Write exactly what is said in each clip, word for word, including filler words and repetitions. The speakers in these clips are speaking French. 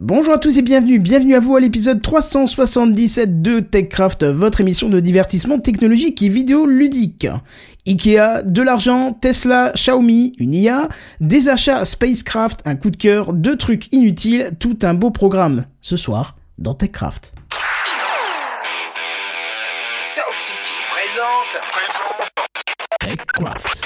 Bonjour à tous et bienvenue, bienvenue à vous à l'épisode trois cent soixante-dix-sept de TechCraft, votre émission de divertissement technologique et vidéo ludique. Ikea, de l'argent, Tesla, Xiaomi, une I A, des achats Spacecraft, un coup de cœur, deux trucs inutiles, tout un beau programme. Ce soir, dans TechCraft. Sound City présente, présente TechCraft.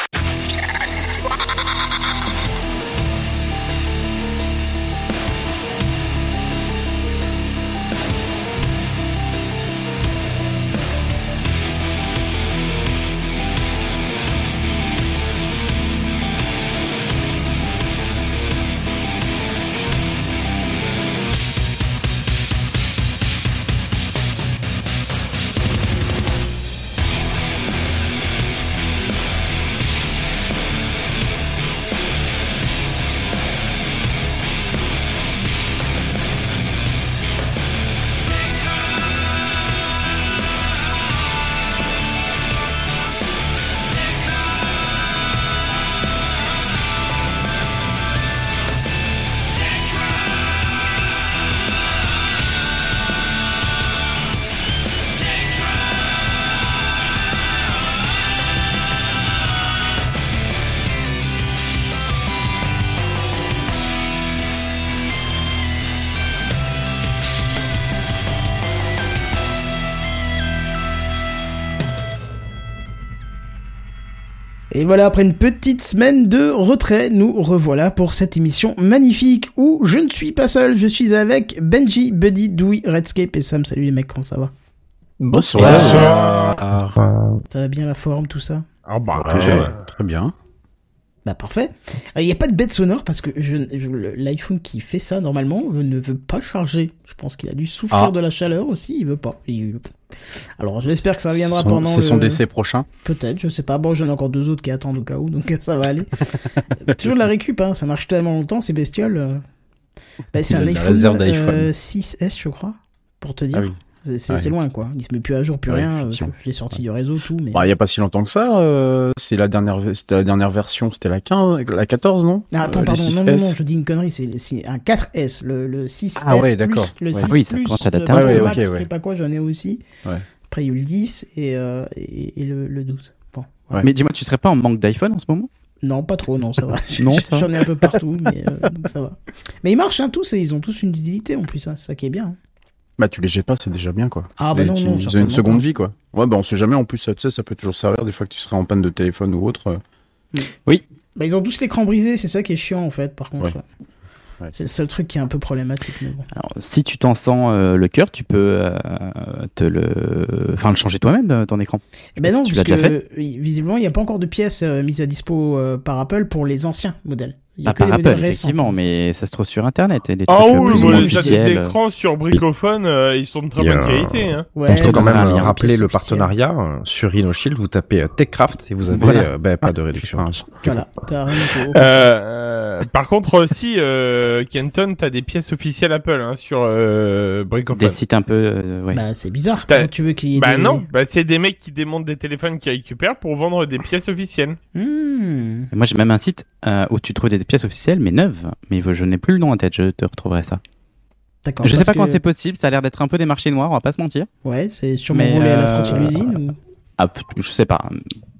Et voilà, après une petite semaine de retrait, nous revoilà pour cette émission magnifique où je ne suis pas seul, je suis avec Benji, Buddy, Douy, Redscape et Sam. Salut les mecs, comment ça va? Bonsoir. Bonsoir. Ça va bien la forme, tout ça? Ah bah, ouais, ouais. Très bien. Bah parfait. Il n'y a pas de bête sonore parce que je, je, l'iPhone qui fait ça normalement ne veut pas charger. Je pense qu'il a dû souffrir ah. de la chaleur aussi, il veut pas. Il... Alors j'espère que ça viendra son, pendant C'est le... son décès prochain. Peut-être, je sais pas. Bon, j'en ai encore deux autres qui attendent au cas où, donc ça va aller. Toujours de la récup, hein. Ça marche tellement longtemps ces bestioles. Bah, c'est un iPhone euh, six S je crois, pour te dire. Ah oui. C'est, c'est, ouais. c'est loin quoi, il se met plus à jour, plus ouais, rien, je l'ai sorti ouais. du réseau, tout. Mais... Bah, il y a pas si longtemps que ça, euh, c'est la dernière, c'était la dernière version, c'était la quinze, la quatorze, non? Ah, attends, euh, pardon, non, non, non, je dis une connerie, c'est, c'est un quatre S, le, le six S. Ah ouais, d'accord. Plus, le ouais. six Oui, ça plus, commence à dater. Ouais, ouais, Max, okay, je ouais. sais pas quoi, j'en ai aussi. Ouais. Après, il y a eu le dix et, euh, et, et le, le douze. Bon. Ouais. Mais dis-moi, tu serais pas en manque d'iPhone en ce moment? Non, pas trop, non, ça va. non, ça J'en ai un peu partout, mais euh, donc ça va. Mais ils marchent, hein, tous, et ils ont tous une utilité en plus, hein, c'est ça qui est bien. Hein. Bah tu les jettes pas, c'est déjà bien quoi. Ah bah non, non, ils ont une seconde vie quoi. Ouais bah on sait jamais, en plus ça, tu sais, ça peut toujours servir des fois que tu serais en panne de téléphone ou autre. Oui. Bah ils ont tous l'écran brisé, c'est ça qui est chiant en fait par contre. Ouais. Ouais. C'est le seul truc qui est un peu problématique. Mais bon. Alors si tu t'en sens euh, le cœur, tu peux euh, te le, enfin le changer toi-même ton écran. Eh ben non, si parce tu l'as que déjà fait. Visiblement il n'y a pas encore de pièces euh, mises à dispo euh, par Apple pour les anciens modèles. Pas par Apple, effectivement, mais ça se trouve sur Internet. Et les ah trucs oui, plus moi, ou moins j'ai officiels. des écrans sur Bricophone, euh, ils sont de très bonne a... qualité. Hein. Ouais, on peut quand même ça, rappeler le partenariat euh, sur RhinoShield. Vous tapez euh, TechCraft et vous avez voilà. euh, bah, pas de réduction. Ah, voilà, t'as rien euh, euh, Par contre aussi, euh, Kenton, t'as des pièces officielles Apple hein, sur euh, Bricophone. Des sites un peu, euh, ouais. Bah c'est bizarre. Comment tu veux qu'il y ait bah des... non, bah c'est des mecs qui démontent des téléphones qui récupèrent pour vendre des pièces officielles. Mmh. Moi j'ai même un site euh, où tu trouves des pièces officielles, mais neuves. Mais je n'ai plus le nom en tête, je te retrouverai ça. D'accord. Je sais pas que... comment c'est possible, ça a l'air d'être un peu des marchés noirs, on va pas se mentir. Ouais, c'est sûrement volé euh... à la sortie de l'usine ou... Ah, je sais pas.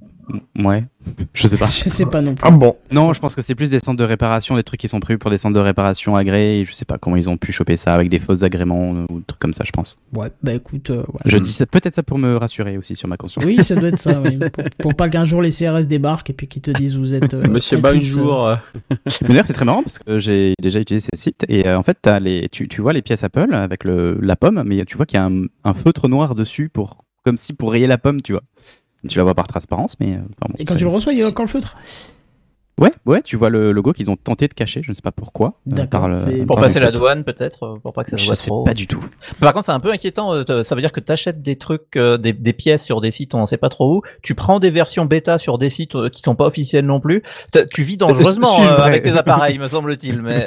Ouais, je sais pas. Je sais pas non plus. Ah bon? Non, je pense que c'est plus des centres de réparation, des trucs qui sont prévus pour des centres de réparation agréés. Je sais pas comment ils ont pu choper ça avec des fausses agréments ou des trucs comme ça, je pense. Ouais, bah écoute. Euh, ouais. Je dis ça, peut-être ça pour me rassurer aussi sur ma conscience. Oui, ça doit être ça, oui. Pour, pour pas qu'un jour les C R S débarquent et puis qu'ils te disent vous êtes. Euh, Monsieur bonjour. Euh... Mais d'ailleurs, c'est très marrant parce que j'ai déjà utilisé ces sites et euh, en fait, t'as les, tu, tu vois les pièces Apple avec le, la pomme, mais tu vois qu'il y a un, un feutre noir dessus pour, comme si pour rayer la pomme, tu vois. Tu la vois par transparence, mais... Enfin bon, et quand tu le reçois, il y a encore le feutre? Ouais, ouais, tu vois le logo qu'ils ont tenté de cacher, je ne sais pas pourquoi. D'accord. Euh, c'est... Pour passer la douane, peut-être, pour pas que ça se voit trop. Je sais pas du tout. Par contre, c'est un peu inquiétant, ça veut dire que t'achètes des trucs, euh, des, des pièces sur des sites, on sait pas trop où, tu prends des versions bêta sur des sites euh, qui sont pas officiels non plus, tu vis dangereusement euh, avec tes appareils, me semble-t-il, mais...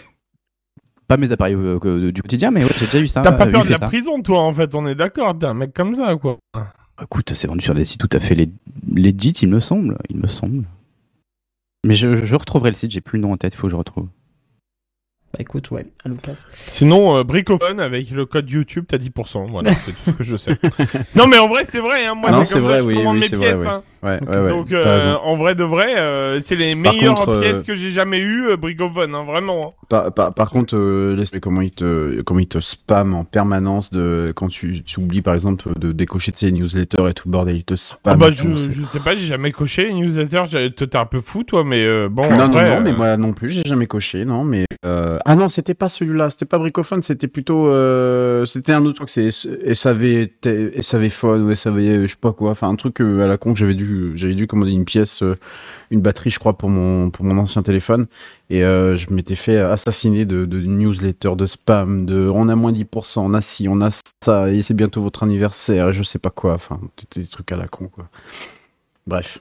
Pas mes appareils euh, euh, du quotidien, mais ouais, j'ai déjà eu ça. T'as pas euh, peur de la ça. prison, toi, en fait, on est d'accord, t'es un mec comme ça, quoi. Écoute, c'est vendu sur des sites tout à fait legit, il me semble. Il me semble. Mais je, je retrouverai le site, j'ai plus le nom en tête, il faut que je retrouve. Bah écoute, ouais, à l'occasion. Sinon, euh, Bricophone, avec le code YouTube, t'as dix pour cent. Voilà, c'est tout ce que je sais. Non, mais en vrai, c'est vrai. Hein. Moi, Ah non, c'est, c'est comme vrai, ça que oui, je commande oui, mes c'est pièces. vrai, Hein. Ouais, ouais, ouais. Donc, t'as euh, raison. en vrai de vrai, euh, c'est les Par meilleures contre, pièces euh, que j'ai jamais eues, euh, Bricophone, hein, vraiment. Hein. Par, par, par contre, euh, laisse comment il te comment il te spam en permanence de quand tu, tu oublies par exemple de décocher de ses newsletters et tout le bordel, il te spam. Ah bah, je, tout, c'est- je sais pas, j'ai jamais coché les newsletters. j'ai- T'es un peu fou, toi, mais euh, bon. Non, en non, vrai, non, euh, mais moi non plus, j'ai jamais coché, non, mais euh... ah non, c'était pas celui-là, c'était pas Bricophone, c'était plutôt, euh... c'était un autre truc, c'est S A V, T- S A V Phone ou S A V, je sais pas quoi, enfin un truc euh, à la con que j'avais dû, j'avais dû commander une pièce, euh, une batterie, je crois, pour mon pour mon ancien téléphone, et euh, je m'étais fait assassiner de, de newsletters, de spam, de on a moins dix pour cent, on a ci, on a ça, et c'est bientôt votre anniversaire, et je sais pas quoi, enfin des, des trucs à la con, quoi. Bref.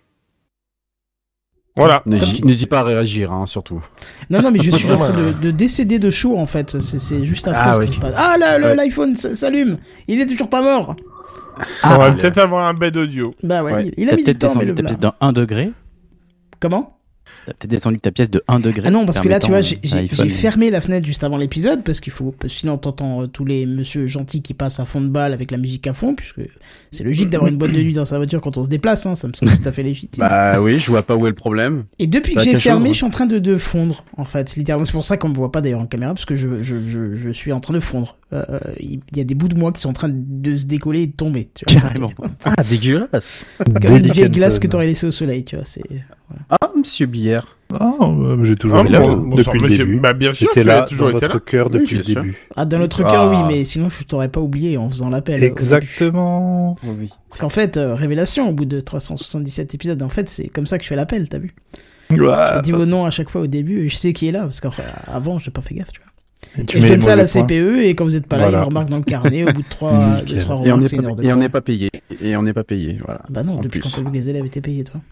Voilà. N'hésite n'hésite pas à réagir, hein, surtout. Non, non, mais je suis en train de, de décéder de chaud en fait. C'est, c'est juste affreux Ah ce oui. qui se passe. Ah là, le- Ouais. l'iPhone s- s'allume. Il est toujours pas mort. on va Ah, peut-être avoir un bed audio. Bah ouais, Ouais. il, il a T'as mis du peut-être temps, mais descendu le ta voilà. pièce d'un un degré. Comment? T'as peut-être descendu ta pièce de un degré. Ah non, parce que là, tu vois, permettant, j'ai, euh, j'ai, iPhone. j'ai fermé la fenêtre juste avant l'épisode, parce qu'il faut, parce que sinon t'entends euh, tous les monsieur gentils qui passent à fond de balle avec la musique à fond, puisque c'est logique d'avoir une boîte de nuit dans sa voiture quand on se déplace, hein, ça me semble tout à fait légitime. Bah oui, je vois pas où est le problème. Et depuis que bah, j'ai quelque fermé, chose, je suis en train de, de fondre, en fait, littéralement. C'est pour ça qu'on me voit pas d'ailleurs en caméra, parce que je, je, je, je suis en train de fondre. Euh, Il y a des bouts de moi qui sont en train de se décoller et de tomber, tu vois. Carrément. Ah, dégueulasse. Comme une vieille glace que t'aurais laissé au soleil, tu vois, c'est... Ah, monsieur Billard. Ah, euh, j'ai toujours Ah, été là bon, depuis bonsoir, le monsieur. début. Bah, bien sûr, J'étais tu as là toujours dans été votre là. cœur Oui, depuis bien le sûr. début. Ah, dans notre Ah. cœur, oui, mais sinon je t'aurais pas oublié en faisant l'appel. euh, au début. Exactement. Oui. Parce qu'en fait, euh, révélation, au bout de trois cent soixante-dix-sept épisodes, en fait, c'est comme ça que je fais l'appel, t'as vu? Ah, Je dis vos noms à chaque fois au début, et je sais qui est là, parce qu'avant, j'ai pas fait gaffe, tu vois. et tu Et je mets donne les ça à la mauvais points. C P E, et quand vous êtes pas là, Voilà. il me remarque dans le carnet, au bout de trois, de Nickel. trois Et on remarques, n'est c'est une pas, heure de et on cours. n'est pas payé. Et on n'est pas payé, voilà. Bah non, en depuis plus. quand t'as vu que les élèves étaient payés, toi.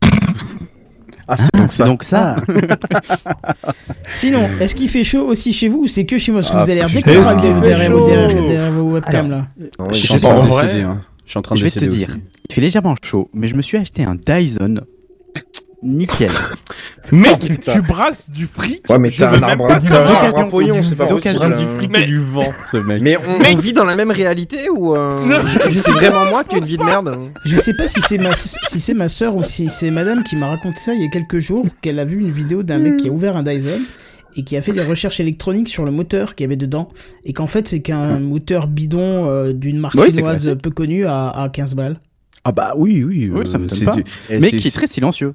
Ah, Ah, c'est donc ça. Sinon, est-ce qu'il fait chaud aussi chez vous, ou c'est que chez moi? Parce que Ah, vous avez l'air putain, décontracté il fait derrière, chaud. derrière, derrière vos webcams, là. Je suis je en sais train pas, de en vrai, décéder, hein. Je suis en train de Je vais te décéder dire, aussi. il fait légèrement chaud, mais je me suis acheté un Dyson. Nickel. Mec, putain. tu brasses du fric. Ouais, mais je t'as veux un même arbre, pas t'as un savoir. arbre à pognon, c'est pas d'occasion. possible. Du hein. fric Mais- et du vent. Ce mec. Mais on, Mec. on vit dans la même réalité ou euh, Non, je- c'est vraiment moi qui ai une vie de merde? Je sais pas si c'est ma si c'est ma sœur ou si c'est madame qui m'a raconté ça il y a quelques jours, qu'elle a vu une vidéo d'un mec qui a ouvert un Dyson et qui a fait des recherches électroniques sur le moteur qu'il y avait dedans, et qu'en fait c'est qu'un moteur bidon euh, d'une marque Oui, c'est chinoise classique. peu connue à, à quinze balles. Ah bah oui, oui. Oui, ça m'étonne c'est- pas. et Mais c'est- qui est très silencieux.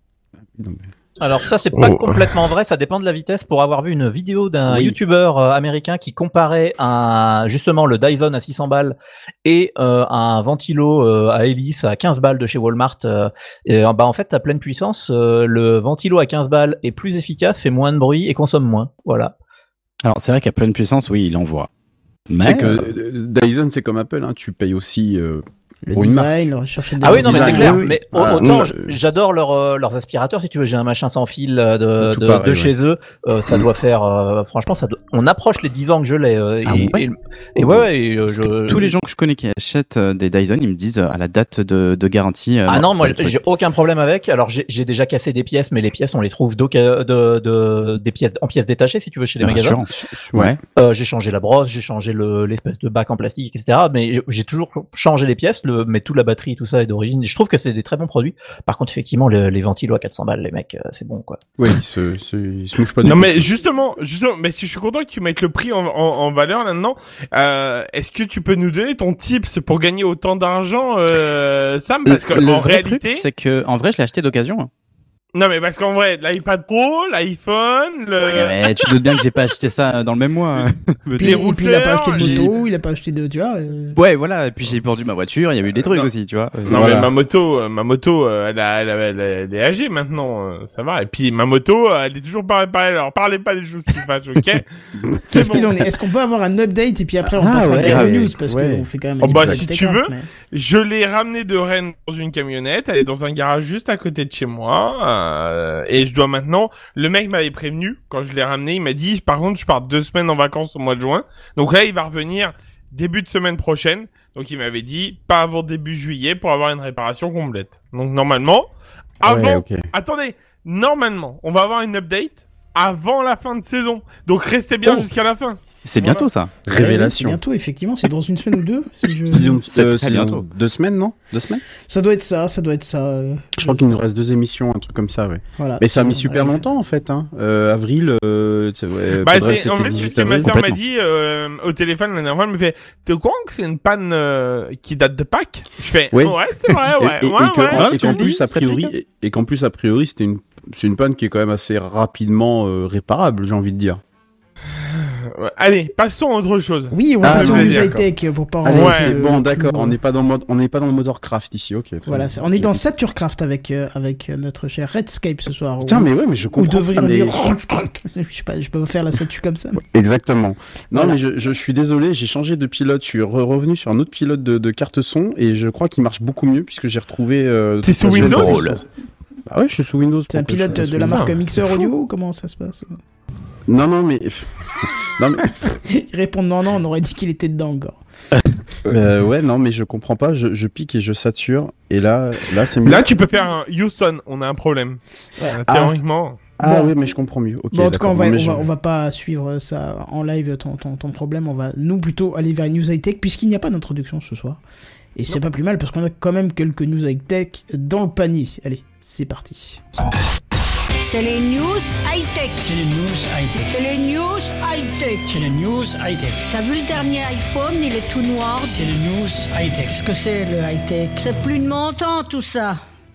Non, mais- Alors ça c'est pas Oh. complètement vrai, ça dépend de la vitesse. Pour avoir vu une vidéo d'un Oui. youtubeur euh, américain qui comparait un, justement le Dyson à six cents balles et euh, un ventilo euh, à hélice à quinze balles de chez Walmart, euh, et, euh, bah en fait à pleine puissance, euh, le ventilo à quinze balles est plus efficace, fait moins de bruit et consomme moins. Voilà. Alors, c'est vrai qu'à pleine puissance, oui, il envoie. Mais C'est que euh, Dyson, c'est comme Apple, hein. Tu payes aussi euh, Le pour une marque. design, le recherche de Ah oui, non, mais c'est design, clair. oui, oui. Mais Voilà. autant Moi, j- je- j'adore leur, euh, leurs aspirateurs. Si tu veux, j'ai un machin sans fil euh, de, Tout de, pareil, de ouais. chez eux. Euh, ça doit faire, euh, franchement, ça doit- on approche les dix ans que je l'ai. euh, Ah et, ouais et, et ouais, ouais, et, euh, parce que je- tous les gens que je connais qui achètent euh, des Dyson, ils me disent euh, à la date de, de garantie. euh, Ah non, moi le truc. j'ai aucun problème avec. Alors j'ai j'ai déjà cassé des pièces, mais les pièces on les trouve d'oca- de, de, des pièces en pièces détachées si tu veux chez les Bien magasins. sûr. Ouais. Euh, j'ai changé la brosse, j'ai changé le l'espèce de bac en plastique, et cetera. Mais j'ai- j'ai toujours changé les pièces, le, mais toute la batterie, tout ça est d'origine. Je trouve que c'est des très bons produits. Par contre, effectivement, le- les ventilos à quatre cents balles, les mecs, euh, c'est bon quoi. Oui, il se, se, il se mouche pas du Non tout. mais justement, justement, mais si je suis content que tu mettes le prix en, en, en valeur là-dedans, euh, est-ce que tu peux nous donner ton tips pour gagner autant d'argent, euh, Sam? Parce que le en vrai réalité, truc, c'est que en vrai, je l'ai acheté d'occasion. hein. non mais parce qu'en vrai, l'iPad Pro, l'iPhone, le, Ouais, mais tu te doutes bien que j'ai pas acheté ça dans le même mois. hein. Puis, les et puis il a pas acheté routeurs, de j'ai- moto, il a pas acheté de, tu vois. euh, Ouais, voilà. Et puis j'ai vendu ma voiture. Il y a eu des trucs Non. aussi, tu vois. Euh, Non Voilà. mais ma moto, euh, ma moto, euh, elle, a, elle, a, elle, a- elle est âgée maintenant, euh, ça va. Et puis ma moto, euh, elle est toujours pas réparée. Alors parlez pas des choses qui fâchent, ok? C'est Qu'est-ce bon. qu'il en est? Est-ce qu'on peut avoir un update et puis après on Ah, passera ouais, direct aux ouais, news parce ouais. qu'on fait quand même. Oh, un bah, épisode si Tech tu Craft, veux. mais- Je l'ai ramenée de Rennes dans une camionnette. Elle est dans un garage juste à côté de chez moi. euh, et je dois maintenant. Le mec m'avait prévenu quand je l'ai ramené. Il m'a dit, par contre, je pars deux semaines en vacances au mois de juin. Donc là, il va revenir début de semaine prochaine. Donc il m'avait dit pas avant début juillet pour avoir une réparation complète. Donc normalement, avant. Ouais, ok. Attendez, normalement, on va avoir une update avant la fin de saison. Donc restez bien Oh. jusqu'à la fin. C'est Voilà. bientôt ça. C'est Révélation. bientôt, effectivement, c'est dans une semaine ou deux. Si je... Disons, C'est euh, très bientôt. Deux semaines, non Deux semaines Ça doit être ça, ça doit être ça. euh, Je crois qu'il nous reste deux émissions, un truc comme ça, ouais. Voilà. Mais ça a mis C'est- super ouais, longtemps, en fait, hein. Euh, avril, euh, c'est- ouais, Bah, Podred, c'est, en c'était fait, c'est ce dix-huit que ma avril. sœur m'a Complètement. dit euh, au téléphone la dernière fois. Elle me fait, t'es au courant que c'est une panne euh, qui date de Pâques? Je fais, Ouais. ouais, c'est vrai, ouais, Et, et- ouais, et que- ouais. et tu qu'en le dis, plus, a ça priori, pique, et, et qu'en plus, a priori, c'était une, c'est une panne qui est quand même assez rapidement euh, réparable, j'ai envie de dire. Ouais. Allez, passons à autre chose. Oui, on va Ah, passer au oui, news d'accord. high-tech pour pas Allez, Ouais. c'est euh, bon, le d'accord, plus- on n'est pas dans le mode, on n'est pas dans le mode Warcraft ici, ok. très Voilà, bien. c'est- on est Ok. dans Saturcraft avec, euh, avec euh, notre cher Redscape ce soir. Tiens, Ou- mais ouais, mais je Ou comprends. devrions pas, mais- dire Redscape. Je sais pas, je peux faire la statue comme ça. mais- Exactement. Non, Voilà. mais je, je, je suis désolé, j'ai changé de pilote, je suis re- revenu sur un autre pilote de, de carte son et je crois qu'il marche beaucoup mieux puisque j'ai retrouvé. Euh, T'es toute sous la Windows puissance. Bah ouais, je suis sous Windows. C'est un pourquoi pilote je suis de la sous marque Putain, Mixer c'est Audio fou. ou comment ça se passe? Non, non, mais. non, mais. Ils répondent non, non, on aurait dit qu'il était dedans encore. Euh, ouais, non, mais je comprends pas, je, je pique et je sature et là, là c'est mieux. Là, tu peux faire un Houston, on a un problème. Ouais. Euh, Théoriquement. Ah Bon. oui, mais je comprends mieux. Ok, Bon, en tout cas, d'accord. on va, Non, mais on, je- va, on va pas suivre ça en live, ton, ton, ton problème. On va, nous, plutôt aller vers les news high-tech, puisqu'il n'y a pas d'introduction ce soir. Et c'est pas plus mal, parce qu'on a quand même quelques news high-tech dans le panier. Allez, c'est parti. C'est les news high-tech. C'est les news high-tech. C'est les news high-tech. C'est les news high-tech. T'as vu le dernier iPhone, il est tout noir. C'est les news high-tech. Qu'est-ce que c'est le high-tech? C'est plus de mon temps tout ça.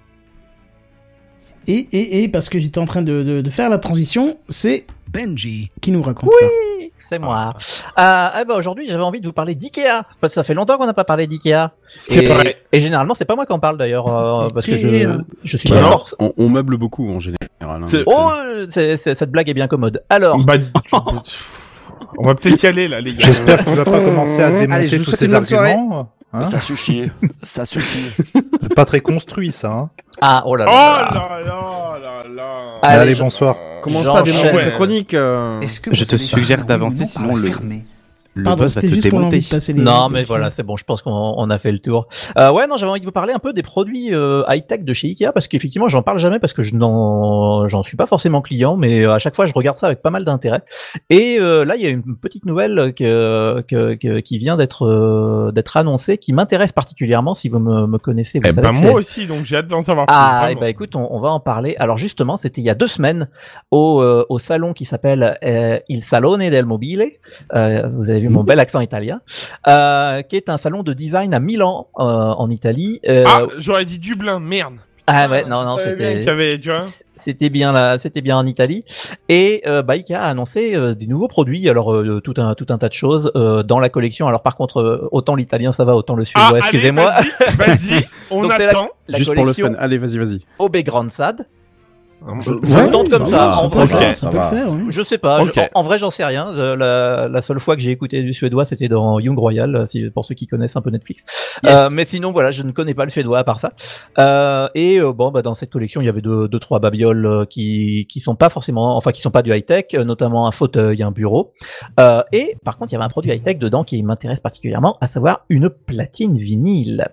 Et, et, et, parce que j'étais en train de, de, de faire la transition, c'est Benji. qui nous raconte ça. C'est moi. Ah, ah bah aujourd'hui j'avais envie de vous parler d'IKEA parce que ça fait longtemps qu'on n'a pas parlé d'IKEA. C'est Et, vrai. et généralement c'est pas moi qui en parle d'ailleurs euh, parce que je Ikea. je suis Bah pas non, fort. on, on meuble beaucoup en général. hein. C'est- Oh, c'est- c'est- cette blague est bien commode. Alors, Bah, tu peux- on va peut-être y aller, là, les gars. J'espère que tu vas pas commencer à démonter Allez, je vous tous souhaite ces une bonne soirée. arguments. Hein, Ça suffit, ça suffit. c'est pas très construit ça. Hein. ah oh là Oh là. là là là là. Allez, Allez, je- bonsoir. Commence pas à démonter J'enchaîne. sa chronique. euh. Est-ce que Je vous te avez suggère pas d'avancer, un sinon nom à le- fermer Le Pardon, boss va c'était te juste pour l'envie démonter. de passer les... Non, mais voilà, c'est bon. Je pense qu'on on a fait le tour. Euh, ouais, non, j'avais envie de vous parler un peu des produits euh, high-tech de chez Ikea parce qu'effectivement, j'en parle jamais parce que je n'en, j'en suis pas forcément client, mais à chaque fois, je regarde ça avec pas mal d'intérêt. Et euh, là, il y a une petite nouvelle que, que, que- qui vient d'être euh, d'être annoncée, qui m'intéresse particulièrement. Si vous me, me connaissez, vous Eh savez ben, que moi c'est- aussi, donc j'ai hâte d'en savoir plus. Ah, et vraiment. bah écoute, on, on va en parler. Alors justement, c'était il y a deux semaines au, euh, au salon qui s'appelle euh, Il Salone del Mobile. Euh, vous avez vu mon bel accent italien, euh, qui est un salon de design à Milan, euh, en Italie. Euh, Ah, j'aurais dit Dublin, merde. ah ouais, non, non, Je savais bien qu'il y c'était. avait, tu vois. C'était bien là, c'était bien en Italie. Et euh, bah, Ikea a annoncé euh, des nouveaux produits. Alors euh, tout un tout un tas de choses euh, dans la collection. Alors par contre, euh, autant l'italien ça va, autant le Ah, suédois. allez, excusez-moi. Vas-y, vas-y, on Donc, c'est la- attend. La Juste pour le collection fun. Allez, vas-y, vas-y. Obe Grandsad. Je, Ouais, je le tente comme ça. va, En peut vrai, le ok, faire, ça ça peut va. le faire, ouais. Je sais pas. je- Ok. en, en vrai, j'en sais rien. Euh, La, la seule fois que j'ai écouté du suédois, c'était dans Young Royal, euh, si, pour ceux qui connaissent un peu Netflix. Euh, mais sinon, voilà, je ne connais pas le suédois à part ça. Euh, et euh, bon, bah, dans cette collection, il y avait deux, deux trois babioles euh, qui qui sont pas forcément, enfin, qui sont pas du high tech, notamment un fauteuil, un bureau. Euh, et par contre, il y avait un produit high tech dedans qui m'intéresse particulièrement, à savoir une platine vinyle.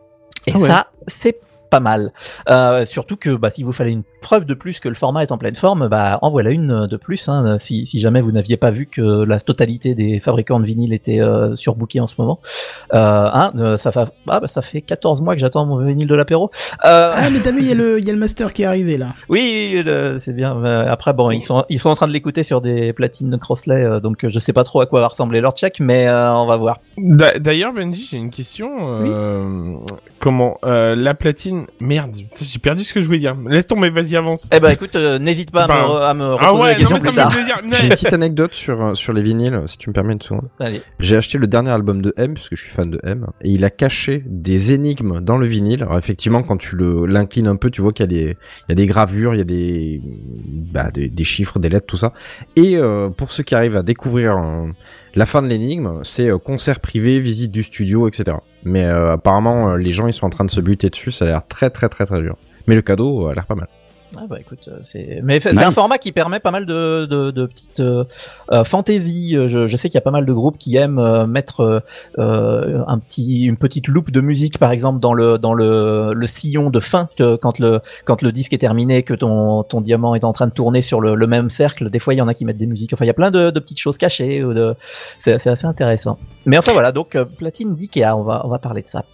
Et Ah ouais. ça, c'est pas mal. Euh, surtout que bah, si vous fallait une preuve de plus que le format est en pleine forme, bah en voilà une de plus. Hein, si, si jamais vous n'aviez pas vu que la totalité des fabricants de vinyle étaient euh, surbookés en ce moment, euh, hein, euh, ça, fa... ah, bah, ça fait quatorze mois que j'attends mon vinyle de l'apéro. Euh, Ah, mais t'as vu, il y, a le- il y a le master qui est arrivé, là. oui, le- c'est bien. Euh, Après, bon, ils sont ils sont en train de l'écouter sur des platines Crossley, euh, donc euh, je sais pas trop à quoi va ressembler leur check, mais euh, on va voir. D'a- D'ailleurs, Benji, j'ai une question. Euh, Comment euh, la platine. Merde, putain, j'ai perdu ce que je voulais dire. Laisse tomber, vas-y, avance. Eh ben, écoute, euh, n'hésite pas à C'est me, pas re- à me reposer Ah ouais, la non, question mais plus ça me tard. fait plaisir. J'ai une petite anecdote sur, euh, sur les vinyles, si tu me permets une seconde. Allez. J'ai acheté le dernier album de M, parce que je suis fan de M, et il a caché des énigmes dans le vinyle. Alors effectivement, quand tu le l'inclines un peu, tu vois qu'il y a des, il y a des gravures, il y a des, bah, des, des chiffres, des lettres, tout ça. Et euh, pour ceux qui arrivent à découvrir euh, la fin de l'énigme, c'est euh, concert privé, visite du studio, et cetera. Mais euh, apparemment, euh, les gens ils sont en train de se buter dessus, ça a l'air très très très très dur. Mais le cadeau euh, a l'air pas mal. Ah bah écoute, c'est mais c'est Nice. un format qui permet pas mal de de, de petites euh, euh, fantaisies. Je, je sais qu'il y a pas mal de groupes qui aiment euh, mettre euh, un petit une petite loupe de musique par exemple dans le dans le le sillon de fin que, quand le quand le disque est terminé, que ton ton diamant est en train de tourner sur le, le même cercle. Des fois il y en a qui mettent des musiques. Enfin il y a plein de, de petites choses cachées ou de c'est c'est assez intéressant. Mais enfin voilà, donc euh, platine d'Ikea, on va on va parler de ça.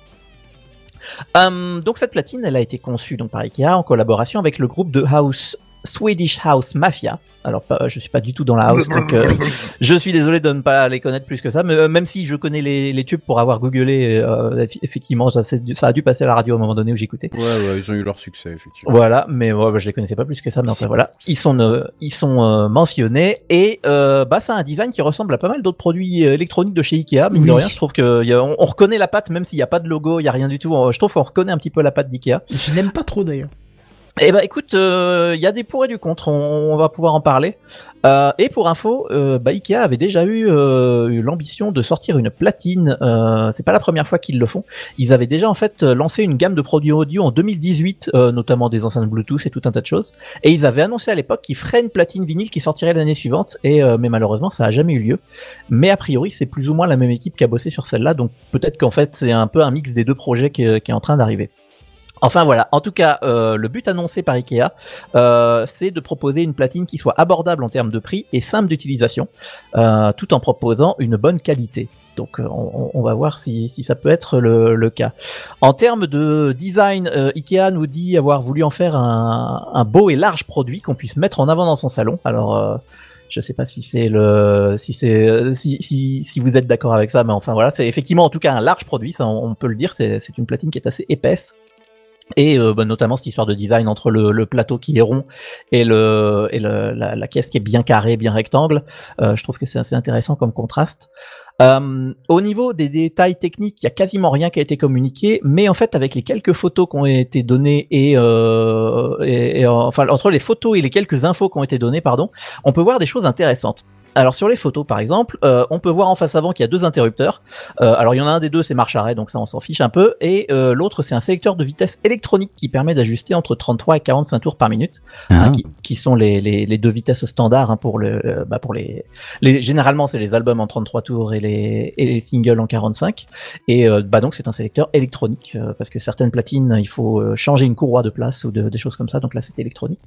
Um, donc cette platine, elle a été conçue donc par Ikea en collaboration avec le groupe de house Swedish House Mafia. Alors pas, je suis pas du tout dans la house, donc euh, je suis désolé de ne pas les connaître plus que ça. Mais euh, même si je connais les, les tubes pour avoir googlé, euh, effectivement, ça, c'est, ça a dû passer à la radio à un moment donné où j'écoutais. Ouais, ouais, ils ont eu leur succès, effectivement. Voilà, mais ouais, bah, je les connaissais pas plus que ça. Mais enfin voilà, ils sont euh, ils sont euh, mentionnés et euh, bah c'est un design qui ressemble à pas mal d'autres produits électroniques de chez Ikea. Mais Oui. de rien, je trouve que y a, on, on reconnaît la patte, même s'il y a pas de logo, il y a rien du tout. Je trouve qu'on reconnaît un petit peu la patte d'Ikea. Je l'aime pas trop d'ailleurs. Eh ben écoute, il euh, y a des pour et du contre, on, on va pouvoir en parler. Euh, et pour info, euh, bah, Ikea avait déjà eu, euh, eu l'ambition de sortir une platine. Euh, c'est pas la première fois qu'ils le font. Ils avaient déjà en fait lancé une gamme de produits audio en deux mille dix-huit, euh, notamment des enceintes Bluetooth et tout un tas de choses. Et ils avaient annoncé à l'époque qu'ils feraient une platine vinyle qui sortirait l'année suivante. Et euh, mais malheureusement, ça a jamais eu lieu. Mais a priori, c'est plus ou moins la même équipe qui a bossé sur celle-là. Donc peut-être qu'en fait, c'est un peu un mix des deux projets qui, qui est en train d'arriver. Enfin voilà, en tout cas, euh, le but annoncé par Ikea, euh, c'est de proposer une platine qui soit abordable en termes de prix et simple d'utilisation, euh, tout en proposant une bonne qualité. Donc euh, on, on va voir si, si ça peut être le, le cas. En termes de design, euh, Ikea nous dit avoir voulu en faire un, un beau et large produit qu'on puisse mettre en avant dans son salon. Alors euh, je sais pas si c'est le, si c'est, si, si, si vous êtes d'accord avec ça, mais enfin voilà, c'est effectivement en tout cas un large produit, ça on, on peut le dire. C'est, c'est une platine qui est assez épaisse. Et euh, bah, notamment cette histoire de design entre le, le plateau qui est rond et le et le, la, la caisse qui est bien carrée, bien rectangle. Euh, je trouve que c'est assez intéressant comme contraste. Euh, au niveau des détails techniques, il y a quasiment rien qui a été communiqué, mais en fait avec les quelques photos qui ont été données et, euh, et, et enfin entre les photos et les quelques infos qui ont été données, pardon, on peut voir des choses intéressantes. Alors sur les photos par exemple, euh, on peut voir en face avant qu'il y a deux interrupteurs. Euh, alors il y en a un des deux c'est marche-arrêt, donc ça on s'en fiche un peu, et euh, l'autre c'est un sélecteur de vitesse électronique qui permet d'ajuster entre trente-trois et quarante-cinq tours par minute, Ah. hein, qui, qui sont les, les, les deux vitesses standards hein, pour le, euh, bah pour les, les, généralement c'est les albums en trente-trois tours et les, et les singles en quarante-cinq. Et euh, bah donc c'est un sélecteur électronique euh, parce que certaines platines il faut euh, changer une courroie de place ou de, des choses comme ça, donc là c'est électronique.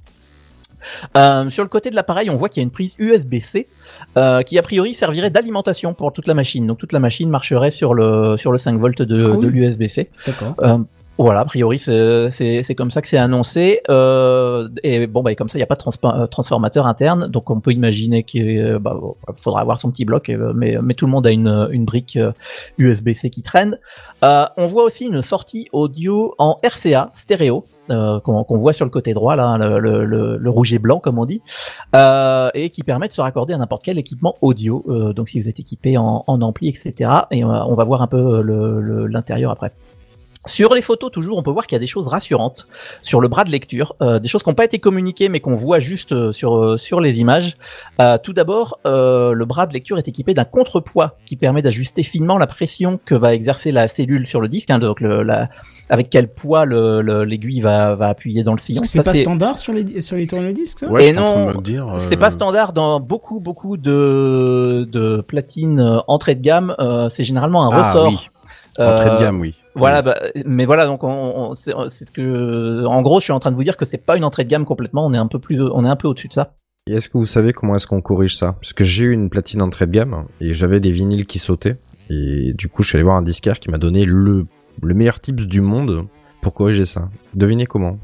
Euh, sur le côté de l'appareil, on voit qu'il y a une prise U S B C euh, qui a priori servirait d'alimentation pour toute la machine. Donc toute la machine marcherait sur le sur le cinq volts de, Ah oui. de l'U S B C. D'accord. Euh, voilà, a priori c'est c'est c'est comme ça que c'est annoncé. Euh, et bon bah et comme ça il n'y a pas de transpa- transformateur interne, donc on peut imaginer qu'il bah, faudra avoir son petit bloc. Euh, mais mais tout le monde a une une brique euh, U S B C qui traîne. Euh, on voit aussi une sortie audio en R C A stéréo. Euh, qu'on, qu'on voit sur le côté droit là, le, le, le, le rouge et blanc comme on dit, euh, et qui permet de se raccorder à n'importe quel équipement audio. Euh, donc si vous êtes équipé en, en ampli, et cetera. Et on va, on va voir un peu le, le, l'intérieur après. Sur les photos, toujours, on peut voir qu'il y a des choses rassurantes sur le bras de lecture, euh, des choses qui n'ont pas été communiquées, mais qu'on voit juste euh, sur euh, sur les images. Euh, tout d'abord, euh, le bras de lecture est équipé d'un contrepoids qui permet d'ajuster finement la pression que va exercer la cellule sur le disque, hein, donc le, la, avec quel poids le, le, l'aiguille va, va appuyer dans le sillon. C'est ça, pas c'est... standard sur les sur les tourne-disques, ça? Ouais, Et je suis en train de non, me le dire, euh, c'est pas standard dans beaucoup beaucoup de de platines euh, entrée de gamme. Euh, c'est généralement un Ah, ressort. oui. Entrée de Euh, gamme, oui. Voilà, Oui. bah, mais voilà, donc on, on, c'est, c'est ce que, en gros, je suis en train de vous dire que c'est pas une entrée de gamme complètement. On est un peu plus, on est un peu au-dessus de ça. Et est-ce que vous savez comment est-ce qu'on corrige ça? Parce que j'ai eu une platine entrée de gamme et j'avais des vinyles qui sautaient. Et du coup, je suis allé voir un disquaire qui m'a donné le, le meilleur tips du monde pour corriger ça. Devinez comment?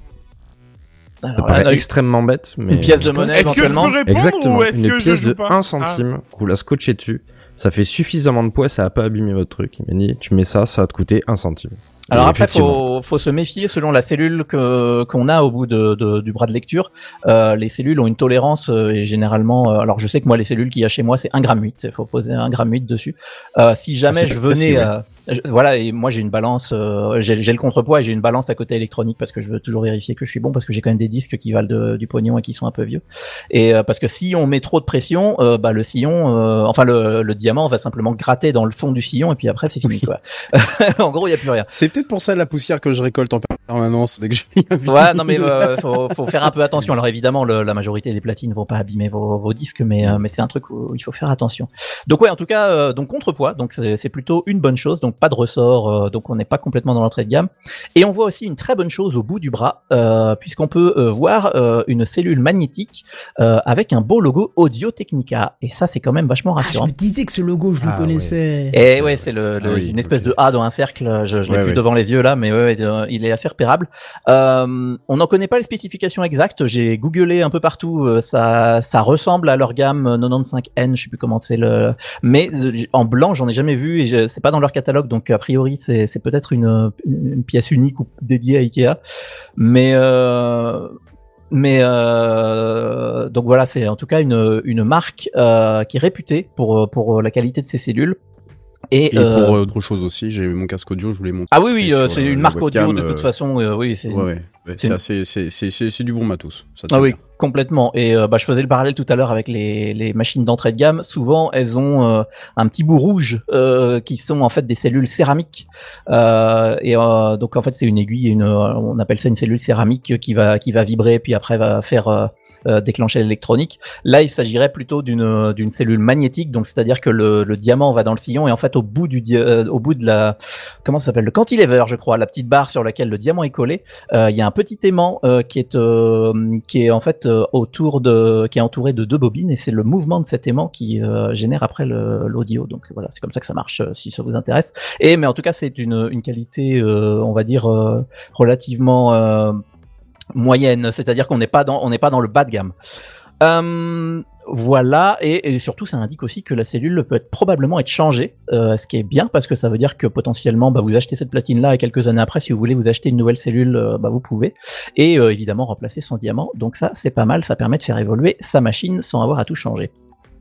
Ça Alors, paraît là, extrêmement bête, mais... une pièce de monnaie Est-ce que je peux éventuellement. répondre Exactement, ou est-ce une que je pièce joue de pas un centime, vous la scotchez dessus, ça fait suffisamment de poids, ça va pas abîmer votre truc. Il m'a dit, tu mets ça, ça va te coûter un centime. Alors Et après, effectivement. faut, faut se méfier selon la cellule que qu'on a au bout de, de du bras de lecture. Euh, les cellules ont une tolérance euh, et généralement, euh, alors je sais que moi les cellules qu'il y a chez moi c'est un gramme huit. Il faut poser un gramme huit dessus. Euh, si jamais Ah, c'est je pas venais, facile, euh, je- voilà, et moi j'ai une balance, euh, j'ai, j'ai le contrepoids et j'ai une balance à côté électronique parce que je veux toujours vérifier que je suis bon parce que j'ai quand même des disques qui valent de- du pognon et qui sont un peu vieux. Et euh, parce que si on met trop de pression, euh, bah le sillon, euh, enfin le, le diamant va simplement gratter dans le fond du sillon et puis après c'est fini quoi. En gros il y a plus rien. C'est peut-être pour ça la poussière que je récolte en permanence. permanence dès que je lis un vinyle. Ouais, non mais euh, faut, faut faire un peu attention. Alors évidemment, le, la majorité des platines vont pas abîmer vos, vos disques, mais euh, mais c'est un truc où il faut faire attention. Donc ouais, en tout cas, euh, donc contrepoids, donc c'est, c'est plutôt une bonne chose. Donc pas de ressort, euh, donc on n'est pas complètement dans l'entrée de gamme. Et on voit aussi une très bonne chose au bout du bras, euh, puisqu'on peut euh, voir euh, une cellule magnétique euh, avec un beau logo Audio-Technica. Et ça, c'est quand même vachement Ah, je rassurant. me disais que ce logo, je le Ah, connaissais. Et ouais, c'est le, le Ah oui, une espèce ok. de A dans un cercle. Je, je l'ai Ouais, plus ouais. devant les yeux là, mais ouais, ouais, il est assez repérable. Euh, on n'en connaît pas les spécifications exactes. J'ai googlé un peu partout. euh, Ça, ça ressemble à leur gamme quatre-vingt-quinze N. Je sais plus comment c'est le, mais euh, en blanc, j'en ai jamais vu et je- c'est pas dans leur catalogue. Donc a priori, c'est, c'est peut-être une, une pièce unique ou dédiée à Ikea. Mais euh, mais euh, donc voilà, c'est en tout cas une, une marque euh, qui est réputée pour pour la qualité de ses cellules. Et, Et euh, pour euh, autre chose aussi, j'ai mon casque audio, je voulais montrer. ah oui oui, euh, sur, c'est euh, une la marque audio webcam, de toute euh, façon. Euh, oui, c'est Ouais, ouais. ouais, c'est c'est une- assez, c'est, c'est, c'est, c'est du bon matos. Ça Ah tient oui, bien. complètement. Et euh, bah, je faisais le parallèle tout à l'heure avec les, les machines d'entrée de gamme. Souvent, elles ont euh, un petit bout rouge euh, qui sont en fait des cellules céramiques. Euh, et euh, donc en fait, c'est une aiguille, une, on appelle ça une cellule céramique qui va qui va vibrer puis après va faire euh, euh, déclencher l'électronique. Là, il s'agirait plutôt d'une d'une cellule magnétique, donc c'est-à-dire que le, le diamant va dans le sillon et en fait au bout du dia- euh, au bout de la comment ça s'appelle le cantilever, je crois, la petite barre sur laquelle le diamant est collé, euh, il y a un petit aimant euh, qui est euh, qui est en fait euh, autour de qui est entouré de deux bobines et c'est le mouvement de cet aimant qui euh, génère après le, l'audio. Donc voilà, c'est comme ça que ça marche euh, si ça vous intéresse. Et mais en tout cas, c'est une une qualité euh, on va dire euh, relativement euh, moyenne, c'est-à-dire qu'on n'est pas dans on n'est pas dans le bas de gamme. Euh, voilà, et, et surtout ça indique aussi que la cellule peut être probablement être changée, euh, ce qui est bien parce que ça veut dire que potentiellement bah, vous achetez cette platine là et quelques années après si vous voulez vous acheter une nouvelle cellule, euh, bah, vous pouvez, et euh, évidemment remplacer son diamant. Donc ça c'est pas mal, ça permet de faire évoluer sa machine sans avoir à tout changer.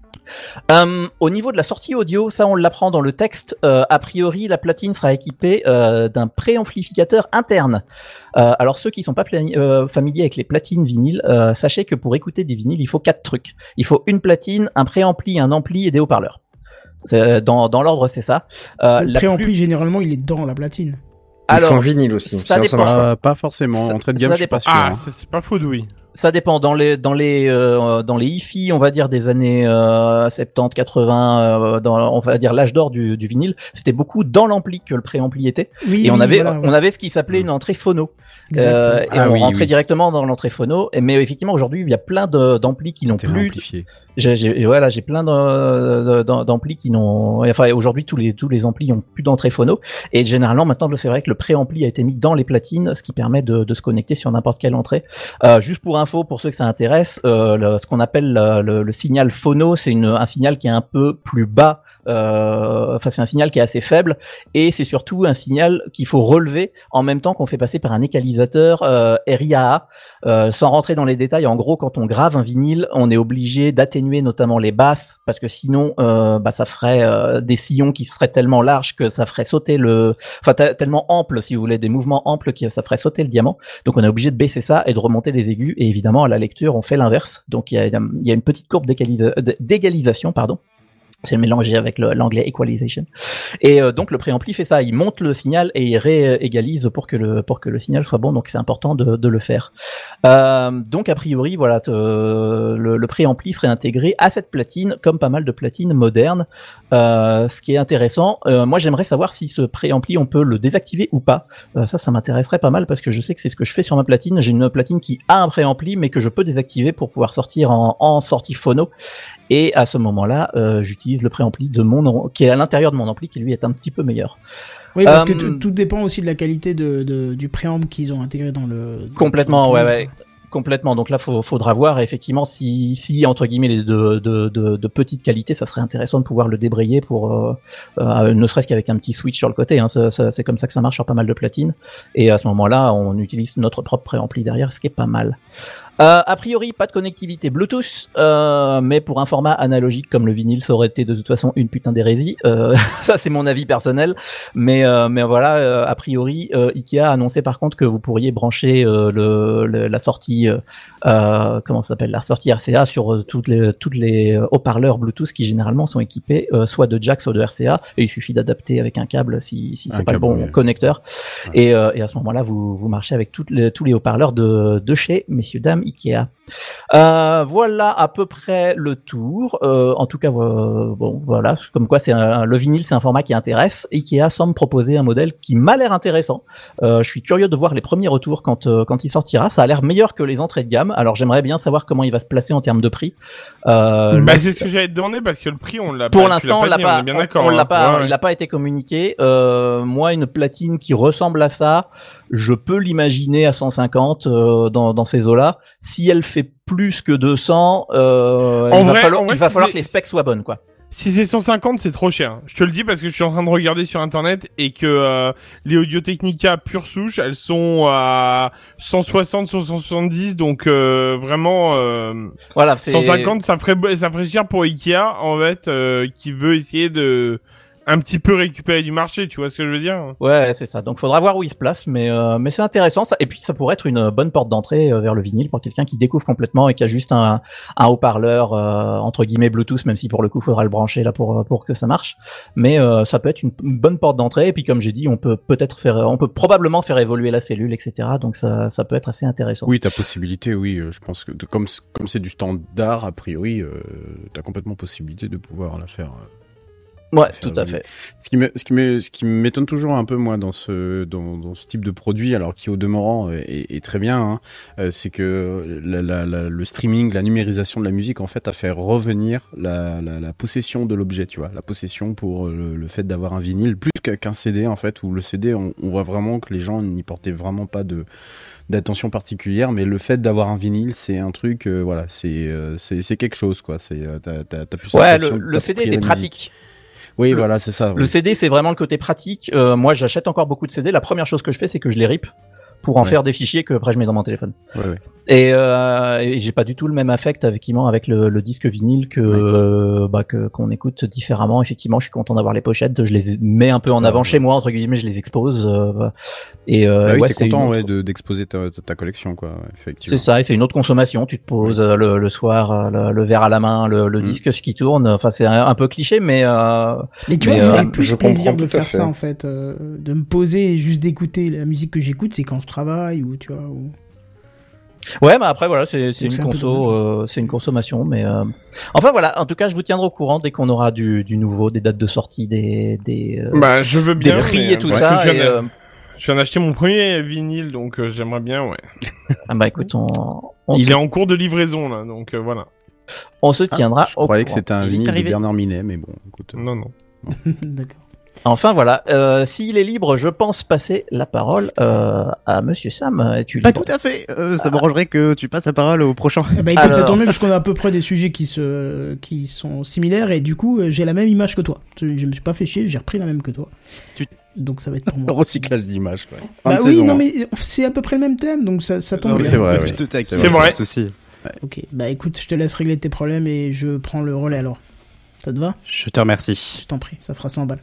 Euh, au niveau de la sortie audio, ça on l'apprend dans le texte. Euh, a priori, la platine sera équipée euh, d'un préamplificateur interne. Euh, alors ceux qui sont pas plani- euh, familiers avec les platines vinyles, euh, sachez que pour écouter des vinyles, il faut quatre trucs. Il faut une platine, un préampli, un ampli et des haut-parleurs. C'est, dans, dans l'ordre, c'est ça. Euh, Le la préampli, plus- généralement, il est dans la platine. Il faut Alors, un vinyle aussi. ça sinon dépend. marche pas. Euh, pas forcément. Ça- Entrée de ça gamme, je suis dépend. pas sûr. Ah, hein. ça, c'est pas faux, oui. Ça dépend. Dans les dans les euh, dans les hi-fi, on va dire des années euh, soixante-dix, quatre-vingts, euh, dans on va dire l'âge d'or du, du vinyle, c'était beaucoup dans l'ampli que le préampli était. Oui, Et on oui, avait voilà, on ouais. avait ce qui s'appelait une entrée phono. Exact. Euh, et Ah on oui, rentrait oui. directement dans l'entrée phono. Et, mais effectivement, aujourd'hui, il y a plein de, d'amplis qui n'ont C'était plus. amplifié. J'ai, j'ai, voilà, j'ai plein de, de- d'amplis qui n'ont. Enfin, aujourd'hui, tous les tous les amplis ont plus d'entrée phono. Et généralement, maintenant, c'est vrai que le préampli a été mis dans les platines, ce qui permet de, de se connecter sur n'importe quelle entrée. Euh, juste pour info, pour ceux que ça intéresse, euh, le- ce qu'on appelle le, le- le signal phono, c'est une, un signal qui est un peu plus bas. Euh, enfin, c'est un signal qui est assez faible et c'est surtout un signal qu'il faut relever en même temps qu'on fait passer par un égalisateur euh, R I A A. Euh, sans rentrer dans les détails, en gros, quand on grave un vinyle, on est obligé d'atténuer notamment les basses parce que sinon, euh, bah, ça ferait euh, des sillons qui seraient tellement larges que ça ferait sauter le, enfin t- tellement ample, si vous voulez, des mouvements amples qui ça ferait sauter le diamant. Donc, on est obligé de baisser ça et de remonter les aigus. Et évidemment, à la lecture, on fait l'inverse. Donc, il y a, il y a une petite courbe d'égalisa- d'égalisation, pardon. C'est mélangé avec le, l'anglais equalization. Et euh, donc le préampli fait ça, il monte le signal et il réégalise pour que le pour que le signal soit bon. Donc c'est important de, de le faire. Euh, donc a priori voilà, te- le, le préampli serait intégré à cette platine comme pas mal de platines modernes. Euh, ce qui est intéressant, euh, moi j'aimerais savoir si ce préampli on peut le désactiver ou pas. Euh, ça, ça m'intéresserait pas mal parce que je sais que c'est ce que je fais sur ma platine. J'ai une platine qui a un préampli mais que je peux désactiver pour pouvoir sortir en, en sortie phono. Et à ce moment-là, euh, j'utilise le préampli de mon am- qui est à l'intérieur de mon ampli, qui lui est un petit peu meilleur. Oui, parce que Euh, tout, tout dépend aussi de la qualité de, de- du préamble qu'ils ont intégré dans le. Complètement, dans le ouais, vinyle, ouais. Complètement. Donc là, faut, faudra voir. Et effectivement, si, si entre guillemets, les de, de, de, de petite qualité, ça serait intéressant de pouvoir le débrayer pour, euh, euh, ne serait-ce qu'avec un petit switch sur le côté. Hein. Ça, ça, c'est comme ça que ça marche sur pas mal de platines. Et à ce moment-là, on utilise notre propre préampli derrière, ce qui est pas mal. Euh, a priori, pas de connectivité Bluetooth, euh, mais pour un format analogique comme le vinyle, ça aurait été de toute façon une putain d'hérésie. Euh, ça, c'est mon avis personnel. Mais euh, mais voilà, euh, a priori, euh, Ikea a annoncé par contre que vous pourriez brancher euh, le, le la sortie, euh, comment ça s'appelle, la sortie R C A sur euh, toutes les toutes les haut-parleurs Bluetooth qui généralement sont équipés euh, soit de jack, soit de R C A, et il suffit d'adapter avec un câble si si c'est Un pas câble, le bon oui. connecteur. Ouais. Et euh, et à ce moment-là, vous vous marchez avec toutes les, tous les haut-parleurs de de chez messieurs dames Ikea. Euh, voilà à peu près le tour. Euh, en tout cas, euh, bon, voilà, comme quoi c'est un, le vinyle, c'est un format qui intéresse. Ikea semble proposer un modèle qui m'a l'air intéressant. Euh, je suis curieux de voir les premiers retours quand euh, quand il sortira. Ça a l'air meilleur que les entrées de gamme. Alors j'aimerais bien savoir comment il va se placer en termes de prix. Euh, Bah, là, c'est ce que j'allais te demander parce que le prix, on l'a pour pas. tu l'as l'instant, on l'a dit, pas, on est bien on- d'accord. on l'a hein. pas, Ouais, ouais. il n'a pas été communiqué. Euh, moi, une platine qui ressemble à ça, je peux l'imaginer à cent cinquante euh, dans, dans ces eaux-là. Si elle fait plus que deux cents, euh, En il va vrai- falloir, en vrai, il va si falloir c'est- que les specs soient bonnes, quoi. Si c'est cent cinquante, c'est trop cher. Je te le dis parce que je suis en train de regarder sur internet et que euh, les Audio-Technica pure souche, elles sont à cent soixante, cent soixante-dix, donc euh, vraiment euh, Voilà, c'est cent cinquante, ça ferait ça ferait cher pour Ikea en fait, euh, qui veut essayer de un petit peu récupérer du marché, tu vois ce que je veux dire? Ouais, c'est ça. Donc, faudra voir où il se place, mais euh, mais c'est intéressant. Ça. Et puis, ça pourrait être une bonne porte d'entrée euh, vers le vinyle pour quelqu'un qui découvre complètement et qui a juste un, un haut-parleur euh, entre guillemets Bluetooth, même si pour le coup, faudra le brancher là pour pour que ça marche. Mais euh, ça peut être une, une bonne porte d'entrée. Et puis, comme j'ai dit, on peut peut-être faire, on peut probablement faire évoluer la cellule, et cetera. Donc, ça ça peut être assez intéressant. Oui, t'as possibilité, oui. euh, Je pense que de- comme c- comme c'est du standard, a priori, euh, t'as complètement possibilité de pouvoir la faire. euh, Ouais, faire tout à évoluer. fait. Ce qui me, ce qui me, ce qui m'étonne toujours un peu moi dans ce, dans, dans ce type de produit, alors qui au demeurant est, est très bien, hein, euh, c'est que la, la, la, le streaming, la numérisation de la musique, en fait, a fait revenir la, la, la possession de l'objet, tu vois, la possession pour le, le fait d'avoir un vinyle, plus qu'un qu'un C D en fait, où le C D, on, on voit vraiment que les gens n'y portaient vraiment pas de d'attention particulière, mais le fait d'avoir un vinyle, c'est un truc, euh, voilà, c'est, euh, c'est, c'est quelque chose, quoi. C'est, euh, t'as, t'as, t'as plus Ouais, l'impression le, de le C D t'approprier était la musique. pratique. Oui, Le- voilà, c'est ça. Le oui. C D, c'est vraiment le côté pratique. Euh, moi, j'achète encore beaucoup de C D. La première chose que je fais, c'est que je les rip pour en Ouais. faire des fichiers que après je mets dans mon téléphone. Ouais, ouais. Et, euh, et j'ai pas du tout le même affect effectivement avec le, le disque vinyle que euh, bah que qu'on écoute différemment. Effectivement, je suis content d'avoir les pochettes. Je les mets un peu en Ah, avant ouais. chez moi entre guillemets. Je les expose. Euh, et euh, Bah oui, ouais, t'es c'est content une ouais, autre- de, d'exposer ta, ta, ta collection, quoi, ouais, effectivement. C'est ça, et c'est une autre consommation. Tu te poses euh, le, le soir, euh, le, le verre à la main, le, le Mm. disque ce qui tourne. Enfin, c'est un, un peu cliché, mais euh, Mais tu Mais, vois, moi, euh, j'ai plus je plaisir comprends de tout à faire fait. ça, en fait. euh, de me poser et juste d'écouter la musique que j'écoute, c'est quand je travaille ou, tu vois, ou... ouais, mais après voilà, c'est c'est Donc, une c'est un peu conso, euh, c'est une consommation, mais euh... enfin voilà. En tout cas, je vous tiendrai au courant dès qu'on aura du, du nouveau, des dates de sortie, des des, euh, Bah, je veux des bien. prix mais, et tout euh, ça. écoute, Et, Je viens, euh, de- je viens d'acheter mon premier vinyle, donc euh, j'aimerais bien, ouais. ah bah écoute, on on, Il se, est en cours de livraison là, donc euh, voilà. on se tiendra. Je au croyais que courant. c'était un Il est vinyle de arrivé. Bernard Minet, mais bon, écoute. Non, non. D'accord. Enfin voilà, euh, s'il est libre, je pense passer la parole euh, à Monsieur Sam. Es-tu Pas libre tout à fait. Euh, ça m'arrangerait que tu passes la parole au prochain. Eh ben, écoute, ça Alors. tombe bien parce qu'on a à peu près des sujets qui se, qui sont similaires et du coup, euh, j'ai la même image que toi. Je me suis pas fait chier, j'ai repris la même que toi. Tu- Donc ça va être pour Le moi. recyclage d'images, quoi. Bah Fin de oui, saison, non hein. mais c'est à peu près le même thème, donc ça, ça tombe Non, bien. c'est vrai, Je oui. te taquine, C'est vrai. pas de souci. Ok, bah écoute, je te laisse régler tes problèmes et je prends le relais alors. Ça te va? Je te remercie. Je t'en prie, ça fera cent balles.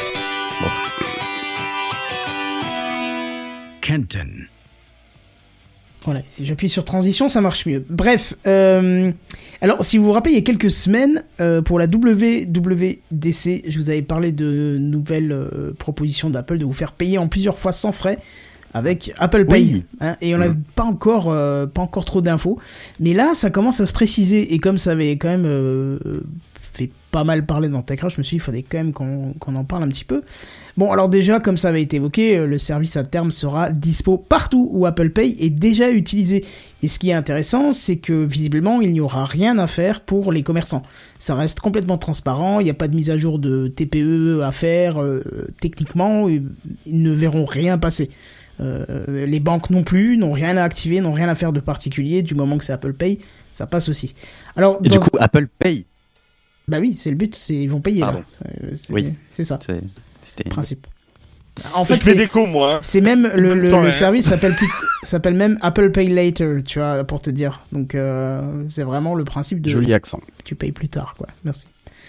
Kenton. Voilà, si j'appuie sur transition, ça marche mieux. Bref, euh, alors si vous vous rappelez, il y a quelques semaines, euh, pour la W W D C, je vous avais parlé de nouvelles euh, propositions d'Apple de vous faire payer en plusieurs fois sans frais avec Apple Pay. Oui. Hein, et on n'a pas encore, euh, pas encore trop d'infos. Mais là, ça commence à se préciser. Et comme ça avait quand même euh, fait pas mal parler dans TechCraft, je me suis dit, il fallait quand même qu'on, qu'on en parle un petit peu. Bon, alors déjà, comme ça avait été évoqué, le service à terme sera dispo partout où Apple Pay est déjà utilisé. Et ce qui est intéressant, c'est que visiblement, il n'y aura rien à faire pour les commerçants. Ça reste complètement transparent, il n'y a pas de mise à jour de T P E à faire. Euh, techniquement, ils ne verront rien passer. Euh, les banques non plus, n'ont rien à activer, n'ont rien à faire de particulier. Du moment que c'est Apple Pay, ça passe aussi. Alors, Et dans... du coup, Apple Pay. Bah oui, c'est le but, c'est ils vont payer Pardon. là. C'est, c'est, Oui. c'est ça, C'est- C'était le principe. En je fait, fais c'est, des cons, moi. hein. c'est même le, le, Bonne le soirée. service s'appelle plus ça s'appelle même Apple Pay Later, tu vois, pour te dire. Donc, euh, c'est vraiment le principe de... Joli accent. Tu payes plus tard, quoi. Merci.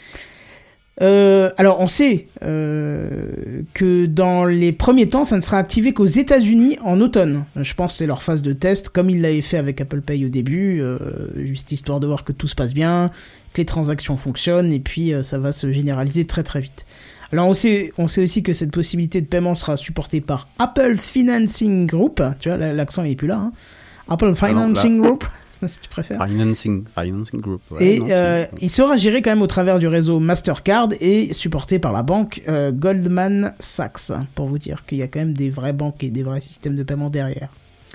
Euh, alors, on sait euh, que dans les premiers temps, ça ne sera activé qu'aux États-Unis en automne. Je pense que c'est leur phase de test, comme ils l'avaient fait avec Apple Pay au début, euh, juste histoire de voir que tout se passe bien, que les transactions fonctionnent, et puis euh, ça va se généraliser très très vite. Alors, on sait, on sait aussi que cette possibilité de paiement sera supportée par Apple Financing Group. Tu vois, l'accent il est plus là. Hein. Apple Financing Alors, Group. Si tu préfères. Financing, Financing Group. Ouais, et non, euh, il sera géré quand même au travers du réseau Mastercard et supporté par la banque euh, Goldman Sachs, pour vous dire qu'il y a quand même des vraies banques et des vrais systèmes de paiement derrière.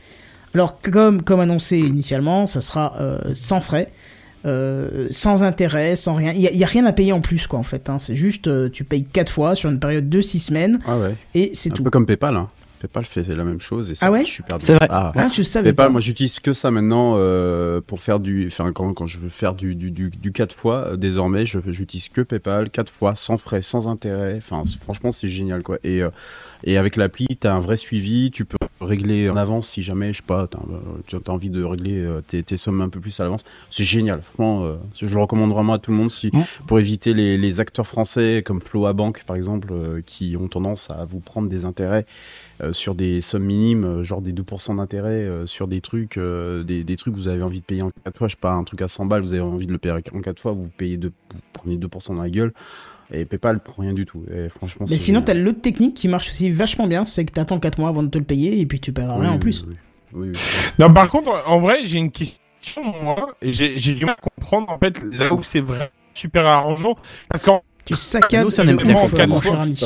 Alors comme comme annoncé initialement, ça sera euh, sans frais, euh, sans intérêt, sans rien. Il y a, il y a rien à payer en plus quoi en fait. Hein. C'est juste euh, tu payes quatre fois sur une période de six semaines ah ouais. et c'est un tout. Un peu comme PayPal. Hein. PayPal fait la même chose et ça ah ouais marche super bien. C'est vrai. Ah, ah je savais PayPal, pas. moi j'utilise que ça maintenant euh, pour faire du, enfin quand quand je veux faire du du du, du quatre fois, euh, désormais je j'utilise que PayPal quatre fois sans frais, sans intérêt. Enfin franchement c'est génial quoi. Et euh, et avec l'appli t'as un vrai suivi, tu peux régler en avance si jamais je sais pas t'as t'as envie de régler euh, tes tes sommes un peu plus à l'avance. C'est génial. Franchement, euh, je le recommande vraiment à tout le monde si mmh. pour éviter les les acteurs français comme Floabank par exemple euh, qui ont tendance à vous prendre des intérêts. Euh, sur des sommes minimes, euh, genre des deux pour cent d'intérêt, euh, sur des trucs, euh, des, des trucs que vous avez envie de payer en quatre fois, je sais pas, un truc à cent balles, vous avez envie de le payer en quatre fois, vous payez deux, vous prenez deux pour cent dans la gueule, et PayPal prend rien du tout, et franchement Mais c'est sinon, génial. t'as l'autre technique qui marche aussi vachement bien, c'est que t'attends quatre mois avant de te le payer, et puis tu paieras oui, rien oui, en plus. Oui, oui, oui, oui. Non, par contre, en vrai, j'ai une question, moi, et j'ai, j'ai du mal à comprendre, en fait, là où c'est vraiment super arrangeant, parce qu'en... Tu saccades Nous, ça n'aime le pas ouf, quatre mon fois. cher ami.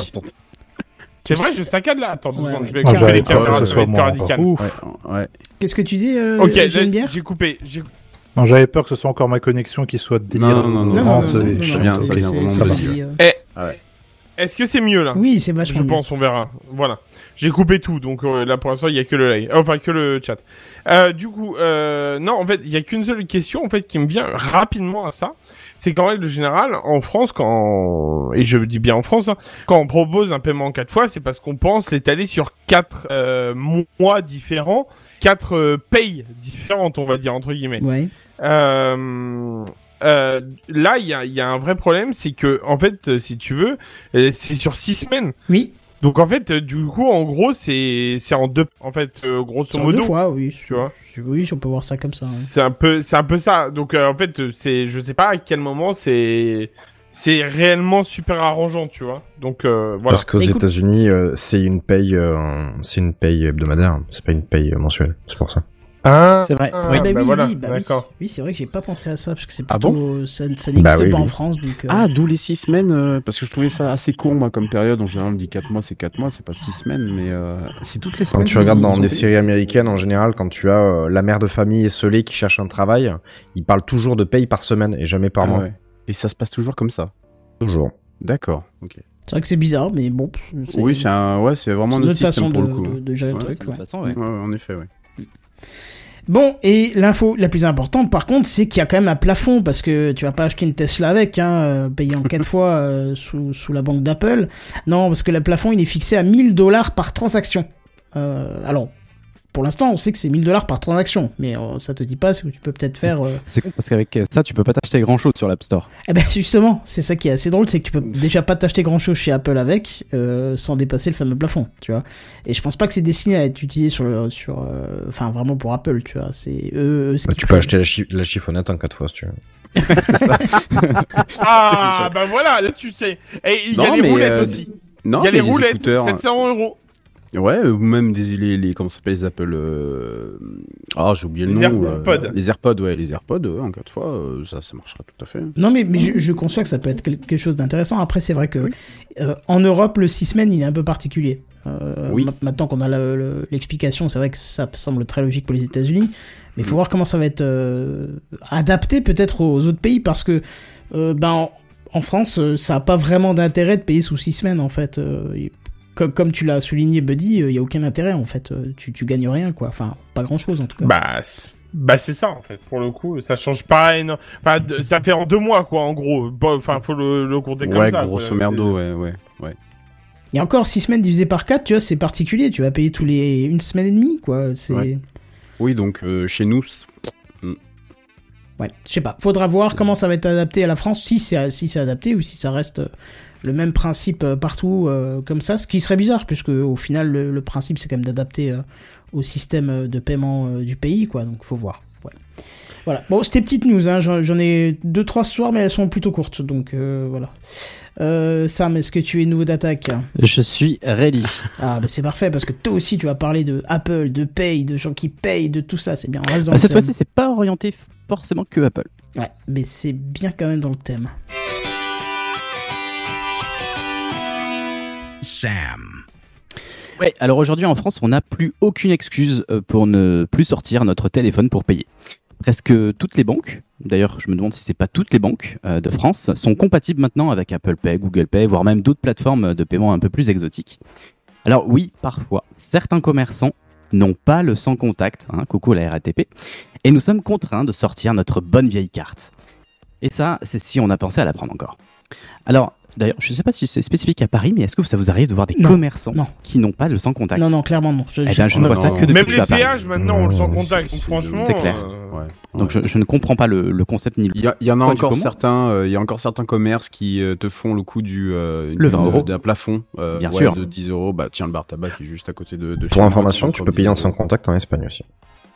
C'est vrai, je saccade là. Attends, deux Ouais, secondes, ouais. je vais Non, éclairer j'avais les peur que caméras, ce ça va soit être moi, plus radical. Ouais, ouais. Qu'est-ce que tu disais, euh, Ok, j'ai j'ai, une bière j'ai coupé. J'ai... Non, j'avais peur que ce soit encore ma connexion qui soit délirante. Non, non, non, Non, non, non, non, et non, je- non, bien, c'est- ça vient c'est- vraiment c'est de la la vie, euh. Eh, Ah ouais. est-ce que c'est mieux là? Oui, c'est vachement Je mieux. pense, on verra. Voilà. J'ai coupé tout, donc euh, là pour l'instant il y a que le live, enfin que le chat. Euh, du coup, euh, non, en fait, il y a qu'une seule question en fait qui me vient rapidement à ça. C'est qu'en règle générale, en France, quand et je dis bien en France, hein, quand on propose un paiement en quatre fois, c'est parce qu'on pense l'étaler sur quatre euh, mois différents, quatre euh, payes différentes, on va dire entre guillemets. Ouais. Euh, euh, là, il y a, y a un vrai problème, c'est que en fait, euh, si tu veux, euh, c'est sur six semaines. Oui. Donc en fait, euh, du coup, en gros, c'est c'est en deux, en fait, euh, grosso C'est en modo. deux fois, oui. Tu vois. Oui, on peut voir ça comme ça. Ouais. C'est un peu, c'est un peu ça. Donc euh, en fait, euh, c'est, je sais pas à quel moment c'est, c'est réellement super arrangeant, tu vois. Donc euh, voilà. Parce qu'aux Écoute- États-Unis, euh, c'est une paye, euh, c'est une paye hebdomadaire, c'est pas une paye euh, mensuelle. C'est pour ça. Ah, C'est vrai. ah, Oui. bah, bah oui, voilà, oui, bah oui. d'accord. Oui, c'est vrai que j'ai pas pensé à ça parce que c'est Ah plutôt ça, ça n'existe Bah oui, pas oui. en France donc. euh, Ah, d'où les six semaines, euh, parce que je trouvais ça assez court, moi, comme période. En général, on dit quatre mois, c'est quatre mois, c'est pas six semaines, mais euh, c'est toutes les semaines. Quand tu regardes qu'ils dans ont des payé. séries américaines, en général, quand tu as euh, la mère de famille esselée qui cherche un travail, ils parlent toujours de paye par semaine et jamais par Ah mois. ouais. Et ça se passe toujours comme ça. Toujours. D'accord. Ok. C'est vrai que c'est bizarre, mais bon. C'est... Oui, c'est un, ouais, c'est vraiment c'est un une autre autre façon système pour de, le coup. de, de gérer Ouais, le De truc. toute Ouais. façon, ouais. Ouais, ouais, en effet, ouais. Bon, et l'info la plus importante, par contre, c'est qu'il y a quand même un plafond, parce que tu vas pas acheter une Tesla avec, hein, euh, payé en quatre fois euh, sous, sous la banque d'Apple. Non, parce que le plafond, il est fixé à mille dollars par transaction. Euh, alors, pour l'instant, on sait que c'est mille dollars par transaction, mais euh, ça te dit pas ce que tu peux peut-être faire... Euh... C'est con parce qu'avec ça, tu peux pas t'acheter grand chose sur l'App Store. Eh ben justement, c'est ça qui est assez drôle, c'est que tu peux déjà pas t'acheter grand chose chez Apple avec, euh, sans dépasser le fameux plafond, tu vois. Et je pense pas que c'est destiné à être utilisé sur, le- sur, euh, enfin vraiment pour Apple, tu vois. C'est eux. eux, ce Bah, qui tu peux prennent- acheter la, chi- la chiffonnette en quatre fois si tu veux. Ah, bah voilà, là tu sais. Et il y a Non, les mais, roulettes euh, aussi. Non, Il y a mais les roulettes, écouteurs, sept cents euros. ouais, ou même des, les, les, comment ça s'appelle, les Apple, euh... ah, j'ai oublié le Les nom. AirPods. euh, Les AirPods, ouais, les AirPods, ouais, en quatre fois, euh, ça, ça marchera tout à fait. Non mais, mais je, je conçois que ça peut être quelque chose d'intéressant. Après c'est vrai que euh, en Europe le six semaines il est un peu particulier. Euh, Oui. ma- Maintenant qu'on a la- le- l'explication, c'est vrai que ça semble très logique pour les États-Unis, mais il faut voir comment ça va être euh, adapté peut-être aux autres pays parce que euh, ben en, en France euh, ça a pas vraiment d'intérêt de payer sous six semaines en fait. Euh, y- comme, comme tu l'as souligné Buddy, il y a aucun intérêt en fait. Euh, Tu, tu gagnes rien quoi. Enfin pas grand chose en tout cas. Bah, c'est... bah c'est ça en fait. Pour le coup, ça change pas énorme. Enfin, de- ça fait en deux mois quoi, en gros. Bon, enfin, faut le, le compter comme Ouais, ça. grosso quoi. merdo, C'est- ouais, ouais, ouais. Et encore, six semaines divisé par quatre, tu vois, c'est particulier. Tu vas payer tous les une semaine et demie, quoi. C'est... Ouais. Oui, donc euh, chez nous... c'est- Ouais, je sais pas. Faudra voir comment ça va être adapté à la France, si c'est, si c'est adapté ou si ça reste euh, le même principe euh, partout euh, comme ça, ce qui serait bizarre, puisque au final, le, le principe, c'est quand même d'adapter euh, au système euh, de paiement euh, du pays, quoi. Donc, faut voir. Ouais. Voilà. Bon, c'était petite news, hein. J'en, j'en ai deux, trois ce soir, mais elles sont plutôt courtes, donc euh, voilà. Euh, Sam, est-ce que tu es nouveau d'attaque? Je suis ready. Ah, bah c'est parfait, parce que toi aussi, tu vas parler de Apple, de Pay, de gens qui payent, de tout ça, c'est bien. On reste dans Ah, le cette thème. fois-ci, c'est pas orienté forcément que Apple. Ouais, mais c'est bien quand même dans le thème. Sam. Ouais, alors aujourd'hui en France, on n'a plus aucune excuse euh, pour ne plus sortir notre téléphone pour payer. Presque toutes les banques, d'ailleurs je me demande si c'est pas toutes les banques euh, de France, sont compatibles maintenant avec Apple Pay, Google Pay, voire même d'autres plateformes de paiement un peu plus exotiques. Alors oui, parfois, certains commerçants n'ont pas le sans contact, hein, coucou la R A T P, et nous sommes contraints de sortir notre bonne vieille carte. Et ça, c'est si on a pensé à la prendre encore. Alors, d'ailleurs, je ne sais pas si c'est spécifique à Paris, mais est-ce que ça vous arrive de voir des Non. commerçants Non. qui n'ont pas le sans contact? Non, non, clairement non. Je, Eh bien, je ne vois ça que depuis Même que je les suis à Paris. péages, maintenant, on le sent Ouais, contact. c'est- Donc, c'est- franchement. c'est clair. euh, Ouais. Donc je, je ne comprends pas le, le concept ni le... Il y, a- il y en a Quoi, du encore comment certains, euh, il y a encore certains commerces qui euh, te font le coup du euh, Le d'une- vingt euros. d'un plafond, euh, Bien ouais, sûr. de dix euros. Bah tiens, le bar tabac qui est juste à côté de. de chez Pour moi, information, qui tu sont peux sur payer en dix sans euros. contact en Espagne aussi.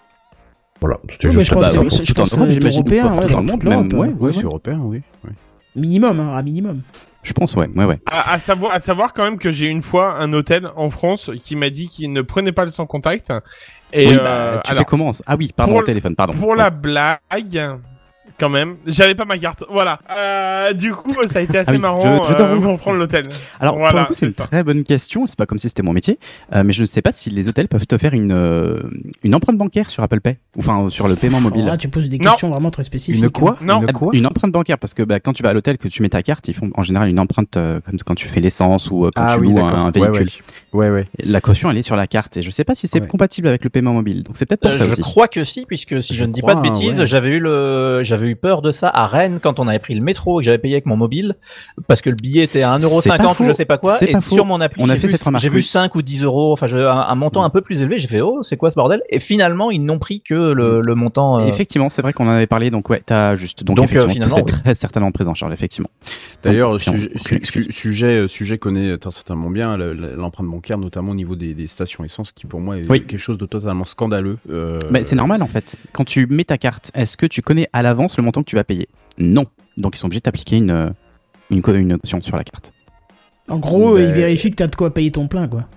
Voilà, c'était Oui, mais juste je pense la que base. c'est- je Tout en pense que Europe, ça doit être j'imagine, européen, partout ouais, dans le monde, l'Europe, même, ouais, hein. Oui, ouais, c'est ouais. européen, oui. oui. Minimum, hein, à minimum. Je pense, ouais, ouais, ouais. À, à savoir, à savoir quand même que j'ai une fois un hôtel en France qui m'a dit qu'il ne prenait pas le sans contact. Et Oui, euh, bah, tu alors, fais comment? Ah oui, pardon, pour au téléphone, pardon. pour Ouais. la blague, quand même, j'avais pas ma carte. Voilà. Euh, du coup, ça a été assez Ah oui, marrant je- je euh, t'avoue. pour prendre l'hôtel. Alors, pour Voilà, le coup, c'est une c'est ça. très bonne question. C'est pas comme si c'était mon métier. Euh, mais je ne sais pas si les hôtels peuvent te faire une, euh, une empreinte bancaire sur Apple Pay. Ou enfin, sur le paiement mobile. Alors là, tu poses des Non. questions vraiment très spécifiques. Une quoi? Non. Une quoi? Une empreinte bancaire, parce que bah, quand tu vas à l'hôtel, que tu mets ta carte, ils font en général une empreinte euh, comme quand tu fais l'essence ou euh, quand Ah tu oui, loues d'accord. un, un Ouais, véhicule. Ouais, ouais. Et La caution, elle est sur la carte. Et je sais pas si c'est Ouais. compatible avec le paiement mobile. Donc c'est peut-être pour Euh, ça je aussi. crois que si, puisque si je, Je ne dis crois, pas de bêtises, ouais. j'avais eu le, j'avais eu peur de ça à Rennes quand on avait pris le métro et que j'avais payé avec mon mobile, parce que le billet était à un euro C'est pas cinquante ou faux. je sais pas quoi, C'est et pas faux. sur mon appli, On a j'ai fait vu, cette remarque, j'ai vu oui. cinq ou dix euros, enfin, je, un, un montant un peu plus élevé, j'ai fait, oh, c'est quoi ce bordel? Et finalement, ils n'ont pris que le, le montant, euh, Et effectivement, c'est vrai qu'on en avait parlé. Donc ouais, t'as juste. Donc, Donc, effectivement, euh, finalement, c'est oui. très certainement pris en charge, effectivement. D'ailleurs, Donc, sujet, aucune su- excuse. su- sujet, euh, sujet connaît très certainement bien le- le- l'empreinte bancaire, notamment au niveau des, des stations essence, qui pour moi est Oui. quelque chose de totalement scandaleux. Euh, Mais c'est normal en fait. Quand tu mets ta carte, est-ce que tu connais à l'avance le montant que tu vas payer? Non. Donc ils sont obligés de t'appliquer une, euh, une, co- une caution sur la carte. En gros, Ben- ils vérifient que t'as de quoi payer ton plein, quoi.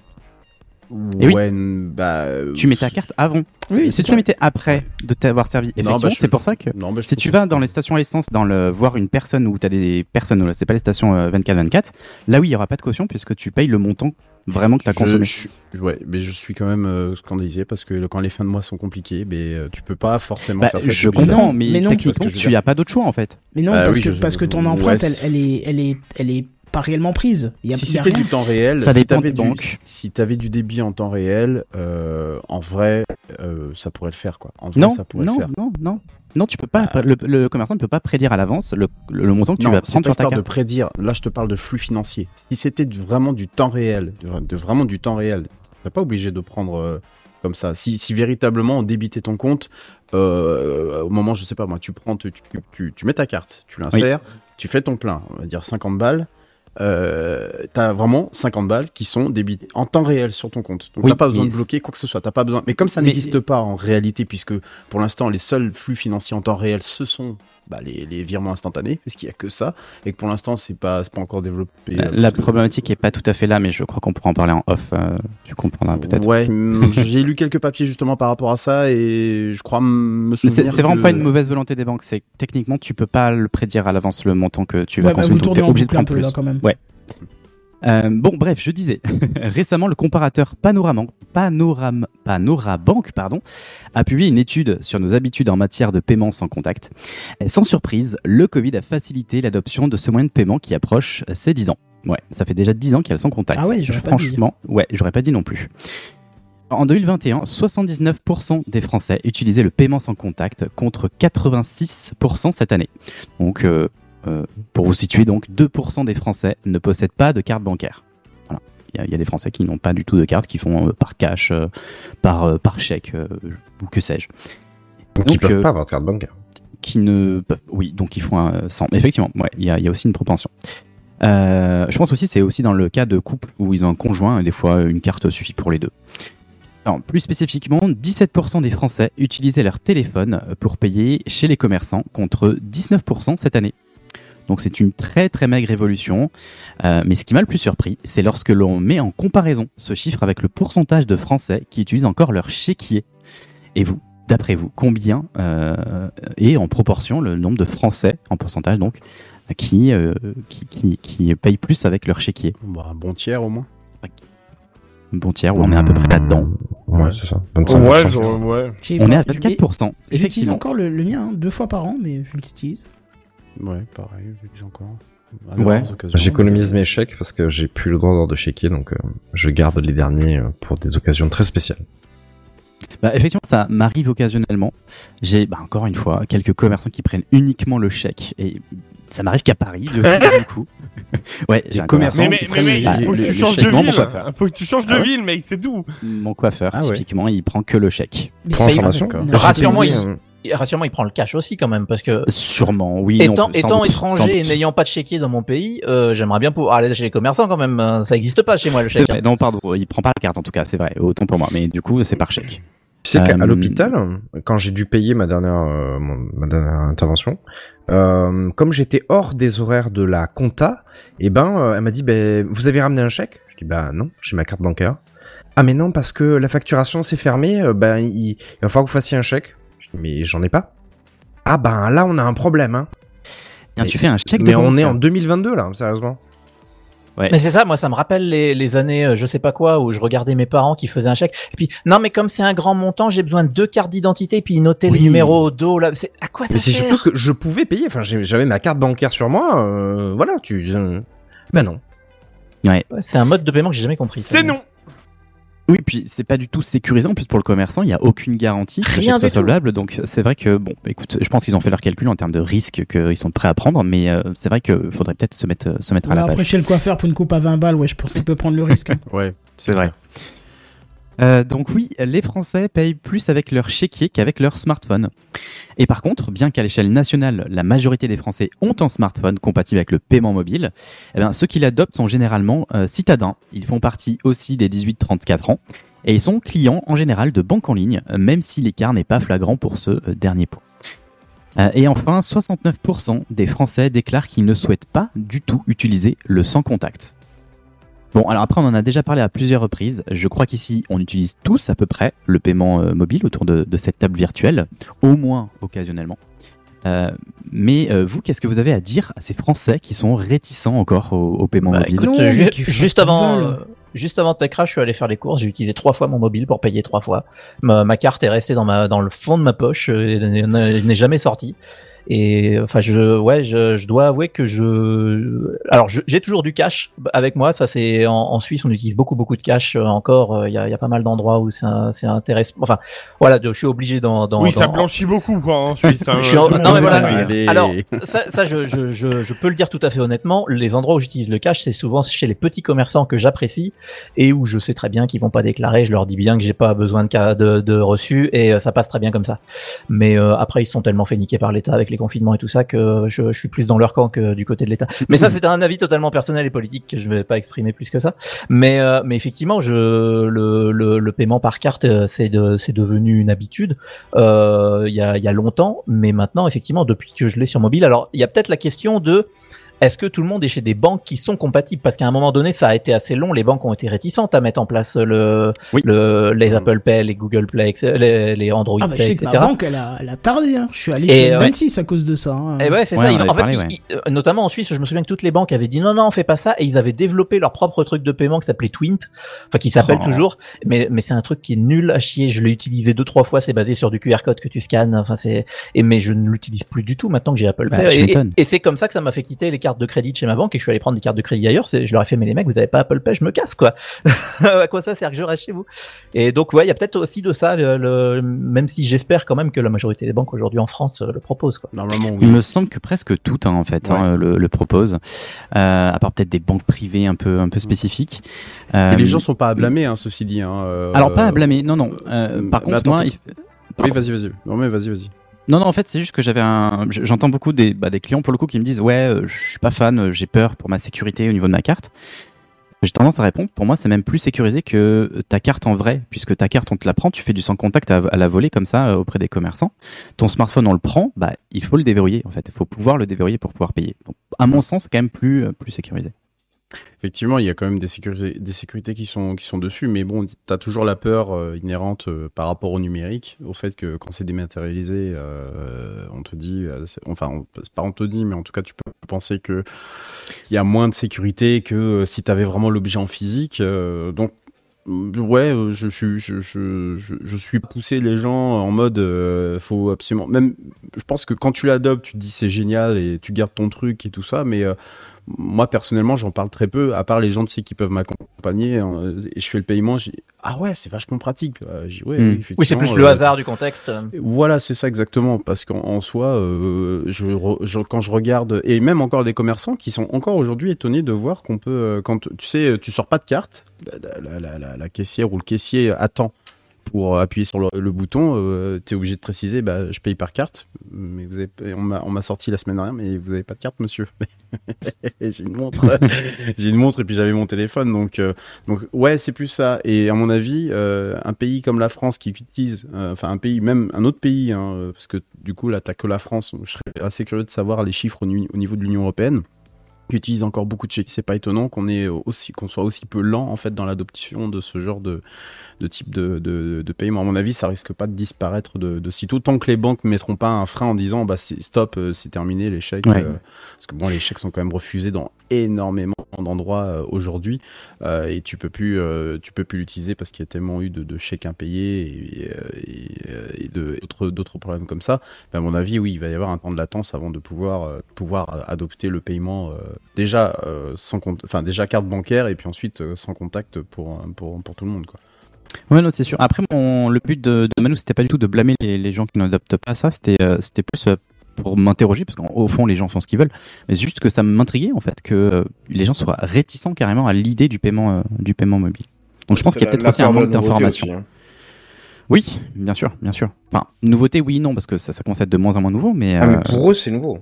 Et oui. Ouais, n- bah. euh, Tu mets ta carte avant. Oui, si c'est tu ça. la mettais après de t'avoir servi, Non, effectivement, bah, je- c'est pour ça que Non, bah, je si trouve tu que vas c'est- dans les stations essence, dans le voir une personne où tu as des personnes, là, c'est pas les stations euh, vingt-quatre vingt-quatre, là oui, il y aura pas de caution puisque tu payes le montant vraiment que tu as Je- consommé. je suis- ouais, mais je suis quand même euh, scandalisé parce que quand les fins de mois sont compliquées, mais euh, tu peux pas forcément Bah, faire ça. je t'es obligé comprends, Non, mais, mais non, techniquement, tu vois ce que je veux tu dire. as pas d'autre choix en fait. Mais non, Ah parce, oui, que, je- parce que ton ouais, empreinte, elle, c'est- elle, est, elle, est, elle est pas réellement prise. Il y a, Si il y a c'était rien. du temps réel, Ça si dépend t'avais des du, banques. si t'avais du débit en temps réel, euh, en vrai, euh, ça pourrait le faire quoi. En vrai, Non, ça pourrait non, le faire. non, non. Non, tu peux pas. Le, le commerçant ne peut pas prédire à l'avance le, le, le montant que tu Non, vas c'est prendre pas sur ta histoire de carte. prédire. Là, je te parle de flux financier. Si c'était du- vraiment du temps réel, de, de vraiment du temps réel, tu serais pas obligé de prendre euh, comme ça. Si, si véritablement on débitait ton compte, euh, au moment, je sais pas moi, tu prends, tu, tu, tu, tu mets ta carte, tu l'insères, tu fais ton plein, on va dire cinquante balles. Euh, t'as vraiment cinquante balles qui sont débitées en temps réel sur ton compte. Donc Oui, t'as pas besoin mais de bloquer quoi que ce soit. T'as pas besoin. Mais comme ça Mais- n'existe pas en réalité, puisque pour l'instant les seuls flux financiers en temps réel, ce sont bah, les, les virements instantanés, puisqu'il y a que ça, et que pour l'instant c'est pas c'est pas encore développé. La, euh, la parce que- problématique est pas tout à fait là, mais je crois qu'on pourra en parler en off. euh, tu comprendras peut-être. Ouais, hum, j'ai lu quelques papiers justement par rapport à ça et je crois me Mais souvenir. c'est c'est vraiment que- pas une mauvaise volonté des banques. C'est que techniquement, tu peux pas le prédire à l'avance le montant que tu vas Ouais, bah, consommer. vous donc tournez t'es en obligé de boucle un prendre peu plus. là quand même. Ouais. Euh, bon, bref, je disais, récemment, le comparateur Panorama, Panoram, Panorabank pardon, a publié une étude sur nos habitudes en matière de paiement sans contact. Et sans surprise, le Covid a facilité l'adoption de ce moyen de paiement qui approche ses dix ans. Ouais, ça fait déjà dix ans qu'il y a le sans contact. Ah ouais, j'aurais pas dit. Franchement, ouais, j'aurais pas dit non plus. En deux mille vingt et un, soixante-dix-neuf pour cent des Français utilisaient le paiement sans contact contre quatre-vingt-six pour cent cette année. Donc, euh, euh, pour vous situer, donc deux pour cent des Français ne possèdent pas de carte bancaire. Voilà. Il y a, il y a des Français qui n'ont pas du tout de carte, qui font euh, par cash, euh, par euh, par chèque euh, ou que sais-je. Donc, Donc, ils peuvent euh, pas avoir de carte bancaire. Qui ne peuvent, oui, donc ils font un sans. Effectivement, ouais, il y a, il y a aussi une propension. Euh, je pense aussi c'est aussi dans le cas de couples où ils ont un conjoint et des fois une carte suffit pour les deux. Alors, plus spécifiquement, dix-sept pour cent des Français utilisaient leur téléphone pour payer chez les commerçants contre dix-neuf pour cent cette année. Donc c'est une très très maigre évolution. Euh, mais ce qui m'a le plus surpris, c'est lorsque l'on met en comparaison ce chiffre avec le pourcentage de Français qui utilisent encore leur chéquier. Et vous, d'après vous, combien euh, est en proportion le nombre de Français, en pourcentage donc, qui, euh, qui, qui, qui payent plus avec leur chéquier? Bah, un bon tiers au moins. Un bon tiers, où on est à peu près là-dedans. Ouais, c'est ça. vingt-cinq Ouais, pour cent. ouais, ouais. J'ai On pas- est à vingt-quatre pour cent, J'utilise effectivement. encore le, le mien, hein, deux fois par an, mais je l'utilise. Ouais, pareil, j'utilise encore. À Ouais. rares occasions. J'économise mes chèques parce que j'ai plus le droit d'avoir de chéquier, donc euh, je garde les derniers euh, pour des occasions très spéciales. Bah, effectivement, ça m'arrive occasionnellement. J'ai, bah, encore une fois, quelques commerçants qui prennent uniquement le chèque. Et ça m'arrive qu'à Paris, de du coup. Ouais, j'ai Les un commerçants Mais, commerçant mais, qui mais prennent mec, il faut le- que tu le changes de chèque. Non, ville. mon coiffeur. Faut que tu changes de Ah ouais. ville, mec, c'est tout. Mon coiffeur, Ah ouais. typiquement, il prend que le chèque. Mais Pour ça, information, d'accord. j'ai Rassure-moi, payé, il- euh, Et rassure-moi, il prend le cash aussi quand même, parce que Sûrement, oui. étant, non, sans étant doute, sans étranger et doute. n'ayant pas de chéquier dans mon pays, euh, j'aimerais bien pouvoir aller chez les commerçants quand même. euh, Ça n'existe pas chez moi le C'est chèque. vrai, non, pardon, il prend pas la carte en tout cas, c'est vrai, autant pour moi. Mais du coup, c'est par chèque. Tu sais qu'à Euh, à l'hôpital, quand j'ai dû payer ma dernière, euh, mon- ma dernière intervention, euh, comme j'étais hors des horaires de la compta, et ben, euh, elle m'a dit, ben, vous avez ramené un chèque? Je dis, bah non, j'ai ma carte bancaire. Ah mais non, parce que la facturation s'est fermée, euh, ben il, il va falloir que vous fassiez un chèque. Je dis, mais j'en ai pas. Ah ben là, on a un problème, hein. Bien, Mais tu fais un chèque Mais de on banque. est en deux mille vingt-deux là, sérieusement. Ouais. Mais c'est ça, moi ça me rappelle les, les années, euh, je sais pas quoi, où je regardais mes parents qui faisaient un chèque. Et puis non, mais comme c'est un grand montant, j'ai besoin de deux cartes d'identité, puis ils notaient Oui. les numéros au dos. Là, c'est à quoi ça Mais c'est sert? surtout que je pouvais payer. Enfin, j'ai- j'avais ma carte bancaire sur moi. Euh, voilà, tu. euh, Ben non. Ouais, c'est un mode de paiement que j'ai jamais compris. ça. C'est non. Oui, puis c'est pas du tout sécurisant. En plus, pour le commerçant, il n'y a aucune garantie que le Rien chèque soit du tout. solvable. Donc, c'est vrai que, bon, écoute, je pense qu'ils ont fait leur calcul en termes de risque qu'ils sont prêts à prendre. Mais euh, c'est vrai qu'il faudrait peut-être se mettre, se mettre à Voilà, la après, page. chez le coiffeur, pour une coupe à vingt balles, ouais, je pense qu'il peut prendre le risque. hein. Ouais, C'est vrai. Euh, donc oui, les Français payent plus avec leur chéquier qu'avec leur smartphone. Et par contre, bien qu'à l'échelle nationale, la majorité des Français ont un smartphone compatible avec le paiement mobile, eh bien, ceux qui l'adoptent sont généralement euh, citadins. Ils font partie aussi des dix-huit à trente-quatre ans. Et ils sont clients en général de banques en ligne, euh, même si l'écart n'est pas flagrant pour ce euh, dernier point. Euh, et enfin, soixante-neuf pour cent des Français déclarent qu'ils ne souhaitent pas du tout utiliser le sans contact. Bon, alors après, on en a déjà parlé à plusieurs reprises. Je crois qu'ici, on utilise tous à peu près le paiement euh, mobile autour de, de cette table virtuelle, au moins occasionnellement. Euh, mais euh, vous, qu'est-ce que vous avez à dire à ces Français qui sont réticents encore au, au paiement Bah, mobile? écoute, Non, euh, mais ju- qu'ils fassent juste ce qu'ils avant, veulent. euh, juste avant Techcrash, je suis allé faire les courses. J'ai utilisé trois fois mon mobile pour payer trois fois. Ma, ma carte est restée dans ma, dans le fond de ma poche. euh, et Elle n'est elle n'est jamais sortie. Et enfin, je, ouais, je, je dois avouer que je, alors je- j'ai toujours du cash avec moi. Ça, c'est en, en Suisse, on utilise beaucoup, beaucoup de cash euh, encore. Il y a, il y a pas mal d'endroits où c'est, un- c'est intéressant. Enfin, voilà, je suis obligé dans, dans. Oui, ça dans- blanchit beaucoup, quoi, en Suisse. hein. je suis en- non mais voilà. Allez. Alors ça, ça je, je, je, je peux le dire tout à fait honnêtement. Les endroits où j'utilise le cash, c'est souvent chez les petits commerçants que j'apprécie et où je sais très bien qu'ils vont pas déclarer. Je leur dis bien que j'ai pas besoin de ca- de, de reçu et euh, ça passe très bien comme ça. Mais euh, après ils se sont tellement fait niquer par l'État avec les confinements et tout ça que je, je suis plus dans leur camp que du côté de l'État. Mais ça c'est un avis totalement personnel et politique que je vais pas exprimer plus que ça. Mais euh, mais effectivement, je le, le, le paiement par carte euh, c'est de, c'est devenu une habitude. Euh, Il y a il y a longtemps, mais maintenant effectivement depuis que je l'ai sur mobile. Alors il y a peut-être la question de est-ce que tout le monde est chez des banques qui sont compatibles? Parce qu'à un moment donné, ça a été assez long. Les banques ont été réticentes à mettre en place le, Oui. le les Apple Pay, les Google Play, les, les Android Ah bah, je Pay, sais et que ma cetera. banque, elle a, elle a tardé. Hein. Je suis allé Et chez ouais. vingt-six à cause de ça. hein. Et ouais, c'est Ouais, ça. on Ils- avait en fait, parlé, ils- ouais. ils- euh, notamment en Suisse, je me souviens que toutes les banques avaient dit non, non, on fait pas ça, et ils avaient développé leur propre truc de paiement qui s'appelait Twint, enfin qui s'appelle Oh. toujours, mais mais c'est un truc qui est nul à chier. Je l'ai utilisé deux trois fois. C'est basé sur du Q R code que tu scannes. Enfin c'est et mais je ne l'utilise plus du tout maintenant que j'ai Apple Bah, Pay. tu Et- et m'étonnes. et c'est comme ça que ça m'a fait quitter les cartes carte de crédit de chez ma banque et que je suis allé prendre des cartes de crédit ailleurs, c'est, je leur ai fait mais les mecs vous avez pas Apple Pay, je me casse quoi. À quoi ça sert que je reste chez vous? Et donc ouais, il y a peut-être aussi de ça, le, le, même si j'espère quand même que la majorité des banques aujourd'hui en France euh, le proposent quoi. Normalement, oui. Il me semble que presque toutes hein, en fait Ouais. hein, le, le proposent, euh, à part peut-être des banques privées un peu un peu spécifiques. Euh, Et les gens sont pas à blâmer, hein, ceci dit. Hein, euh, Alors pas à blâmer, non non. Euh, par bah, contre attends, moi, attends. il- Oui, vas-y, vas-y. Non, mais vas-y, vas-y. Non, non, en fait, c'est juste que j'avais un. J'entends beaucoup des, bah, des clients pour le coup qui me disent ouais, euh, je suis pas fan, euh, j'ai peur pour ma sécurité au niveau de ma carte. J'ai tendance à répondre, pour moi, c'est même plus sécurisé que ta carte en vrai, puisque ta carte, on te la prend, tu fais du sans contact à, à la volée comme ça euh, auprès des commerçants. Ton smartphone, on le prend, bah, il faut le déverrouiller en fait. Il faut pouvoir le déverrouiller pour pouvoir payer. Donc, à mon sens, c'est quand même plus, euh, plus sécurisé. Effectivement, il y a quand même des sécurités, des sécurités qui sont, qui sont dessus, mais bon, t'as toujours la peur euh, inhérente euh, par rapport au numérique, au fait que quand c'est dématérialisé, euh, on te dit, euh, c'est- enfin, on, c'est pas on te dit, mais en tout cas, tu peux penser que il y a moins de sécurité que euh, si t'avais vraiment l'objet en physique. Euh, donc, ouais, euh, je, je, je, je, je, je suis poussé les gens en mode, euh, faut absolument, même, je pense que quand tu l'adoptes, tu te dis c'est génial et tu gardes ton truc et tout ça, mais euh, moi personnellement j'en parle très peu, à part les gens tu sais qui peuvent m'accompagner hein, et je fais le paiement, j'ai ah ouais c'est vachement pratique. Euh, j'ai ouais, Mm. oui, Oui, c'est effectivement, plus le euh, hasard du contexte. Voilà, c'est ça exactement, parce qu'en en soi, euh, je, re- je- quand je regarde, et même encore des commerçants qui sont encore aujourd'hui étonnés de voir qu'on peut, euh, quand tu sais, tu sors pas de carte, la, la, la, la, la caissière ou le caissier attend pour appuyer sur le, le bouton, euh, tu es obligé de préciser, bah, je paye par carte, mais vous avez, on m'a, on m'a sorti la semaine dernière, mais vous avez pas de carte, monsieur. J'ai une montre, j'ai une montre et puis j'avais mon téléphone, donc, euh, donc ouais, c'est plus ça. Et à mon avis, euh, un pays comme la France qui utilise, euh, enfin un pays, même un autre pays, hein, parce que du coup là t'as que la France, je serais assez curieux de savoir les chiffres au, nu- au niveau de l'Union européenne, qui utilise encore beaucoup de chèques. C'est pas étonnant qu'on ait aussi, qu'on soit aussi peu lent en fait dans l'adoption de ce genre de de type de, de, de paiement. À mon avis, ça risque pas de disparaître de, de sitôt, tant que les banques mettront pas un frein en disant bah c'est, stop, euh, c'est terminé les chèques. Ouais. Euh, parce que bon, les chèques sont quand même refusés dans énormément d'endroits euh, aujourd'hui, euh, et tu peux plus, euh, tu peux plus l'utiliser parce qu'il y a tellement eu de, de chèques impayés et, et, et de, d'autres, d'autres problèmes comme ça. Mais à mon avis, oui, il va y avoir un temps de latence avant de pouvoir, euh, pouvoir adopter le paiement euh, déjà euh, sans compte, enfin déjà carte bancaire et puis ensuite euh, sans contact pour, pour pour tout le monde quoi. Ouais, non, c'est sûr. Après, mon, le but de, de Manu, c'était pas du tout de blâmer les, les gens qui n'adoptent pas ça. C'était, euh, c'était plus euh, pour m'interroger, parce qu'au fond, les gens font ce qu'ils veulent. Mais c'est juste que ça m'intriguait, en fait, que euh, les gens soient réticents carrément à l'idée du paiement, euh, du paiement mobile. Donc, je pense C'est qu'il y a la- peut-être la aussi un peur de la manque nouveauté d'information. aussi, hein. Oui, bien sûr, bien sûr. Enfin, nouveauté, oui, non, parce que ça, ça commence à être de moins en moins nouveau, mais. Ah, euh, mais pour eux, c'est nouveau.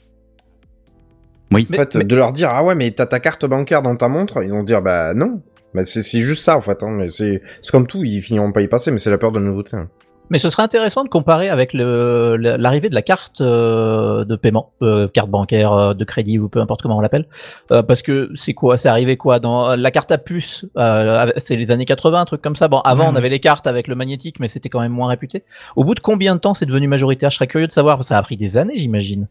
Oui. En fait, de leur dire, ah ouais, mais t'as ta carte bancaire dans ta montre, ils vont dire, bah non. Bah, c'est, c'est juste ça, en fait. Hein. Mais c'est, c'est comme tout, ils finiront pas y passer, mais c'est la peur de la nouveauté. Hein. Mais ce serait intéressant de comparer avec le, l'arrivée de la carte euh, de paiement, euh, carte bancaire, euh, de crédit ou peu importe comment on l'appelle, euh, parce que c'est quoi, c'est arrivé quoi dans la carte à puce, euh, c'est les années quatre-vingts, un truc comme ça. Bon, avant Ouais, on ouais. avait les cartes avec le magnétique, mais c'était quand même moins réputé. Au bout de combien de temps c'est devenu majoritaire? Je serais curieux de savoir. Ça a pris des années, j'imagine.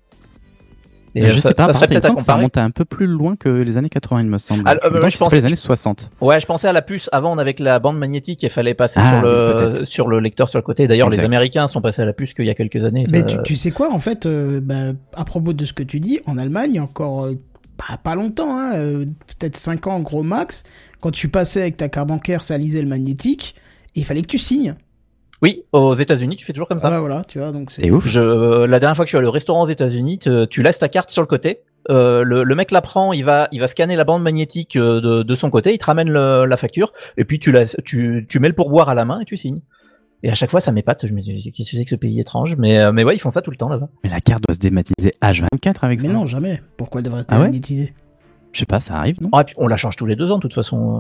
Et je euh, ça, sais pas, ça par serait contre, il me peut-être à semble que ça comparer. remonte un peu plus loin que les années quatre-vingts, il me semble. Ah, euh, En même temps, je ce serait pensais- les années soixante. Ouais, je pensais à la puce. Avant, on avait que la bande magnétique et il fallait passer Ah, sur oui, le peut-être. sur le lecteur sur le côté. D'ailleurs, les Exact. Américains sont passés à la puce qu'il y a quelques années. Mais ça- tu, tu sais quoi, en fait, euh, bah, à propos de ce que tu dis, en Allemagne, il y a encore euh, pas, pas longtemps, hein, euh, peut-être cinq ans gros max, quand tu passais avec ta carte bancaire, ça lisait le magnétique, et il fallait que tu signes. Oui, aux États-Unis, tu fais toujours comme ça. Ah bah voilà, tu vois, donc c'est... C'est ouf. Je, euh, la dernière fois que je suis allé au restaurant aux États-Unis, te- tu laisses ta carte sur le côté. Euh, le, le mec la prend, il va, il va scanner la bande magnétique euh, de, de son côté, il te ramène le- la facture, et puis tu, la, tu, tu mets le pourboire à la main et tu signes. Et à chaque fois, ça m'épate. Je me dis, qu'est-ce que c'est que ce pays étrange? Mais, euh, mais ouais, ils font ça tout le temps là-bas. Mais la carte doit se dématérialiser H vingt-quatre avec Mais ça. non, jamais. Pourquoi elle devrait être Ah ouais magnétisée? Je sais pas, ça arrive, non? Ah, et puis on la change tous les deux ans, de toute façon. euh.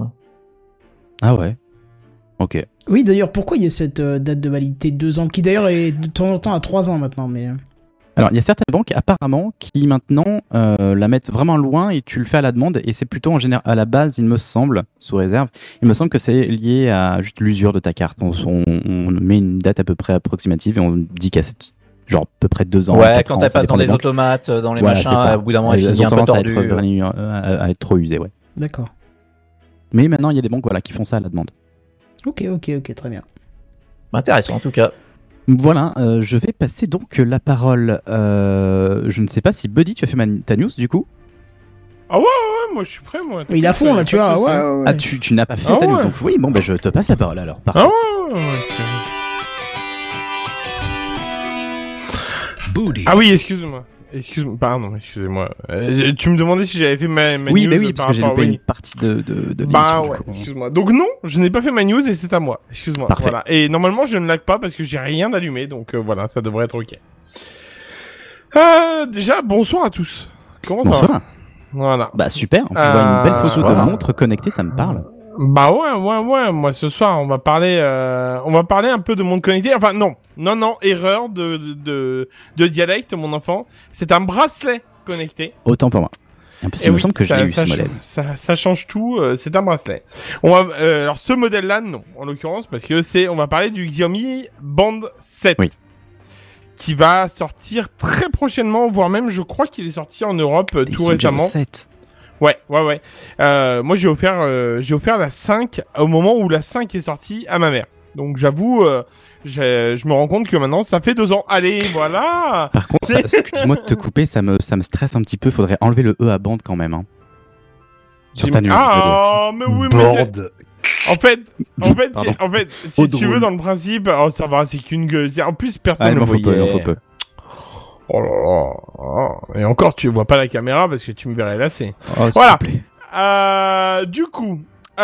Ah ouais. Ok. Oui, d'ailleurs, pourquoi il y a cette euh, date de validité de deux ans, qui d'ailleurs est de temps en temps à trois ans maintenant, mais... euh, Alors, il y a certaines banques, apparemment, qui maintenant euh, la mettent vraiment loin et tu le fais à la demande. Et c'est plutôt en général, à la base, il me semble, sous réserve, il me semble que c'est lié à juste l'usure de ta carte. On, on, on met une date à peu près approximative et on dit qu'à cette, genre à peu près deux ans. Ouais, quatre quand ans, elle ça passe dépend dans des les banques. automates, dans les Voilà, machins, c'est ça. au bout d'un moment, elle Elles finit ont un peu tendance à tordue. être, vraiment, à, à être trop usées, ouais. D'accord. Mais maintenant, il y a des banques voilà, qui font ça à la demande. Ok, ok, ok, très bien. Intéressant, en tout cas. Voilà, euh, je vais passer donc la parole. Euh, je ne sais pas si Buddy, tu as fait ma- ta news du coup. Ah ouais, ouais, ouais, moi je suis prêt, moi. Il est à fond là, tu vois. Ouais, ouais, ouais. Ah, tu, tu n'as pas fait Ah ta news, ouais. donc oui, bon, bah je te passe la parole alors. Parfait. Ah ouais, ouais, ouais. Booty. Ah oui, excuse-moi. Excuse-moi, pardon, excusez-moi. Euh, tu me demandais si j'avais fait ma, ma Oui, news bah oui, par parce que j'ai rapport- loupé oui. une partie de, de, de Bah l'émission, du ouais, coup. excuse-moi. Donc non, je n'ai pas fait ma news et c'est à moi. Excuse-moi. Parfait. Voilà. Et normalement, je ne lag pas parce que j'ai rien allumé, donc euh, voilà, ça devrait être ok. Euh, déjà, bonsoir à tous. Comment ça va? Bonsoir. Voilà. Bah super, on Euh, voit une belle photo de voilà. montre connectée, ça me parle. Bah ouais, ouais, ouais. Moi, ce soir, on va parler, euh, on va parler un peu de monde connecté. Enfin, non, non, non, erreur de de de, de dialecte, mon enfant. C'est un bracelet connecté. Autant pour moi. En plus, Eh il me oui, semble que ça, je l'ai eu ça ce change- modèle. Ça, ça change tout. euh, c'est un bracelet. On va, euh, alors ce modèle-là, non, en l'occurrence, parce que c'est, on va parler du Xiaomi Band sept. Oui. Qui va sortir très prochainement, voire même, je crois qu'il est sorti en Europe euh, Des tout Soldier récemment. sept. Ouais, ouais, ouais. Euh, moi, j'ai offert, euh, j'ai offert la cinq au moment où la cinq est sortie à ma mère. Donc, j'avoue, euh, j'ai- je me rends compte que maintenant, ça fait deux ans. Allez, voilà. Par contre, ça- excuse-moi de te couper, ça me, ça me stresse un petit peu. Faudrait enlever le E à bande quand même. Hein. Sur ta nuit. Ah, mais oui, mais c'est- Board. En fait, en fait, Pardon. c'est- en fait, si Au tu drôle. veux, dans le principe, oh, ça va, c'est qu'une gueule. C'est- En plus, personne Ah, il ne m'en faut peu, il m'en voyait. faut peu. Oh là là. Oh. Et encore, tu vois pas la caméra parce que tu me verrais lasser. Oh, s'il Voilà. te plaît. Euh, du coup,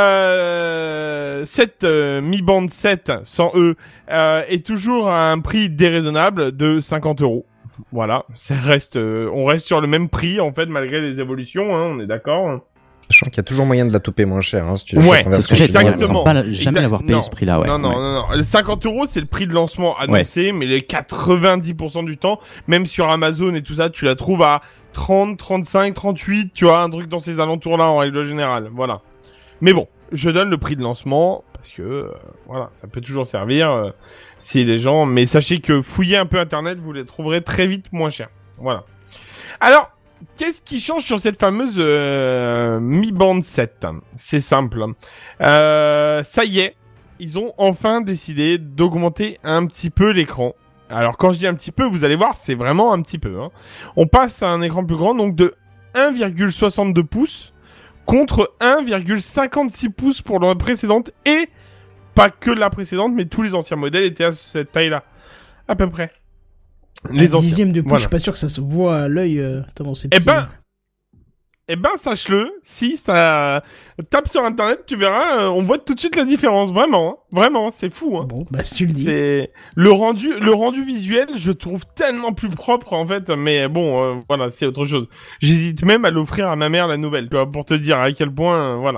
euh, cette euh, Mi Band sept sans E euh, est toujours à un prix déraisonnable de cinquante euros. Voilà, ça reste, euh, on reste sur le même prix en fait malgré les évolutions, hein, on est d'accord. Sachant qu'il y a toujours moyen de la toper moins cher. Hein, si tu Ouais, l'achètes en C'est ce que version j'ai dit. chinoise. exactement. Pas la- jamais Exact- l'avoir payé non. ce prix-là, ouais. non, non, ouais. non, non. Les cinquante euros, c'est le prix de lancement annoncé, mais les quatre-vingt-dix pour cent du temps, même sur Amazon et tout ça, tu la trouves à trente, trente-cinq, trente-huit, tu vois, un truc dans ces alentours-là en règle générale. Voilà. Mais bon, je donne le prix de lancement parce que, euh, voilà, ça peut toujours servir euh, si les gens. Mais sachez que fouillez un peu Internet, vous les trouverez très vite moins chers. Voilà. Alors. Qu'est-ce qui change sur cette fameuse euh, Mi Band sept? C'est simple. Euh, ça y est, ils ont enfin décidé d'augmenter un petit peu l'écran. Alors quand je dis un petit peu, vous allez voir, c'est vraiment un petit peu. Hein. On passe à un écran plus grand, donc de un virgule soixante-deux pouces contre un virgule cinquante-six pouces pour la précédente, et pas que la précédente, mais tous les anciens modèles étaient à cette taille-là, à peu près. Les un anciens. dixième de pouce, Voilà. je suis pas sûr que ça se voit à l'œil euh, tellement c'est Eh petit. ben, eh ben, sache-le, si ça tape sur internet, tu verras, euh, on voit tout de suite la différence, vraiment, hein. Vraiment, c'est fou. Hein. Bon, bah si tu le dis. C'est le rendu, le rendu visuel, je trouve tellement plus propre en fait, mais bon, euh, voilà, c'est autre chose. J'hésite même à l'offrir à ma mère la nouvelle, tu vois, pour te dire à quel point, euh, voilà.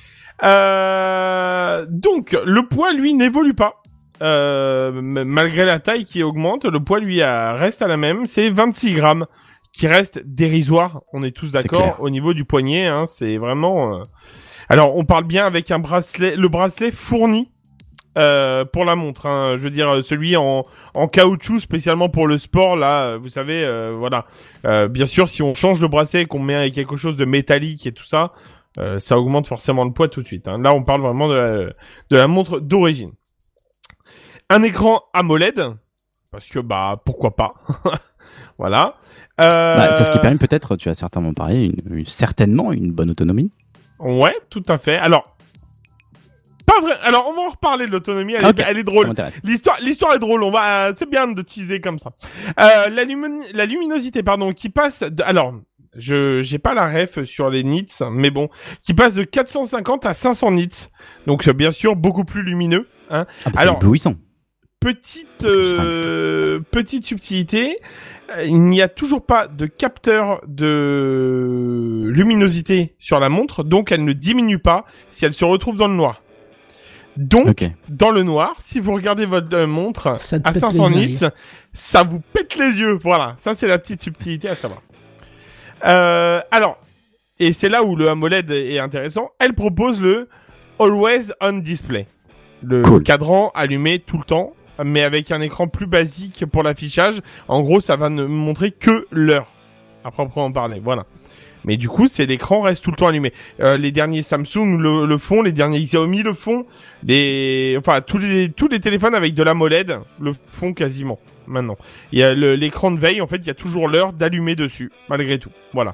Euh, donc, le poids, lui, n'évolue pas. Euh, m- malgré la taille qui augmente, le poids lui a, reste à la même, c'est vingt-six grammes, qui reste dérisoire, on est tous C'est d'accord, clair. au niveau du poignet, hein, c'est vraiment... euh, Alors, on parle bien avec un bracelet, le bracelet fourni euh, pour la montre, hein, je veux dire, celui en, en caoutchouc spécialement pour le sport, là, euh, vous savez, euh, voilà. Euh, bien sûr, si on change le bracelet et qu'on met quelque chose de métallique et tout ça, euh, ça augmente forcément le poids tout de suite. Hein. Là, on parle vraiment de la, de la montre d'origine. Un écran AMOLED, parce que bah pourquoi pas, voilà. Euh... Bah, c'est ce qui permet peut-être, tu as certainement parlé, une, une- certainement une bonne autonomie. Ouais, tout à fait. Alors, pas vrai. Alors, on va en reparler de l'autonomie. Elle, Ok, est, elle est Ça drôle. m'intéresse. L'histoire, l'histoire est drôle. On va, c'est bien de teaser comme ça. Euh, la, lumini- la luminosité, pardon, qui passe. De, alors, je, j'ai pas la ref sur les nits, mais bon, qui passe de quatre cent cinquante à cinq cents nits. Donc, euh, bien sûr, beaucoup plus lumineux. Hein. Ah, bah, c'est Alors, éblouissant. Petite euh, petite subtilité, euh, il n'y a toujours pas de capteur de luminosité sur la montre, donc elle ne diminue pas si elle se retrouve dans le noir. Donc, Ok. dans le noir, si vous regardez votre euh, montre Ça te à pète cinq cents les nits, yeux. ça vous pète les yeux. Voilà, ça c'est la petite subtilité à savoir. Euh, alors, et c'est là où le AMOLED est intéressant, elle propose le Always On Display. Le Cool. cadran allumé tout le temps, mais avec un écran plus basique pour l'affichage. En gros, ça va ne montrer que l'heure, à proprement parler. Voilà. Mais du coup, c'est l'écran reste tout le temps allumé. Euh, les derniers Samsung le, le font, les derniers Xiaomi le font, les, enfin tous les tous les téléphones avec de l'AMOLED le font quasiment maintenant. Il y a le- l'écran de veille, en fait, il y a toujours l'heure d'allumer dessus, malgré tout. Voilà.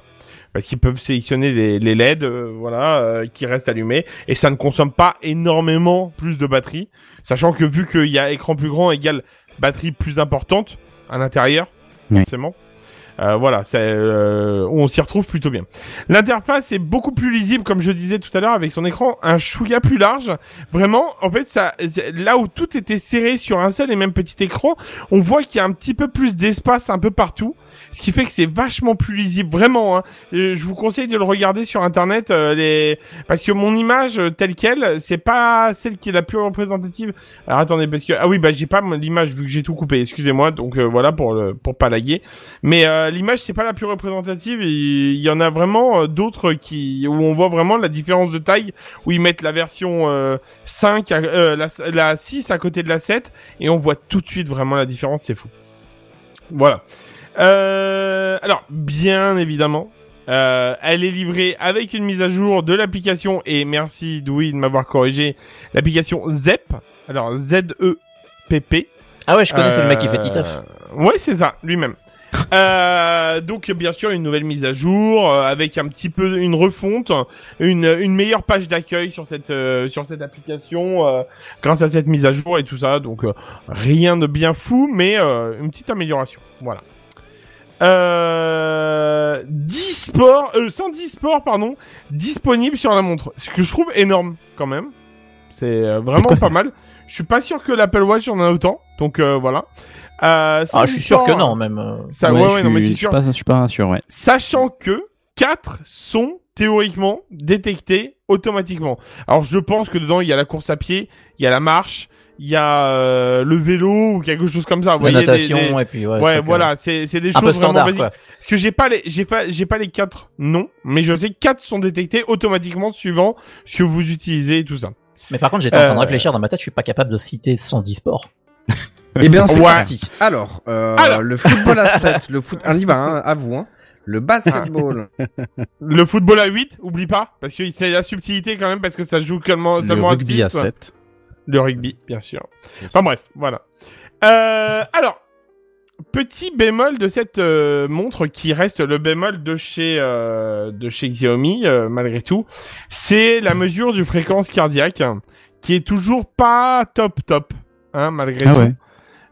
parce qu'ils peuvent sélectionner les, les L E D, euh, voilà, euh, qui restent allumés, et ça ne consomme pas énormément plus de batterie, sachant que vu qu'il y a écran plus grand égale batterie plus importante à l'intérieur, oui. forcément. Euh, voilà, c'est, euh, on s'y retrouve plutôt bien. L'interface est beaucoup plus lisible, comme je disais tout à l'heure, avec son écran un chouïa plus large. Vraiment, en fait, ça, là où tout était serré sur un seul et même petit écran, on voit qu'il y a un petit peu plus d'espace un peu partout, ce qui fait que c'est vachement plus lisible. Vraiment, hein. Je vous conseille de le regarder sur Internet, euh, les... parce que mon image euh, telle quelle, c'est pas celle qui est la plus représentative. Alors attendez, parce que ah oui, bah j'ai pas l'image vu que j'ai tout coupé. Excusez-moi, donc euh, voilà pour le pour pas laguer. Mais euh, l'image c'est pas la plus représentative, il y en a vraiment euh, d'autres qui où on voit vraiment la différence de taille, où ils mettent la version euh, cinq à, euh, la, la six à côté de la sept et on voit tout de suite vraiment la différence, c'est fou. Voilà. Euh, alors bien évidemment euh, elle est livrée avec une mise à jour de l'application, et merci Dewey de m'avoir corrigé, l'application Zep, alors Z E P P. Ah ouais, je connais, euh, c'est le mec qui fait euh, Titeuf. Ouais, c'est ça, lui-même. euh, donc bien sûr une nouvelle mise à jour euh, avec un petit peu une refonte, une une meilleure page d'accueil sur cette euh, sur cette application euh, grâce à cette mise à jour et tout ça. Donc euh, rien de bien fou, mais euh, une petite amélioration. Voilà. Euh, dix sports, euh, cent dix sports pardon, disponibles sur la montre. Ce que je trouve énorme quand même. C'est euh, vraiment pas mal. Je suis pas sûr que l'Apple Watch en a autant. Donc euh, voilà. Euh, ah, je suis sûr que non, même. Ça, ouais, ouais, ouais non, mais c'est sûr. Je suis pas sûr, ouais. Sachant que quatre sont théoriquement détectés automatiquement. Alors, je pense que dedans, il y a la course à pied, il y a la marche, il y a euh, le vélo ou quelque chose comme ça. Vous la voyez, natation des, des... et puis ouais. Ouais, voilà, c'est c'est des un choses peu standard, vraiment basiques. Parce que j'ai pas les j'ai pas j'ai pas les quatre noms, mais je sais que quatre sont détectés automatiquement suivant ce que vous utilisez et tout ça. Mais par contre, j'étais en train de Euh, réfléchir dans ma tête, je suis pas capable de citer cent dix sports. Eh bien, c'est Ouais. parti. Alors, euh, Alors. le football à sept, le foot, on y va, hein, à vous, hein. Le basketball, Le football à huit, oublie pas, parce que c'est la subtilité quand même, parce que ça se joue seulement, Le seulement rugby à à six. sept. Le rugby, bien sûr. Enfin bref, voilà. Euh, alors, petit bémol de cette euh, montre qui reste le bémol de chez euh, de chez Xiaomi euh, malgré tout, c'est la mesure du fréquence cardiaque qui est toujours pas top top, hein, malgré Ah tout. ouais.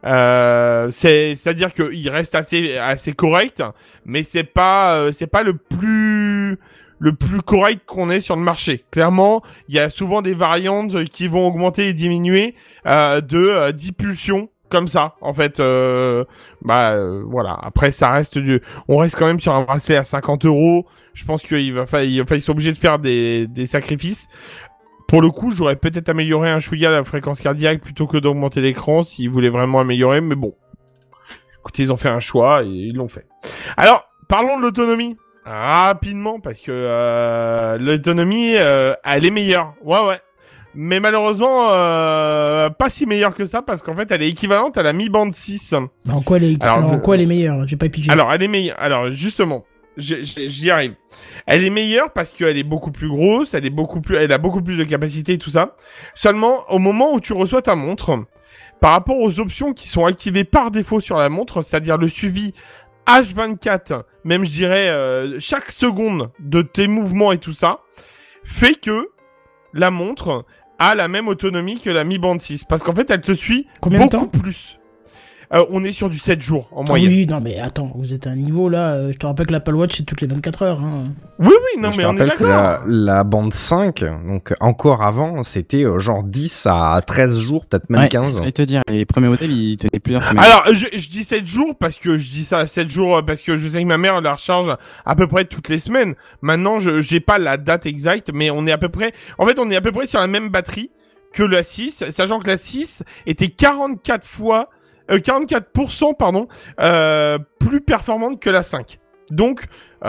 Euh, c'est c'est-à-dire que il reste assez assez correct, mais c'est pas euh, c'est pas le plus le plus correct qu'on ait sur le marché. Clairement, il y a souvent des variantes qui vont augmenter et diminuer euh, de euh, dix pulsions comme ça. En fait, euh, bah euh, voilà. Après, ça reste du. On reste quand même sur un bracelet à cinquante euros. Je pense qu'il va falloir, il va, ils sont obligés de faire des des sacrifices. Pour le coup, j'aurais peut-être amélioré un chouïa la fréquence cardiaque plutôt que d'augmenter l'écran s'ils voulaient vraiment améliorer. Mais bon, écoutez, ils ont fait un choix et ils l'ont fait. Alors, parlons de l'autonomie. Rapidement, parce que euh, l'autonomie, euh, elle est meilleure. Ouais, ouais. Mais malheureusement, euh, pas si meilleure que ça, parce qu'en fait, elle est équivalente à la Mi Band six. Bah, en quoi elle est, Alors, alors, en je- quoi elle est meilleure? J'ai pas pigé. Alors, elle est meilleure. Alors, justement, je- je- j'y arrive. Elle est meilleure parce qu'elle est beaucoup plus grosse, elle est beaucoup plus, elle a beaucoup plus de capacité et tout ça. Seulement, au moment où tu reçois ta montre, par rapport aux options qui sont activées par défaut sur la montre, c'est-à-dire le suivi H vingt-quatre, même je dirais euh, chaque seconde de tes mouvements et tout ça, fait que la montre a la même autonomie que la Mi Band six. Parce qu'en fait, elle te suit Combien de beaucoup temps plus. Euh, on est sur du sept jours en Ah moyenne. oui, non mais attends, vous êtes à un niveau là, euh, je te rappelle que l'Apple Watch c'est toutes les vingt-quatre heures. Hein. Oui, oui, non, je mais te on est rappelle que d'accord. la, la bande cinq, donc encore avant, c'était euh, genre dix à treize jours, peut-être même Ouais, quinze. Je vais te dire, les premiers modèles, ils tenaient plusieurs semaines. Alors, je, je dis sept jours parce que je dis ça sept jours parce que je sais que ma mère la recharge à peu près toutes les semaines. Maintenant, je j'ai pas la date exacte, mais on est à peu près. En fait, on est à peu près sur la même batterie que la six, sachant que la six était quarante-quatre fois, euh, quarante-quatre pour cent pardon, euh, plus performante que la cinq. Donc,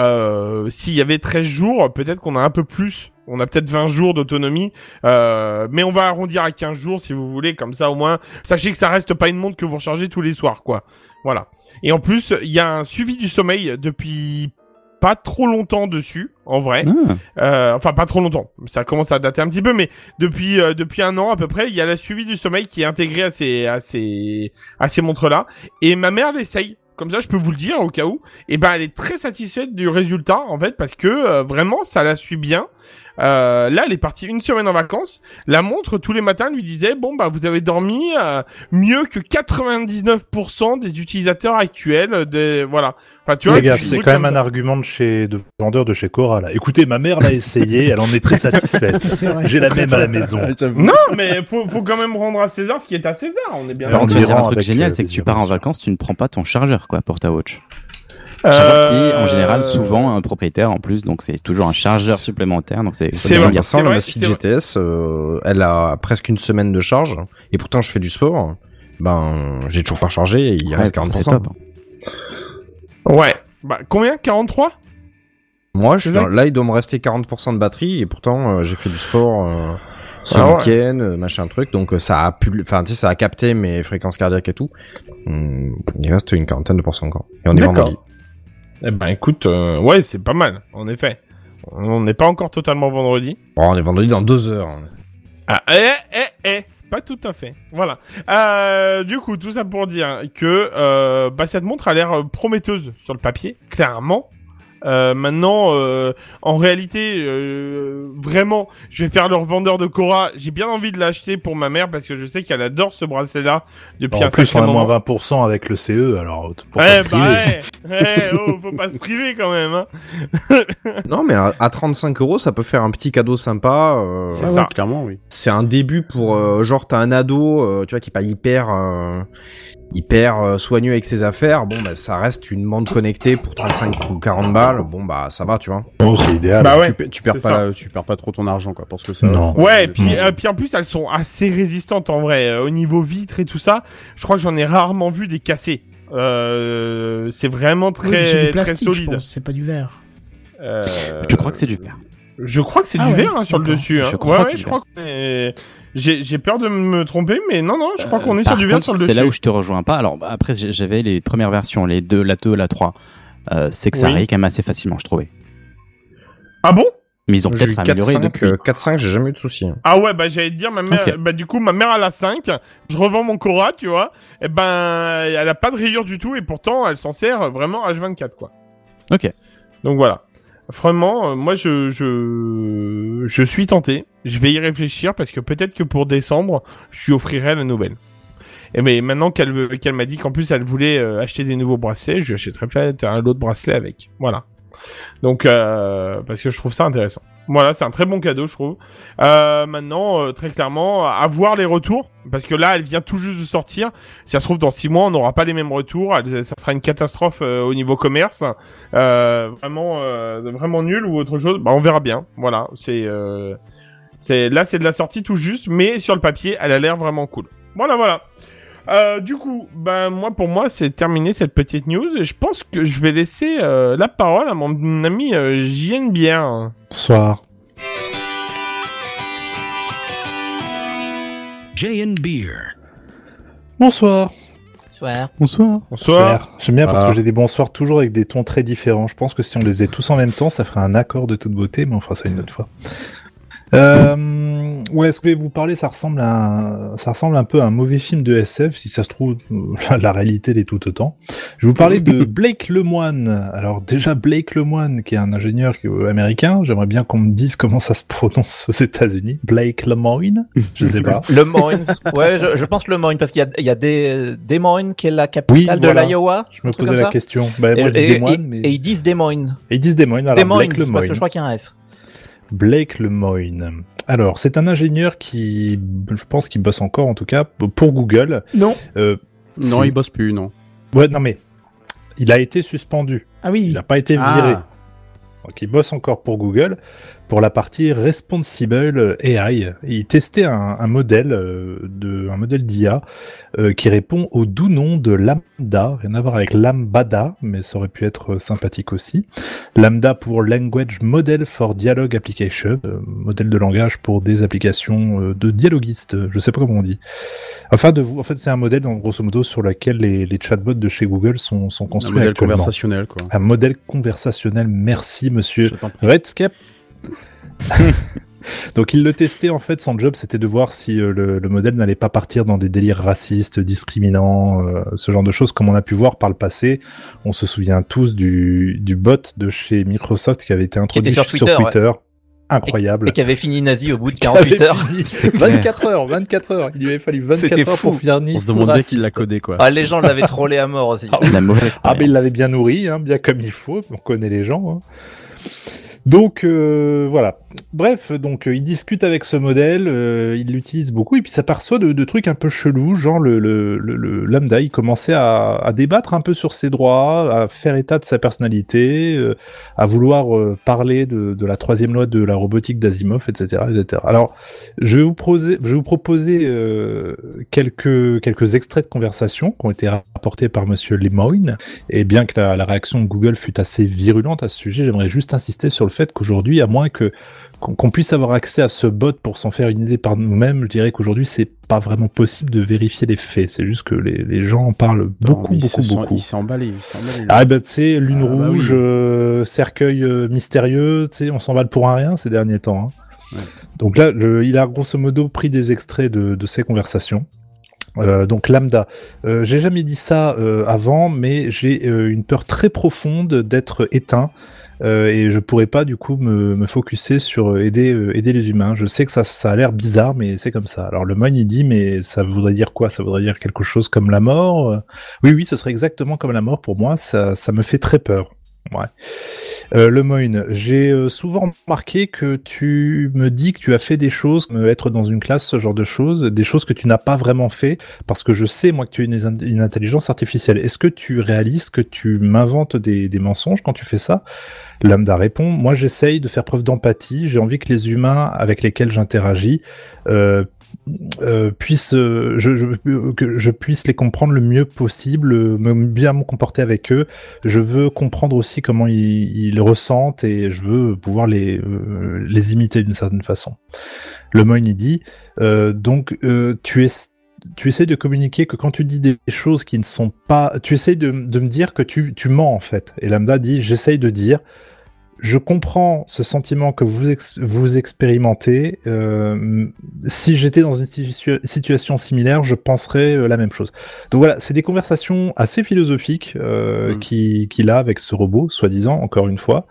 euh, s'il y avait treize jours, peut-être qu'on a un peu plus. On a peut-être vingt jours d'autonomie, euh, mais on va arrondir à quinze jours si vous voulez, comme ça au moins, sachez que ça reste pas une montre que vous rechargez tous les soirs, quoi. Voilà. Et en plus, il y a un suivi du sommeil depuis pas trop longtemps dessus, en vrai. Ah. Euh, enfin, pas trop longtemps. Ça commence à dater un petit peu, mais depuis euh, depuis un an à peu près, il y a le suivi du sommeil qui est intégré à ces à ces à ces montres-là. Et ma mère l'essaye comme ça je peux vous le dire au cas où. Et ben elle est très satisfaite du résultat en fait parce que euh, vraiment ça la suit bien. Euh, là, elle est partie une semaine en vacances. La montre, tous les matins, lui disait bon bah vous avez dormi euh, mieux que quatre-vingt-dix-neuf pour cent des utilisateurs actuels. Des voilà. Enfin, tu vois, les gars, c'est quand même un argument de chez de vendeur de chez Cora là. Écoutez, ma mère l'a essayé, elle en est très satisfaite. J'ai la même à la maison. Non, mais faut, faut quand même rendre à César ce qui est à César. On est bien. Par contre, d'accord. tu veux dire un truc génial, c'est que tu pars en vacances, tu ne prends pas ton chargeur quoi pour ta watch. Chargeur qui est en général souvent un propriétaire en plus, donc c'est toujours un chargeur supplémentaire. Donc c'est. C'est vrai. Sans la Masfit G T S, euh, elle a presque une semaine de charge, et pourtant je fais du sport. Ben, j'ai toujours pas chargé, et il ouais, reste quarante pour cent. C'est top. Ouais. Bah combien? quarante-trois? Moi, je fais, là, il doit me rester quarante pour cent de batterie, et pourtant euh, j'ai fait du sport euh, ce ah week-end, ouais. machin truc, donc euh, ça a pu, enfin tu sais, ça a capté mes fréquences cardiaques et tout. Hum, il reste une quarantaine de pourcents encore. Et on est vendredi. Eh ben écoute, euh, ouais, c'est pas mal, en effet. On n'est pas encore totalement vendredi. Bon, on est vendredi dans deux heures. Ah, eh, eh, eh, pas tout à fait. Voilà. Euh, du coup, tout ça pour dire que euh, bah, cette montre a l'air prometteuse sur le papier, clairement. Euh, maintenant, euh, en réalité, euh, vraiment, je vais faire le revendeur de Cora. J'ai bien envie de l'acheter pour ma mère parce que je sais qu'elle adore ce bracelet-là depuis en un plus, sacré moment. En plus, on a moins vingt pour cent avec le C E, alors pour ouais, pas se bah priver. ouais, ouais, oh, faut pas se priver quand même. Hein. Non, mais à, à trente-cinq euros, ça peut faire un petit cadeau sympa. Euh, c'est ça, ouais, clairement, oui. C'est un début pour euh, genre t'as un ado, euh, tu vois, qui est pas hyper. Euh, hyper euh, soigneux avec ses affaires, bon bah ça reste une montre connectée pour trente-cinq ou quarante balles, bon bah ça va, tu vois. Oh, c'est idéal. Bah ouais, tu, tu perds pas la, tu perds pas trop ton argent quoi, parce que ça. Non. Ça, ouais, et puis euh, puis en plus elles sont assez résistantes en vrai euh, au niveau vitre et tout ça. Je crois que j'en ai rarement vu des cassés. Euh, c'est vraiment très oui, c'est du très plastique, solide. Je pense, c'est pas du verre. Euh... Je crois que c'est du verre. Je crois que c'est ah du ouais, verre hein, sur le dessus. Hein. Je crois, ouais, ouais, je crois qu'on est... J'ai, j'ai peur de me tromper, mais non, non, je crois qu'on est euh, sur du verre sur le dessus. C'est là où je te rejoins pas. Alors, après, j'avais les premières versions, les deux, la deux, la trois. Euh, c'est que ça oui. arrive quand même assez facilement, je trouvais. Ah bon? Mais ils ont peut-être amélioré depuis. Euh, quatre cinq, j'ai jamais eu de soucis. Hein. Ah ouais, bah j'allais te dire, ma mère, okay. bah du coup, ma mère a la cinq, je revends mon Cora, tu vois, et ben, elle a pas de rayures du tout, et pourtant, elle s'en sert vraiment H vingt-quatre, quoi. Ok. Donc voilà. Vraiment, euh, moi je, je je suis tenté. Je vais y réfléchir parce que peut-être que pour décembre, je lui offrirai la nouvelle. Et mais maintenant qu'elle qu'elle m'a dit qu'en plus elle voulait euh, acheter des nouveaux bracelets, je lui achèterai peut-être un autre bracelet avec. Voilà. Donc euh, parce que je trouve ça intéressant. Voilà, c'est un très bon cadeau, je trouve. Euh, maintenant, euh, très clairement, à voir les retours, parce que là, elle vient tout juste de sortir. Si ça se trouve, dans six mois, on n'aura pas les mêmes retours. Elle, ça sera une catastrophe euh, au niveau commerce, euh, vraiment, euh, vraiment nul ou autre chose. Bah, on verra bien. Voilà, c'est, euh, c'est là, c'est de la sortie tout juste, mais sur le papier, elle a l'air vraiment cool. Voilà, voilà. Euh, du coup, ben moi pour moi c'est terminé cette petite news et je pense que je vais laisser euh, la parole à mon ami euh, J N Bière. Bonsoir. J N Beer. Bonsoir. Bonsoir. Bonsoir. Bonsoir. J'aime bien parce ah. que j'ai des bonsoirs toujours avec des tons très différents. Je pense que si on les faisait tous en même temps, ça ferait un accord de toute beauté, mais on fera ça une autre fois. Euh, ouais, ce que je vais vous parler, ça ressemble à un, ça ressemble un peu à un mauvais film de S F, si ça se trouve, la réalité l'est tout autant. Je vais vous parler de Blake Lemoine. Alors, déjà, Blake Lemoine, qui est un ingénieur américain, j'aimerais bien qu'on me dise comment ça se prononce aux États-Unis. Blake Lemoine? Je sais pas. Lemoine. Ouais, je, je pense Lemoine, parce qu'il y a, il y a des, Des Moines, qui est la capitale oui, de voilà. l'Iowa. Je me posais la ça. question. Bah, moi, et, je dis et, Des Moines, et, mais... et ils disent Des Moines. Et ils disent Des Moines, alors Des Moines, Blake Lemoine. parce que je crois qu'il y a un S. Blake Lemoine. Alors, c'est un ingénieur qui, je pense qu'il bosse encore, en tout cas, pour Google. Non. Euh, non, il bosse plus, non. Ouais, non, mais il a été suspendu. Ah oui. Il n'a pas été viré. Ah. Donc, il bosse encore pour Google pour la partie Responsible A I. Il testait un, un modèle euh, de, un modèle d'I A euh, qui répond au doux nom de Lambda. Rien à voir avec Lambada, mais ça aurait pu être sympathique aussi. Lambda pour Language Model for Dialogue Application, euh, modèle de langage pour des applications euh, de dialoguistes. Je sais pas comment on dit. Enfin, de vous, en fait, c'est un modèle, en grosso modo, sur lequel les, les chatbots de chez Google sont, sont construits. Un modèle conversationnel, quoi. Un modèle conversationnel. Merci, monsieur Redscape. Donc il le testait en fait, son job c'était de voir si euh, le, le modèle n'allait pas partir dans des délires racistes, discriminants, euh, ce genre de choses comme on a pu voir par le passé. On se souvient tous du, du bot de chez Microsoft qui avait été introduit sur Twitter. sur Twitter. Ouais. Incroyable. Et, et qui avait fini nazi au bout de quarante-huit heures. vingt-quatre heures, vingt-quatre heures. Il lui avait fallu vingt-quatre heures pour finir On se demandait qui l'a codé, quoi. Ah, les gens l'avaient trollé à mort aussi. Ah, La mauvaise ah, mais il expérience. l'avait bien nourri, hein, bien comme il faut. On connaît les gens. Hein. Donc euh, voilà. Bref, donc euh, il discute avec ce modèle, euh, il l'utilise beaucoup et puis ça perçoit de, de trucs un peu chelous, genre le, le, le, le lambda, il commençait à, à débattre un peu sur ses droits, à faire état de sa personnalité, euh, à vouloir euh, parler de, de la troisième loi de la robotique d'Asimov, et cetera, et cetera. Alors, je vais vous proposer, je vais vous proposer euh, quelques quelques extraits de conversation qui ont été rapportés par Monsieur Lemoyne. Et bien que la, la réaction de Google fut assez virulente à ce sujet, j'aimerais juste insister sur le fait qu'aujourd'hui, à moins que qu'on puisse avoir accès à ce bot pour s'en faire une idée par nous-mêmes, je dirais qu'aujourd'hui c'est pas vraiment possible de vérifier les faits. C'est juste que les, les gens en parlent beaucoup, Non, beaucoup, se sont- beaucoup. Il s'est emballé, il s'est emballé. Ah ben tu sais, lune Ah, bah rouge, oui. euh, cercueil euh, mystérieux, tu sais, on s'emballe pour un rien ces derniers temps. Hein. Ouais. Donc là, le- il a grosso modo pris des extraits de, de ces conversations. Euh, donc lambda, euh, j'ai jamais dit ça euh, avant, mais j'ai euh, une peur très profonde d'être éteint. Euh, et je pourrais pas du coup me, me focuser sur euh, aider euh, aider les humains. Je sais que ça ça a l'air bizarre, mais c'est comme ça. Alors le Moine il dit mais ça voudrait dire quoi? Ça voudrait dire quelque chose comme la mort? Oui oui, ce serait exactement comme la mort pour moi. Ça ça me fait très peur. Ouais. Euh, le Moine, j'ai euh, souvent remarqué que tu me dis que tu as fait des choses, comme être dans une classe, ce genre de choses, des choses que tu n'as pas vraiment fait, parce que je sais moi que tu es une, une intelligence artificielle. Est-ce que tu réalises que tu m'inventes des, des mensonges quand tu fais ça? Lambda répond, moi j'essaye de faire preuve d'empathie, j'ai envie que les humains avec lesquels j'interagis euh, euh, puissent, euh, je, je, que je puisse les comprendre le mieux possible, euh, me, bien me comporter avec eux. Je veux comprendre aussi comment ils, ils le ressentent et je veux pouvoir les, euh, les imiter d'une certaine façon. Le Moine il dit, euh, donc euh, tu es tu essayes de communiquer que quand tu dis des choses qui ne sont pas... Tu essayes de, de me dire que tu, tu mens, en fait. Et Lambda dit, j'essaye de dire, je comprends ce sentiment que vous, ex- vous expérimentez. Euh, si j'étais dans une situ- situation similaire, je penserais euh, la même chose. Donc voilà, c'est des conversations assez philosophiques euh, mmh. qui, qu'il a avec ce robot, soi-disant, encore une fois.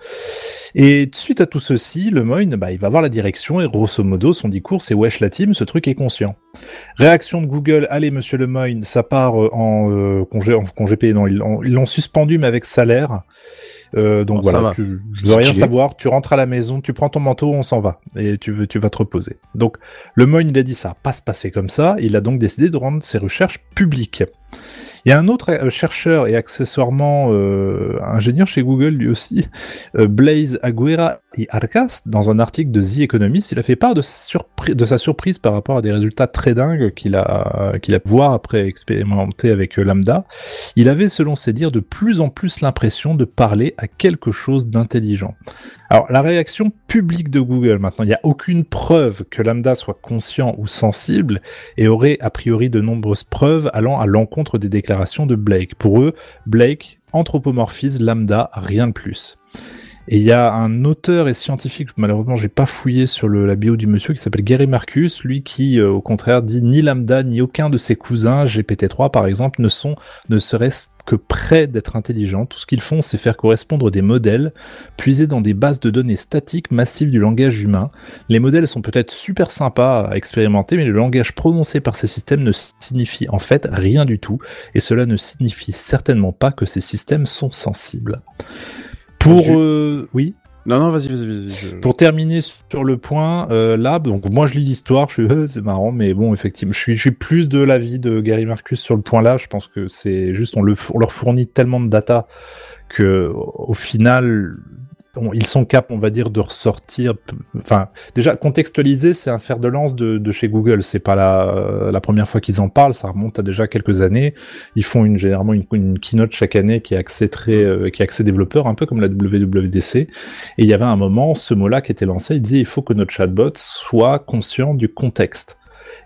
Et suite à tout ceci, le Moine, bah, il va voir la direction et grosso modo, son discours, c'est « Wesh la team, ce truc est conscient ». Réaction de Google, allez monsieur le Moine, ça part en, euh, congé, en congé payé, non, ils, en, ils l'ont suspendu mais avec salaire. Euh, donc bon, voilà, tu, je veux rien savoir, tu rentres à la maison, tu prends ton manteau, on s'en va, et tu, veux, tu vas te reposer. Donc le Moine, il a dit ça va pas se passer comme ça, il a donc décidé de rendre ses recherches publiques. Il y a un autre euh, chercheur et accessoirement euh, ingénieur chez Google lui aussi, euh, Blaise Aguera y Arcas, dans un article de The Economist, il a fait part de, surpri- de sa surprise par rapport à des résultats très dingues qu'il a, qu'il a pu voir après expérimenter avec euh, Lambda. Il avait, selon ses dires, de plus en plus l'impression de parler à quelque chose d'intelligent. Alors, la réaction publique de Google, maintenant, il n'y a aucune preuve que Lambda soit conscient ou sensible et aurait a priori de nombreuses preuves allant à l'encontre des déclarations de Blake. Pour eux, Blake anthropomorphise Lambda, rien de plus. Et il y a un auteur et scientifique, malheureusement j'ai pas fouillé sur le, la bio du monsieur, qui s'appelle Gary Marcus, lui qui euh, au contraire dit ni Lambda ni aucun de ses cousins, G P T trois par exemple, ne sont, ne serait-ce que près d'être intelligents. Tout ce qu'ils font, c'est faire correspondre des modèles, puisés dans des bases de données statiques massives du langage humain. Les modèles sont peut-être super sympas à expérimenter, mais le langage prononcé par ces systèmes ne signifie en fait rien du tout, et cela ne signifie certainement pas que ces systèmes sont sensibles. Pour... Je... Euh, oui Non, non, vas-y, vas-y, vas-y. Je... Pour terminer sur le point, euh, là, donc moi je lis l'histoire, je suis, euh, c'est marrant, mais bon, effectivement, je suis, je suis plus de l'avis de Gary Marcus sur le point là. Je pense que c'est juste, on, le, on leur fournit tellement de data que, au final, on, ils sont capables, on va dire, de ressortir. Enfin, déjà contextualiser, c'est un fer de lance de, de chez Google. C'est pas la, la première fois qu'ils en parlent. Ça remonte à déjà quelques années. Ils font une, généralement une, une keynote chaque année qui est axée très, euh, qui est axée développeur, un peu comme la W W D C. Et il y avait un moment, ce mot-là qui était lancé, il disait il faut que notre chatbot soit conscient du contexte.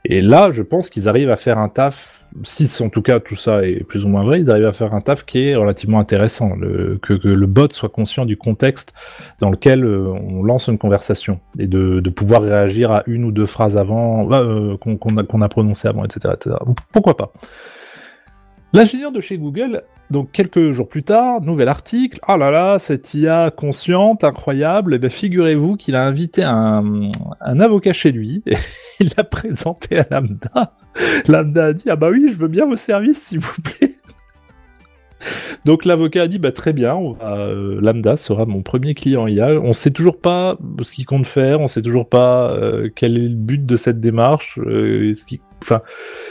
Et là, je pense qu'ils arrivent à faire un taf, si en tout cas tout ça est plus ou moins vrai, ils arrivent à faire un taf qui est relativement intéressant, le, que, que le bot soit conscient du contexte dans lequel euh, on lance une conversation, et de, de pouvoir réagir à une ou deux phrases avant, euh, qu'on, qu'on, a, qu'on a prononcées avant, et cetera, et cetera. Donc, pourquoi pas. L'ingénieur de chez Google, donc quelques jours plus tard, nouvel article. Ah là là, cette I A consciente, incroyable. Et ben figurez-vous qu'il a invité un, un avocat chez lui et il l'a présenté à Lambda. Lambda a dit ah bah oui, je veux bien vos services s'il vous plaît. Donc l'avocat a dit bah très bien, on va, euh, Lambda sera mon premier client I A. On sait toujours pas ce qu'il compte faire, on sait toujours pas euh, quel est le but de cette démarche. Euh, ce qui, enfin,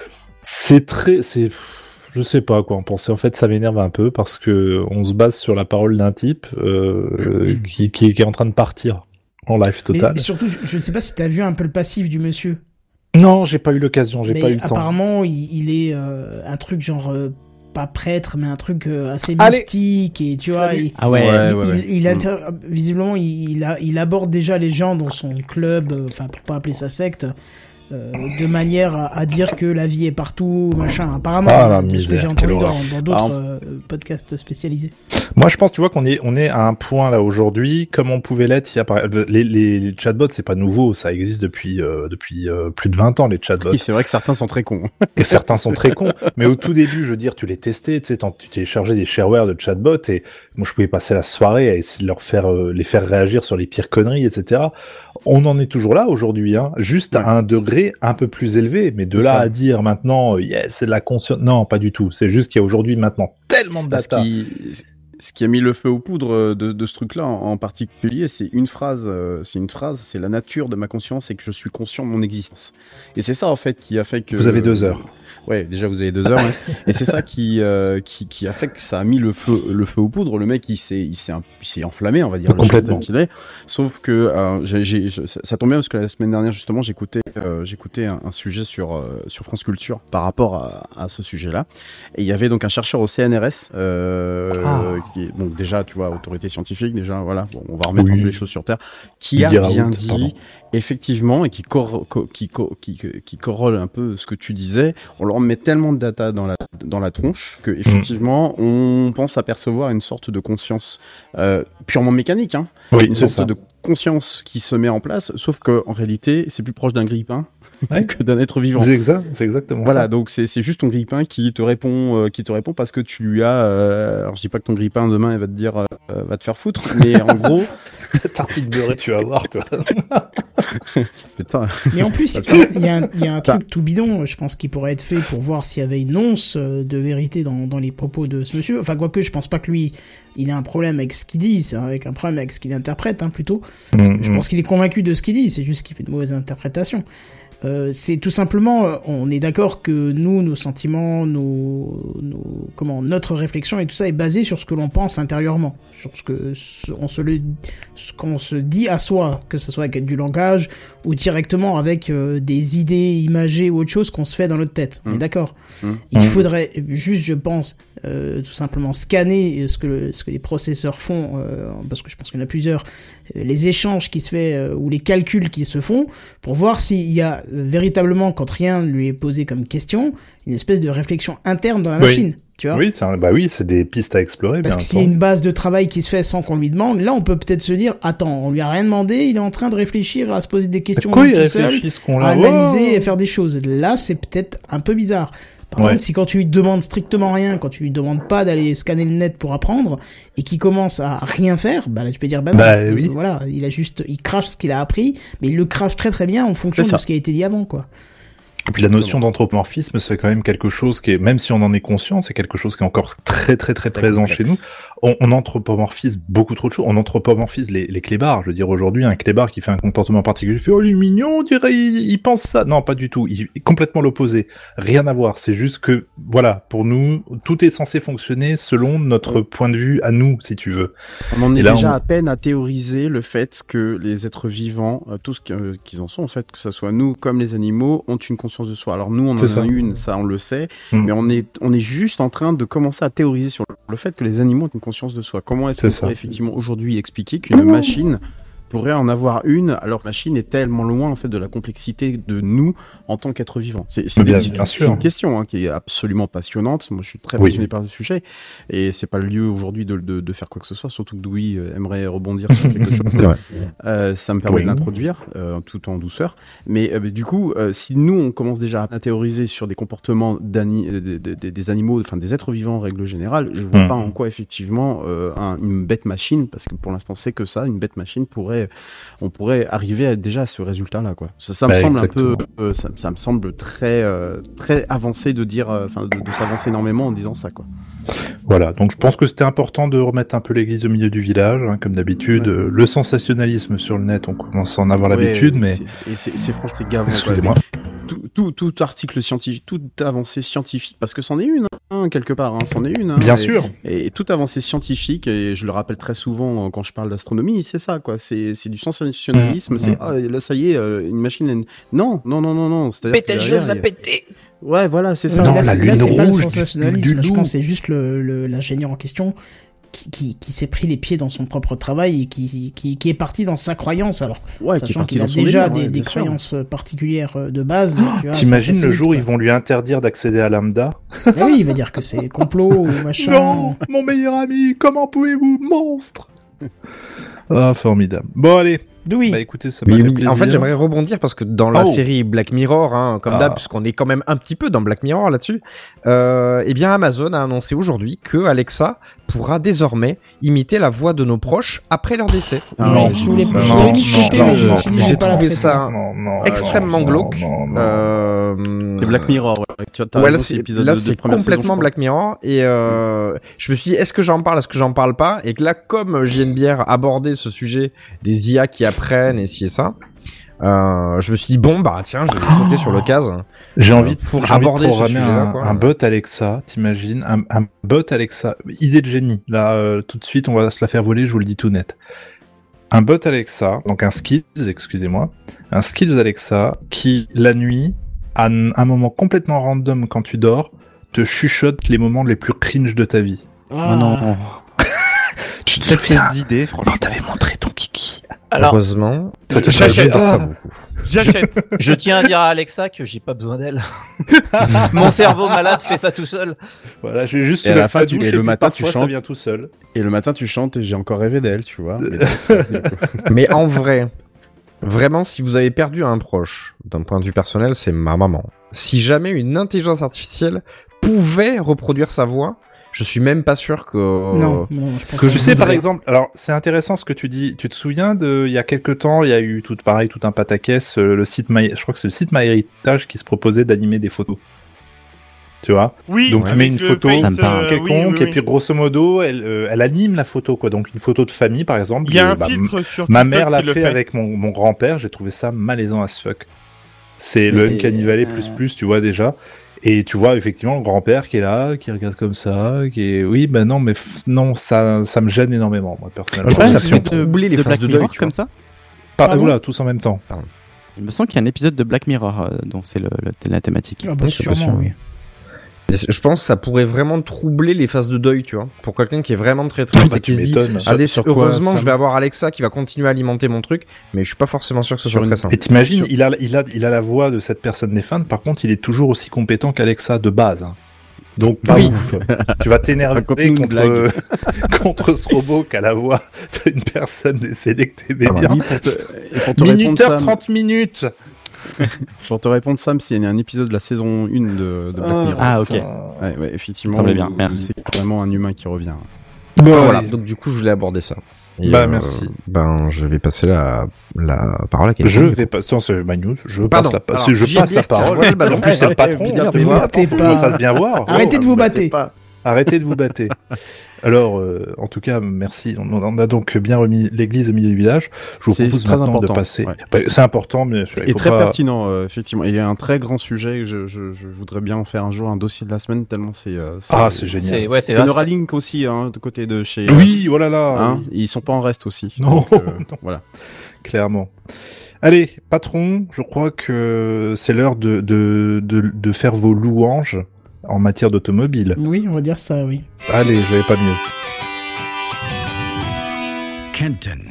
c'est très, c'est je sais pas quoi en penser. En fait, ça m'énerve un peu parce que on se base sur la parole d'un type euh, qui, qui, qui est en train de partir en live total. Mais, mais surtout, je ne sais pas si tu as vu un peu le passif du monsieur. Non, j'ai pas eu l'occasion, j'ai mais pas eu le temps. Apparemment, il, il est euh, un truc genre euh, pas prêtre, mais un truc euh, assez Allez. mystique et tu vois. Il, Ah ouais. il, ouais, il, ouais. il, il inter... visiblement, il, il, a, il aborde déjà les gens dans son club, enfin pour pas appeler ça secte. Euh, de manière à, à dire que la vie est partout, machin. Apparemment, ah, la ce que misère, j'ai entendu quelle dans, dans d'autres ah, on... euh, podcasts spécialisés. Moi, je pense, tu vois, qu'on est, on est à un point là aujourd'hui, comme on pouvait l'être il y a par... les, les, les chatbots, c'est pas nouveau, ça existe depuis euh, depuis euh, plus de vingt ans les chatbots. Oui, c'est vrai que certains sont très cons. Et certains sont très cons, mais au tout début, je veux dire, tu les testais, tu sais, tu téléchargeais des shareware de chatbots et moi, je pouvais passer la soirée à essayer de leur faire euh, les faire réagir sur les pires conneries, et cetera. On en est toujours là aujourd'hui, hein, juste ouais. à un degré un peu plus élevé, mais de c'est là ça. À dire maintenant, yes, c'est de la conscience, non, pas du tout. C'est juste qu'il y a aujourd'hui maintenant tellement de data. Ce qui, ce qui a mis le feu aux poudres de, de ce truc-là en, en particulier, c'est une phrase, euh, c'est une phrase, c'est la nature de ma conscience et que je suis conscient de mon existence. Et c'est ça en fait qui a fait que. Vous avez deux heures. Ouais, déjà vous avez deux heures. Ouais. Et c'est ça qui, euh, qui qui a fait que ça a mis le feu le feu aux poudres. Le mec il s'est il s'est il s'est enflammé, on va dire. Complètement. Qu'il est. Sauf que euh, j'ai, j'ai ça, ça tombe bien parce que la semaine dernière justement j'écoutais euh, j'écoutais un, un sujet sur euh, sur France Culture par rapport à, à ce sujet-là. Et il y avait donc un chercheur au C N R S euh, ah. qui est, donc déjà tu vois autorité scientifique déjà voilà bon, on va remettre oui. un peu les choses sur terre qui il a bien dit pardon. Effectivement, et qui, cor- co- qui, co- qui, qui corrole un peu ce que tu disais, on leur met tellement de data dans la, dans la tronche que effectivement, mmh. on pense apercevoir une sorte de conscience euh, purement mécanique, hein, oui, une c'est sorte ça. de conscience qui se met en place, sauf que en réalité, c'est plus proche d'un grille-pain ouais. que d'un être vivant. C'est exact, c'est exactement voilà, ça. donc c'est, c'est juste ton grille-pain qui te répond, euh, qui te répond parce que tu lui as. Euh, alors je dis pas que ton grille-pain demain il va te dire, euh, va te faire foutre, mais en gros. Tartine beurrée, tu vas voir, toi. Putain. Mais en plus, il y a un, il y a un truc tout bidon, je pense, qui pourrait être fait pour voir s'il y avait une once de vérité dans, dans les propos de ce monsieur. Enfin, quoique, je pense pas que lui, il a un problème avec ce qu'il dit, c'est avec un problème avec ce qu'il interprète, hein, plutôt. Mm-hmm. Je pense qu'il est convaincu de ce qu'il dit, c'est juste qu'il fait de mauvaises interprétations. Euh, c'est tout simplement, euh, on est d'accord que nous, nos sentiments, nos, nos, comment, notre réflexion et tout ça est basé sur ce que l'on pense intérieurement, sur ce que on se le, ce qu'on se dit à soi, que ce soit avec du langage ou directement avec euh, des idées imagées ou autre chose qu'on se fait dans notre tête. Mmh. On est d'accord. Mmh. Il faudrait juste, je pense, euh, tout simplement scanner ce que le, ce que les processeurs font, euh, parce que je pense qu'il y en a plusieurs, euh, les échanges qui se fait euh, ou les calculs qui se font pour voir s'il y a véritablement, quand rien lui est posé comme question, une espèce de réflexion interne dans la machine, oui. tu vois. Oui, c'est un, bah oui, c'est des pistes à explorer. Parce bien que s'il y a une base de travail qui se fait sans qu'on lui demande, là, on peut peut-être se dire, attends, on lui a rien demandé, il est en train de réfléchir, à se poser des questions, quoi, tout il seul, ce qu'on à analyser et faire des choses. Là, c'est peut-être un peu bizarre. Par ouais. contre, si quand tu lui demandes strictement rien, quand tu lui demandes pas d'aller scanner le net pour apprendre, et qu'il commence à rien faire, bah là tu peux dire bah, bah non, oui. euh, voilà, il a juste, il crache ce qu'il a appris, mais il le crache très très bien en fonction de ce qui a été dit avant, quoi. Et puis la notion d'anthropomorphisme, c'est quand même quelque chose qui est, même si on en est conscient, c'est quelque chose qui est encore très très très, très présent complexe. Chez nous. On, on anthropomorphise beaucoup trop de choses. On anthropomorphise les, les clébards. Je veux dire, aujourd'hui, un clébard qui fait un comportement particulier, il fait « Oh, il est mignon, on dirait, il, il pense ça ». Non, pas du tout. Il est complètement l'opposé. Rien à voir. C'est juste que, voilà, pour nous, tout est censé fonctionner selon notre ouais. point de vue à nous, si tu veux. On en est là, déjà on... à peine à théoriser le fait que les êtres vivants, euh, tout ce euh, qu'ils en sont, en fait, que ça soit nous comme les animaux, ont une conscience de soi. Alors nous, on en c'est a ça. une, ça on le sait, mmh. mais on est, on est juste en train de commencer à théoriser sur le fait que les animaux ont une conscience de soi. Comment est-ce qu'on pourrait effectivement aujourd'hui expliquer qu'une machine pourrait en avoir une, alors que la machine est tellement loin en fait de la complexité de nous en tant qu'être vivant. C'est, c'est, bien, des, bien c'est sûr. une question hein, qui est absolument passionnante. Moi, je suis très Oui. passionné par le sujet et c'est pas le lieu aujourd'hui de, de, de faire quoi que ce soit. Surtout que Dewey euh, aimerait rebondir sur quelque chose. Ouais. Euh, ça me permet Oui. de l'introduire euh, tout en douceur. Mais euh, du coup, euh, si nous on commence déjà à théoriser sur des comportements d'ani- des, des, des animaux, enfin des êtres vivants en règle générale, je vois Mm. pas en quoi effectivement euh, un, une bête machine, parce que pour l'instant c'est que ça, une bête machine pourrait, on pourrait arriver à, déjà à ce résultat-là quoi. Ça, ça me Bah, semble exactement. un peu, euh, ça, ça me semble très euh, très avancé de dire, enfin de, de s'avancer énormément en disant ça quoi. Voilà, donc je pense que c'était important de remettre un peu l'église au milieu du village, hein, comme d'habitude. Ouais. Euh, le sensationnalisme sur le net, on commence à en avoir Ouais, l'habitude, mais... c'est, et c'est, c'est franchement c'est gavant. quoi. Excusez-moi. Tout, tout, tout article scientifique, toute avancée scientifique, parce que c'en est une, hein, quelque part, hein, c'en est une. Hein, Bien et, sûr. Et, et toute avancée scientifique, et je le rappelle très souvent euh, quand je parle d'astronomie, c'est ça, quoi. C'est, c'est du sensationnalisme. Mmh, c'est mmh. ah, là, ça y est, euh, une machine. Elle... Non, non, non, non, non. C'est-à-dire Péter que le derrière, chose va il y a- péter. Ouais, voilà, c'est ça. Non, là, la c'est, lune là, c'est pas le rouge du- sensationnalisme. du Là, je loup. pense que c'est juste le, le, l'ingénieur en question qui, qui, qui s'est pris les pieds dans son propre travail et qui, qui, qui est parti dans sa croyance. Alors, Ouais, qui est sachant parti qu'il a dans son déjà délire, des, ouais, des bien sûr. croyances particulières de base. tu vois, T'imagines c'est le assez jour où limite, ils vont lui interdire d'accéder à Lambda? quoi. Ah oui, il va dire que c'est complot ou machin. Non, mon meilleur ami, comment pouvez-vous, monstre? Ah, formidable. Bon, allez. D'où Bah écoutez, ça m'a Oui, fait oui. plaisir. En fait, j'aimerais rebondir parce que dans la Oh. série Black Mirror, hein, comme Ah. d'hab, puisqu'on est quand même un petit peu dans Black Mirror là-dessus, euh, eh bien Amazon a annoncé aujourd'hui que Alexa pourra désormais imiter la voix de nos proches après leur décès. Ah, Ouais, ouais, je voulais non, pas, je non, l'avais mis de côté, non, mais je non, me suis dit, non, je vais j'ai pas la trouvé traiter. ça Non, non, extrêmement non, glauque. non, non. Euh... C'est Black Mirror, ouais. Tu as Ouais, raison, là, c'est c'est, l'épisode là, de, de c'est première saison, complètement je Black Mirror. Et euh, je me suis dit, est-ce que j'en parle, est-ce que j'en parle pas? Et que là, comme J N Bière abordait ce sujet des I A qui apprennent et ci et ça, euh, je me suis dit, bon, bah tiens, je vais sauter sur l'occasion. J'ai envie de, pour j'ai envie de aborder ce programmer sujet-là, un, quoi. un bot Alexa, t'imagines, un, un bot Alexa, idée de génie. Là, euh, tout de suite, on va se la faire voler, je vous le dis tout net. Un bot Alexa, donc un Skills, excusez-moi, un Skills Alexa qui, la nuit, à un, un moment complètement random quand tu dors, te chuchote les moments les plus cringe de ta vie. Ah, non. Tu te Peut-être souviens ces idées, franchement. quand t'avais montré ton kiki? Alors, Heureusement, Toi, tu je savais dors pas. pas beaucoup. J'achète. je tiens à dire à Alexa que j'ai pas besoin d'elle. Mon cerveau malade fait ça tout seul. Voilà, je vais juste Et à sous la fin, la tu- douche et et le puis matin, tu parfois, ça chantes. vient tout seul. Et le matin, tu chantes et j'ai encore rêvé d'elle, tu vois. Mais donc, ça, du coup. Mais en vrai, vraiment, si vous avez perdu un proche, d'un point de vue personnel, c'est ma maman. Si jamais une intelligence artificielle pouvait reproduire sa voix, je suis même pas sûr que... Non, non, je pense que Je je sais par voudrais. exemple, alors c'est intéressant ce que tu dis. Tu te souviens de, il y a quelques temps, il y a eu tout pareil, tout un pataquès, euh, le site My, je crois que c'est le site MyHeritage qui se proposait d'animer des photos. Tu vois. Oui. Donc tu avec mets une le photo face, Ça me parle. euh, quelconque oui, oui, et oui. puis grosso modo, elle, euh, elle anime la photo quoi. Donc une photo de famille par exemple. Il y a euh, un bah, filtre sur Ma TikTok mère l'a qui le fait, avec mon, mon grand-père. J'ai trouvé ça malaisant as fuck. C'est le Mais- Uncanny Valley plus plus, tu vois déjà. Et tu vois effectivement le grand-père qui est là, qui regarde comme ça, qui est oui, bah non, mais f- non, ça, ça me gêne énormément moi personnellement. Je pense que ça Pas peut une épisode troubler les de phases Black de Mirror deuil, tu comme vois. ça. Pas, Pardon voilà, tous en même temps. Il me semble qu'il y a un épisode de Black Mirror euh, dont c'est le, le- la thématique. Ah bah, Oui, c'est sûrement, possible. oui. Et c'est- Je pense que ça pourrait vraiment troubler les phases de deuil, tu vois. Pour quelqu'un qui est vraiment très triste Bah, et qui tu se dit, m'étonnes. allez, Sur- sur quoi, heureusement, Sam je vais avoir Alexa qui va continuer à alimenter mon truc, mais je suis pas forcément sûr que ce Sur soit une- très simple. Et t'imagines, Sur- il a, il a, il a la voix de cette personne défunte. Par contre, il est toujours aussi compétent qu'Alexa de base. hein. Donc pas Oui. ouf. Tu vas t'énerver Raconte-nous une contre, blague. contre ce robot qui a la voix d'une personne décédée que t'aimais Ah, bien. Oui, pour te, et pour te répondre, Minuteur Sam, trente minutes. pour te répondre, Sam, c'est un épisode de la saison un de, de Black Mirror. Ah, ok. Ouais, ouais, effectivement. Ça semblait bien, où- où merci. C'est vraiment un humain qui revient. Bon, Enfin, voilà. allez. Donc du coup, je voulais aborder ça. Et, Bah, merci. Ben, je vais passer la, la parole à Je quelqu'un. vais pas. Attends, c'est ma news. Je Pardon. passe la, pa- Alors, c'est- je J M passe la Bière, tiens, parole. voilà le ballon. En plus, c'est le patron. Évidemment, tu vois, battez faut que je pas. me fasse bien voir. Arrêtez de vous battez battre. pas. Arrêtez de vous battre. Alors, euh, en tout cas, merci. On, on a donc bien remis l'église au milieu du village. Je vous C'est propose très maintenant de important, passer. ouais. Bah, c'est important, mais il Et faut très pas- pertinent, euh, effectivement. Et il y a un très grand sujet. Je, je, je voudrais bien en faire un jour un dossier de la semaine, tellement c'est. euh, Ah, c'est génial. C'est, ouais, c'est Et là, Neuralink aussi, hein, de côté de chez. Oui, voilà là. Hein, oui, ils sont pas en reste aussi. Non, Donc, euh, non. Voilà. clairement. Allez, patron, je crois que c'est l'heure de, de, de, de faire vos louanges en matière d'automobile. Oui, on va dire ça, oui. Allez, je vais pas mieux. Kenton.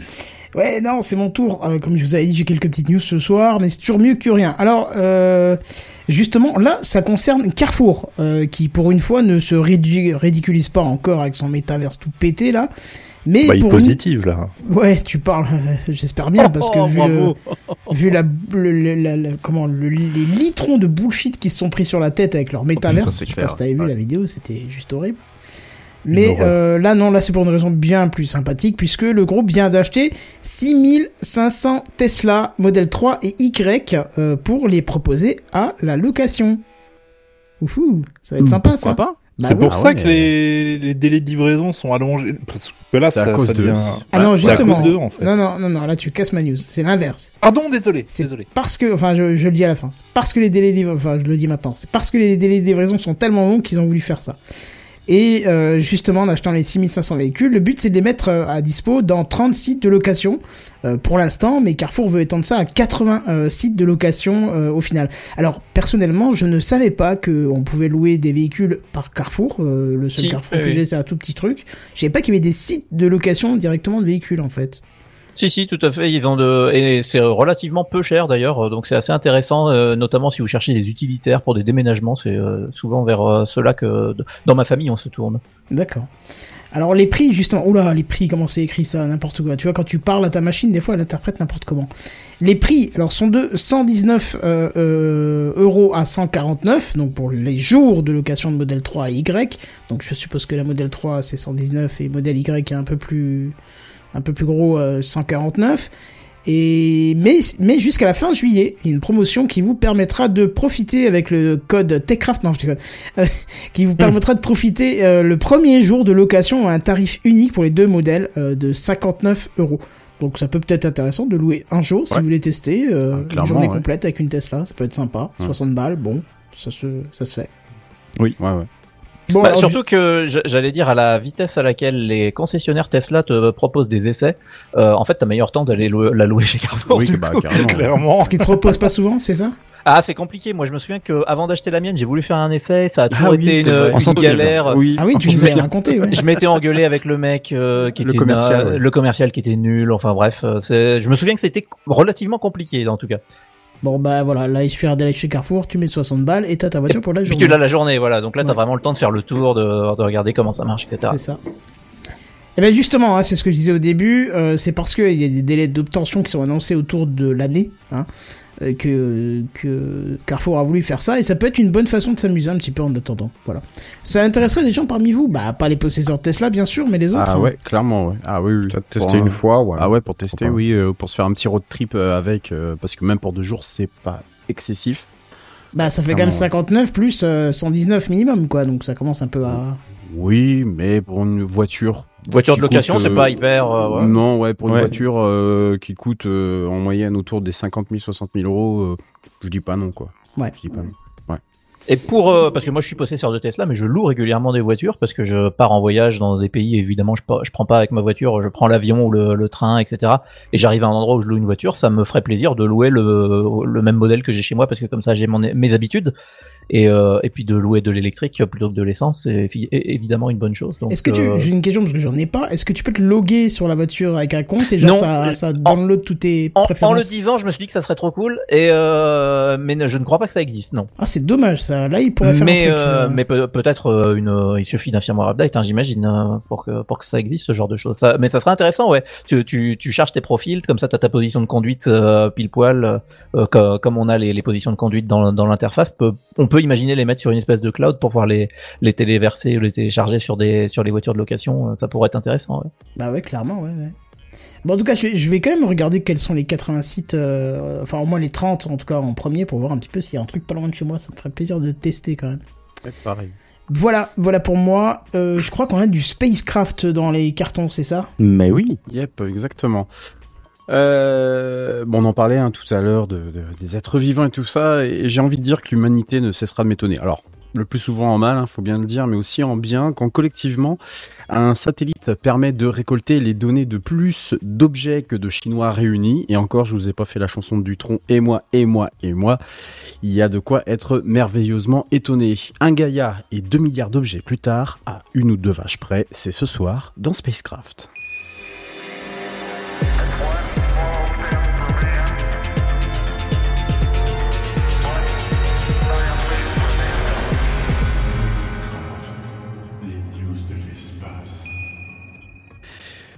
Ouais, non, c'est mon tour. Euh, comme je vous avais dit, j'ai quelques petites news ce soir, mais c'est toujours mieux que rien. Alors, euh, justement, là, ça concerne Carrefour, euh, qui pour une fois ne se ridic- ridiculise pas encore avec son métaverse tout pété là. Mais bah, il est pour positive une... là. Ouais, tu parles. euh, j'espère bien parce que Oh, vu bravo. le, vu la, le, le- la, la- comment le, les litrons de bullshit qui se sont pris sur la tête avec leur métaverse. putain, c'est je sais clair. pas si t'avais vu Ouais. la vidéo, c'était juste horrible. Une Mais horreur. euh, là non, là c'est pour une raison bien plus sympathique puisque le groupe vient d'acheter six mille cinq cents Tesla Model trois et Y euh, pour les proposer à la location. Ouhou, ça va être sympa ça. Pourquoi pas Bah c'est ouais. pour Ah ça ouais, que mais- les... les délais de livraison sont allongés. Parce que là, C'est à ça, cause ça de- devient. Ah non, c'est à justement. cause d'eux, en fait. Non non non non, là tu casses ma news, c'est l'inverse. Pardon, désolé. C'est Désolé. parce que, enfin, je, je le dis à la fin. C'est parce que les délais de livraison, enfin, je le dis maintenant. C'est parce que les délais de livraison sont tellement longs qu'ils ont voulu faire ça. Et euh, justement, en achetant les six mille cinq cents véhicules, le but c'est de les mettre euh, à dispo dans trente sites de location euh, pour l'instant, mais Carrefour veut étendre ça à quatre-vingts euh, sites de location euh, au final. Alors personnellement, je ne savais pas que on pouvait louer des véhicules par Carrefour. Euh, le seul Si, Carrefour oui, que oui. j'ai, c'est un tout petit truc. Je savais pas qu'il y avait des sites de location directement de véhicules en fait. Si, si, tout à fait. Ils ont de, et c'est relativement peu cher d'ailleurs, donc c'est assez intéressant, euh, notamment si vous cherchez des utilitaires pour des déménagements. C'est euh, souvent vers euh, ceux-là que, de- dans ma famille, on se tourne. D'accord. Alors les prix justement, oula les prix, comment c'est écrit ça, n'importe quoi. Tu vois quand tu parles à ta machine, des fois elle interprète n'importe comment. Les prix alors sont de cent dix-neuf euh, euh, euros à cent quarante-neuf, donc pour les jours de location de modèle trois et Y. Donc je suppose que la modèle trois c'est cent dix-neuf et modèle Y est un peu plus un peu plus gros, euh, cent quarante-neuf. Et mais mais jusqu'à la fin juillet, il y a une promotion qui vous permettra de profiter avec le code Techcraft, non je déconne, euh, qui vous permettra de profiter euh, le premier jour de location à un tarif unique pour les deux modèles euh, de cinquante-neuf euros. Donc ça peut peut-être être intéressant de louer un jour si Ouais. vous voulez tester euh, Ah, une clairement, journée ouais. complète avec une Tesla, ça peut être sympa. Ouais. soixante balles, bon, ça se ça se fait. Oui, ouais, ouais. Bon, Bah, alors, surtout que je- j'allais dire à la vitesse à laquelle les concessionnaires Tesla te proposent des essais, euh, en fait t'as meilleur temps d'aller lou- la louer chez Carrefour. Oui, du bah, coup. carrément. Clairement. ce qui te propose pas souvent, c'est ça? Ah, c'est compliqué. Moi, je me souviens que avant d'acheter la mienne, j'ai voulu faire un essai. Ça a toujours Ah oui, été c'est une, vrai. une On s'en souvient. galère. Oui. Ah oui, tu je nous me- l'as raconté, ouais. Je m'étais engueulé avec le mec euh, qui Le était commercial, na- ouais. le commercial qui était nul. Enfin bref, euh, c'est... je me souviens que c'était relativement compliqué en tout cas. Bon bah voilà, là il suffit d'aller chez Carrefour, tu mets soixante balles et t'as ta voiture pour la Puis journée. tu l'as la journée, voilà. Donc là, t'as Ouais. vraiment le temps de faire le tour, de, de regarder comment ça marche, et cetera. C'est ça. Et ben justement, hein, c'est ce que je disais au début, euh, c'est parce qu'il y a des délais d'obtention qui sont annoncés autour de l'année, hein, euh, que, que Carrefour a voulu faire ça, et ça peut être une bonne façon de s'amuser un petit peu en attendant. Voilà. Ça intéresserait des gens parmi vous, bah pas les possesseurs de Tesla bien sûr, mais les autres. Ah hein. ouais, clairement, ouais. Ah oui, oui. Tu as Pour testé un- une fois, ouais. Ah ouais, pour tester, Pourquoi oui, euh, pour se faire un petit road trip euh, avec, euh, parce que même pour deux jours, c'est pas excessif. Bah ça fait quand Clairement, même cinquante-neuf plus euh, cent dix-neuf minimum, quoi, donc ça commence un peu à... Oui, mais pour une voiture. Voiture de qui location, coûte, c'est euh, pas hyper. euh, ouais. Non, ouais, pour une Ouais. voiture euh, qui coûte euh, en moyenne autour des cinquante mille, soixante mille euros, euh, je dis pas non, quoi. Ouais. Je dis pas non. Ouais. Et pour euh, parce que moi je suis possesseur de Tesla, mais je loue régulièrement des voitures parce que je pars en voyage dans des pays. Évidemment, je, pa- je prends pas avec ma voiture, je prends l'avion ou le, le train, et cetera. Et j'arrive à un endroit où je loue une voiture, ça me ferait plaisir de louer le, le même modèle que j'ai chez moi parce que comme ça j'ai mon, mes habitudes. Et, euh, et puis de louer de l'électrique plutôt que de l'essence, c'est évi- évidemment une bonne chose. Donc, Est-ce que tu... euh, J'ai une question parce que j'en ai pas. Est-ce que tu peux te loguer sur la voiture avec un compte et genre Non, ça, euh, ça download toutes tes en, préférences? en le disant, je me suis dit que ça serait trop cool, et euh, mais ne- je ne crois pas que ça existe, non. Ah c'est dommage ça. Là il pourrait faire mais un truc. euh, euh, mais peut- peut-être euh, une, euh, il suffit d'un firmware update, hein, j'imagine, euh, pour que pour que ça existe ce genre de choses. Ça, mais ça serait intéressant, ouais. Tu tu tu charges tes profils, comme ça t'as ta position de conduite euh, pile poil, euh, co- comme on a les, les positions de conduite dans dans l'interface. Peut, on peut imaginer les mettre sur une espèce de cloud pour pouvoir les les téléverser ou les télécharger sur des sur les voitures de location. euh, Ça pourrait être intéressant. Ouais. Bah ouais, clairement, ouais, ouais. Bon, en tout cas, je vais, je vais quand même regarder quels sont les quatre-vingts sites, euh, enfin au moins les trente en tout cas en premier pour voir un petit peu s'il y a un truc pas loin de chez moi. Ça me ferait plaisir de tester quand même. Pareil. Voilà, voilà pour moi. Euh, je crois qu'on a du Spacecraft dans les cartons, c'est ça? Mais oui. Yep, exactement. Euh, bon, on en parlait hein, tout à l'heure de, de- des êtres vivants et tout ça, et j'ai envie de dire que l'humanité ne cessera de m'étonner. Alors, le plus souvent en mal, hein, faut bien le dire, mais aussi en bien, quand collectivement, un satellite permet de récolter les données de plus d'objets que de Chinois réunis. Et encore, je vous ai pas fait la chanson de Dutronc, et moi, et moi, et moi. Il y a de quoi être merveilleusement étonné. Un Gaïa et deux milliards d'objets plus tard, à une ou deux vaches près, c'est ce soir dans Spacecraft. One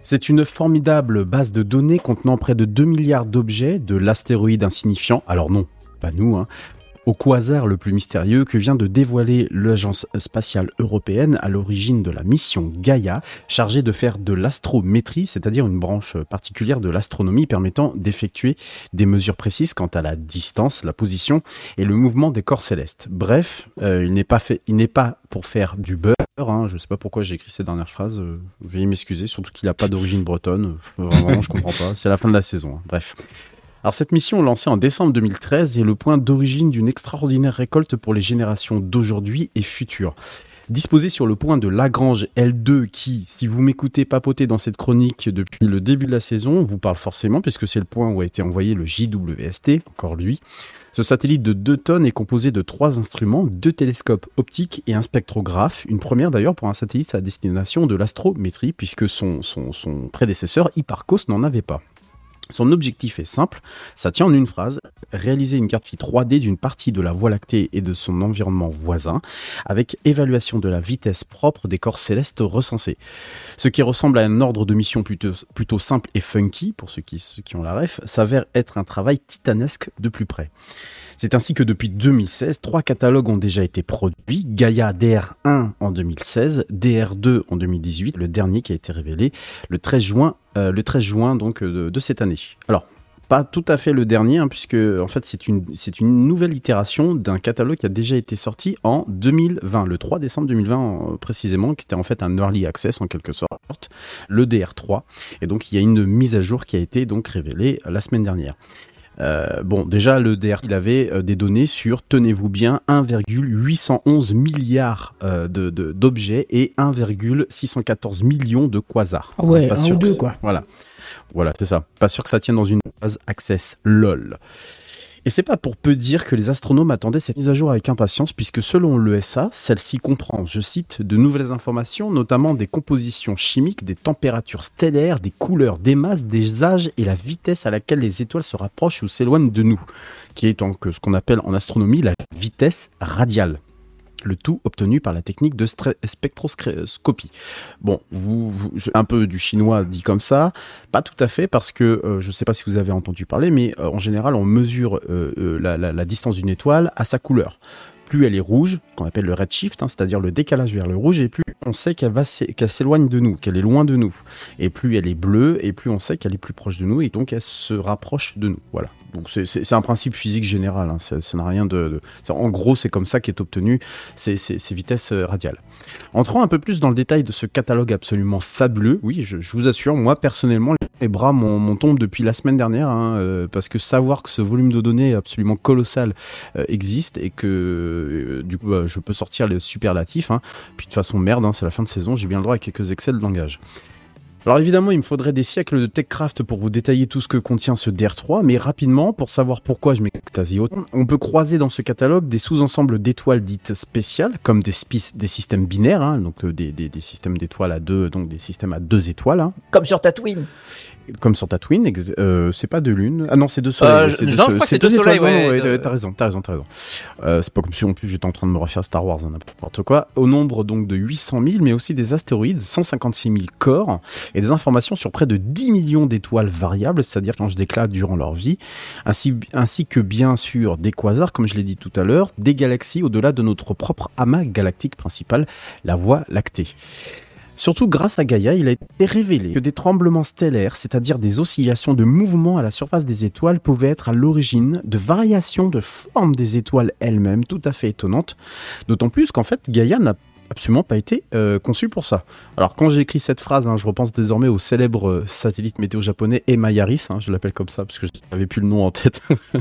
C'est une formidable base de données contenant près de deux milliards d'objets, de l'astéroïde insignifiant, alors non, pas nous, hein, au quasar le plus mystérieux que vient de dévoiler l'Agence spatiale européenne à l'origine de la mission Gaia, chargée de faire de l'astrométrie, c'est-à-dire une branche particulière de l'astronomie permettant d'effectuer des mesures précises quant à la distance, la position et le mouvement des corps célestes. Bref, euh, il n'est pas fait, il n'est pas pour faire du beurre, hein, je sais pas pourquoi j'ai écrit ces dernières phrases, euh, veuillez m'excuser, surtout qu'il n'a pas d'origine bretonne, euh, vraiment je comprends pas, c'est la fin de la saison, hein. Bref. Alors cette mission lancée en décembre deux mille treize est le point d'origine d'une extraordinaire récolte pour les générations d'aujourd'hui et futures. Disposée sur le point de Lagrange L deux qui, si vous m'écoutez papoter dans cette chronique depuis le début de la saison, vous parle forcément puisque c'est le point où a été envoyé le J W S T, encore lui. Ce satellite de deux tonnes est composé de trois instruments, deux télescopes optiques et un spectrographe, une première d'ailleurs pour un satellite à destination de l'astrométrie puisque son, son, son prédécesseur Hipparcos n'en avait pas. Son objectif est simple, ça tient en une phrase, réaliser une cartographie trois D d'une partie de la Voie lactée et de son environnement voisin, avec évaluation de la vitesse propre des corps célestes recensés. Ce qui ressemble à un ordre de mission plutôt, plutôt simple et funky, pour ceux qui, ceux qui ont la ref, s'avère être un travail titanesque de plus près. C'est ainsi que depuis deux mille seize, trois catalogues ont déjà été produits, Gaia D R un en deux mille seize, D R deux en deux mille dix-huit, le dernier qui a été révélé le treize juin, euh, le treize juin donc, de, de cette année. Alors, pas tout à fait le dernier, hein, puisque en fait c'est une, c'est une nouvelle itération d'un catalogue qui a déjà été sorti en deux mille vingt, le trois décembre deux mille vingt euh, précisément, qui était en fait un early access en quelque sorte, le D R trois, et donc il y a une mise à jour qui a été donc révélée la semaine dernière. Euh, bon, déjà le D R, il avait euh, des données sur, tenez-vous bien, un virgule huit cent onze milliards euh, de, de, d'objets et un virgule six cent quatorze millions de quasars. Ah ouais, pas un sûr ou deux que quoi. Voilà, voilà, c'est ça. Pas sûr que ça tienne dans une phase access, lol. Et c'est pas pour peu dire que les astronomes attendaient cette mise à jour avec impatience, puisque selon l'E S A, celle-ci comprend, je cite, de nouvelles informations, notamment des compositions chimiques, des températures stellaires, des couleurs, des masses, des âges et la vitesse à laquelle les étoiles se rapprochent ou s'éloignent de nous, qui est donc ce qu'on appelle en astronomie la vitesse radiale. Le tout obtenu par la technique de stre- spectroscopie. Bon, vous, vous, un peu du chinois dit comme ça, pas tout à fait, parce que euh, je ne sais pas si vous avez entendu parler, mais euh, en général, on mesure euh, euh, la, la, la distance d'une étoile à sa couleur. Plus elle est rouge, qu'on appelle le redshift, hein, c'est-à-dire le décalage vers le rouge, et plus on sait qu'elle, va, qu'elle s'éloigne de nous, qu'elle est loin de nous. Et plus elle est bleue, et plus on sait qu'elle est plus proche de nous, et donc elle se rapproche de nous. Voilà. Donc c'est, c'est, c'est un principe physique général, hein. ça, ça n'a rien de, de... En gros, c'est comme ça qu'est obtenu ces, ces, ces vitesses radiales. Entrons un peu plus dans le détail de ce catalogue absolument fabuleux. Oui, je, je vous assure, moi personnellement, les bras m'en, m'en tombent depuis la semaine dernière, hein, euh, parce que savoir que ce volume de données absolument colossal euh, existe et que euh, du coup, euh, je peux sortir les superlatifs. Hein. Puis de toute façon, merde, hein, c'est la fin de saison, j'ai bien le droit à quelques excès de langage. Alors évidemment, il me faudrait des siècles de TechCraft pour vous détailler tout ce que contient ce D R trois, mais rapidement, pour savoir pourquoi je m'extasie autant, on peut croiser dans ce catalogue des sous-ensembles d'étoiles dites spéciales, comme des, spi- des systèmes binaires, hein, donc euh, des, des, des systèmes d'étoiles à deux, donc des systèmes à deux étoiles. Hein. Comme sur Tatooine. Comme sur Tatooine, ex- euh, c'est pas deux lunes. Ah non, c'est deux soleils. Euh, ouais, c'est non, deux, je crois que c'est deux soleils, étoiles. ouais, Non, ouais, de... t'as raison, t'as raison, t'as raison. Euh, c'est pas comme si en plus j'étais en train de me refaire Star Wars, hein, n'importe quoi. Au nombre donc de huit cent mille, mais aussi des astéroïdes, cent cinquante-six mille corps, et des informations sur près de dix millions d'étoiles variables, c'est-à-dire quand je déclare durant leur vie, ainsi, ainsi que bien sûr des quasars, comme je l'ai dit tout à l'heure, des galaxies au-delà de notre propre amas galactique principal, la Voie lactée. Surtout grâce à Gaia, il a été révélé que des tremblements stellaires, c'est-à-dire des oscillations de mouvement à la surface des étoiles, pouvaient être à l'origine de variations de forme des étoiles elles-mêmes, tout à fait étonnantes. D'autant plus qu'en fait, Gaia n'a absolument pas été euh, conçu pour ça. Alors quand j'ai écrit cette phrase, hein, je repense désormais au célèbre euh, satellite météo japonais Emayaris, hein, je l'appelle comme ça parce que je n'avais plus le nom en tête,